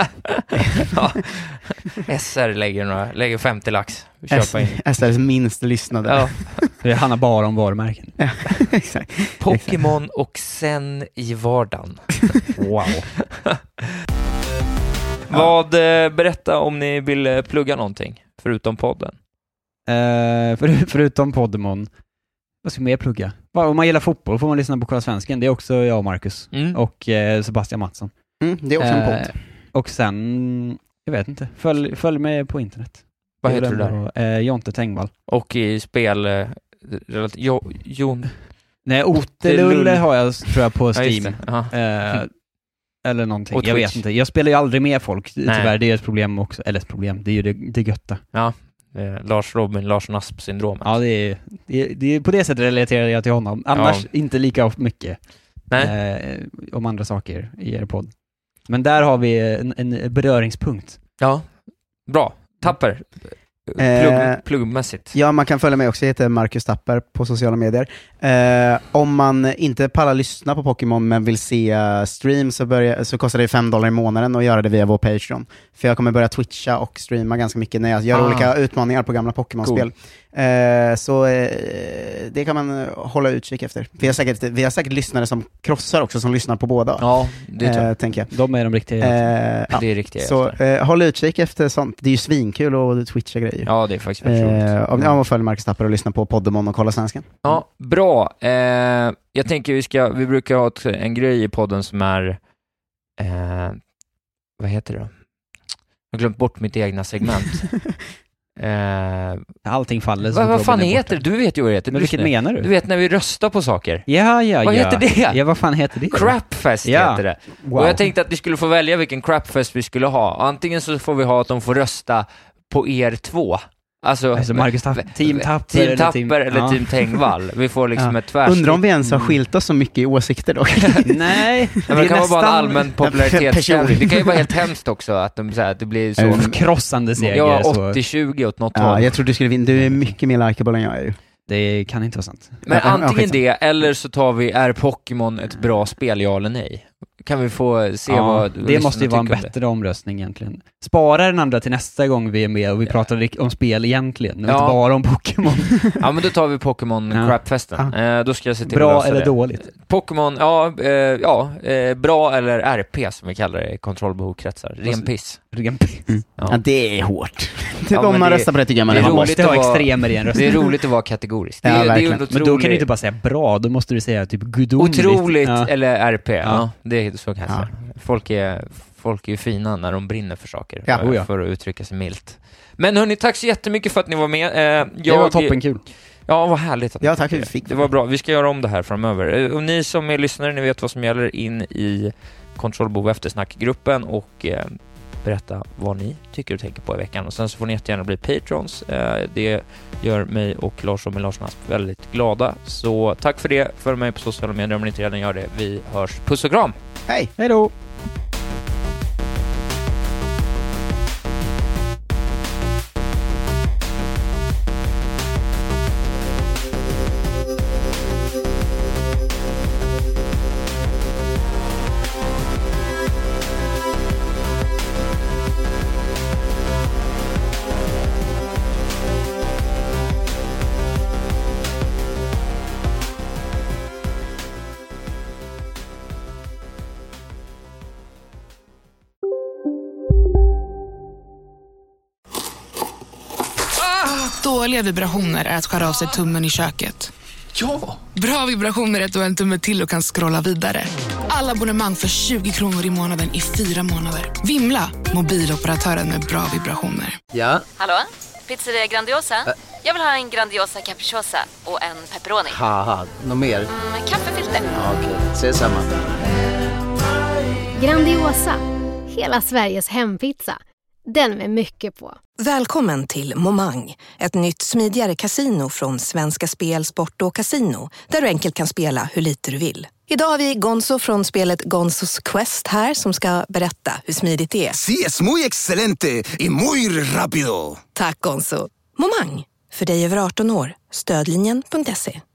ja. S R lägger, några, lägger femtio lax. Köpa in. S R:s minst lyssnade. Ja. Det handlar bara om varumärken. Ja, exakt. Pokémon och sen i vardagen. Wow. Vad, berätta om ni vill plugga någonting förutom podden. Uh, för, förutom Pokémon. Vad ska man mer plugga? Om man gillar fotboll får man lyssna på Kolla Svensken. Det är också jag och Marcus. Mm. Och eh, Sebastian Mattsson. Mm, det är också en podd. Och sen, jag vet inte. Följ, följ med på internet. Vad heter du där? Eh, Jonte Tengvall. Och i spel... Eh, jo, Jon... Nej, Otelulle har jag tror jag på Steam. Ja, eh, eller någonting. Jag vet inte. Jag spelar ju aldrig med folk. Nej. Tyvärr, det är ett problem också. Eller ett problem. Det är ju det, det götta. Ja. Eh, Lars Robin, Lars Nasp-syndromet. Ja, det är, det, är, det är på det sättet relaterar jag till honom. Annars ja. inte lika mycket. Nej. Eh, om andra saker i er podd. Men där har vi en, en beröringspunkt. Ja, bra. Tapper. Plugg, pluggmässigt. Ja, man kan följa med också. Jag heter Marcus Tapper på sociala medier. Eh, om man inte pallar lyssna på Pokémon men vill se stream så, börja, så kostar det fem dollar i månaden att göra det via vår Patreon. För jag kommer börja twitcha och streama ganska mycket när jag gör ah. olika utmaningar på gamla Pokémon-spel. Cool. Eh, så eh, det kan man hålla utkik efter. Vi har säkert, vi har säkert lyssnare som krossar också, som lyssnar på båda. Ja, det tror jag. Eh, tänker jag. De är de riktiga. Eh, ja. Det är riktiga. Så eh, håll utkik efter sånt. Det är ju svinkul att twitcha grejer. Ja, det är faktiskt väldigt roligt. Eh, om jag följer Marcus Tapper och lyssna på Poddemon och Kolla Svensken. Ja, bra. Eh, jag tänker vi ska, vi brukar ha ett, en grej i podden som är eh, vad heter det då? Jag har glömt bort mitt egna segment. Eh, Allting faller. Vad, vad fan heter det? Du vet ju vad det heter. Men vilket menar du? Du vet när vi röstar på saker. Ja, ja, vad ja. heter det? Ja, vad fan heter det? Crapfest ja. heter det. Wow. Och jag tänkte att vi skulle få välja vilken crapfest vi skulle ha. Antingen så får vi ha att de får rösta på er två. Alltså, alltså Marcus Tapp, Team Tapper, team Tapper eller Team, eller ja. team Tengvall. Vi får liksom ja. ett tvärsnitt. Undrar om vi ens har skilt oss så mycket i åsikter då. Nej. Det, det kan vara bara en allmän popularitetstävling. Det kan ju vara helt hemskt också att, de, så här, att det blir så... En krossande seger. Ja, åttio tjugo åt något ja, håll. Jag tror du skulle vinna. Du är mycket mer likeable än jag är ju. Det kan inte vara sant. Men ja, antingen det, eller så tar vi, är Pokémon ett bra spel, ja eller nej? Kan vi få se ja, vad... Det måste ju vara en bättre omröstning egentligen. Spara den andra till nästa gång vi är med och vi ja. pratar om spel egentligen, och ja. inte bara om Pokémon. Ja, men då tar vi Pokémon ja. Crapfesten. Ja. Eh, då ska jag se till bra att eller det. dåligt? Pokémon, ja, eh, ja eh, bra eller R P som vi kallar det i kontrollbehovkretsar. Ren piss. Ren piss. Mm. Ja. ja, det är hårt. Ja, om man röstar på det tycker jag man, det är man måste ha vara, extremer i en röst. Det är roligt att vara kategoriskt. Ja, det, det är men då kan du inte bara säga bra, då måste du säga typ gudomligt. Otroligt ja. eller R P, ja. Ja. Det är så kan jag säga. Ja. Folk är, folk är ju fina när de brinner för saker, ja. för, för att uttrycka sig milt. Men hörni, tack så jättemycket för att ni var med. Eh, jag, det var toppenkul. Ja, vad härligt. Att ja, tack för att vi fick det. Det var bra. Vi ska göra om det här framöver. Och ni som är lyssnare, ni vet vad som gäller, in i Kontrollbehov eftersnackgruppen och eh, berätta vad ni tycker och tänker på i veckan. Och sen så får ni jättegärna bli patrons. Eh, det gör mig och Lars och Lars Asp väldigt glada. Så tack för det. Följ mig på sociala medier om ni inte redan gör det. Vi hörs. Puss och kram! Hej! Hej då! Dåliga vibrationer är att skära av sig tummen i köket. Ja! Bra vibrationer är att du har en tumme till och kan scrolla vidare. Alla abonnemang för tjugo kronor i månaden i fyra månader. Vimla! Mobiloperatören med bra vibrationer. Ja? Hallå? Pizzeria Grandiosa? Ä Jag vill ha en Grandiosa capriciosa och en pepperoni. Haha, något mer? Mm, kaffefilter. Ja, okej, okay. Ses samma. Grandiosa, hela Sveriges hempizza. Den med mycket på. Välkommen till Momang, ett nytt smidigare kasino från Svenska Spel, Sport och Casino, där du enkelt kan spela hur lite du vill. Idag har vi Gonzo från spelet Gonzos Quest här som ska berätta hur smidigt det är. Sí, es muy excelente y muy rápido. Tack Gonzo. Momang, för dig över arton år. Stödlinjen punkt se.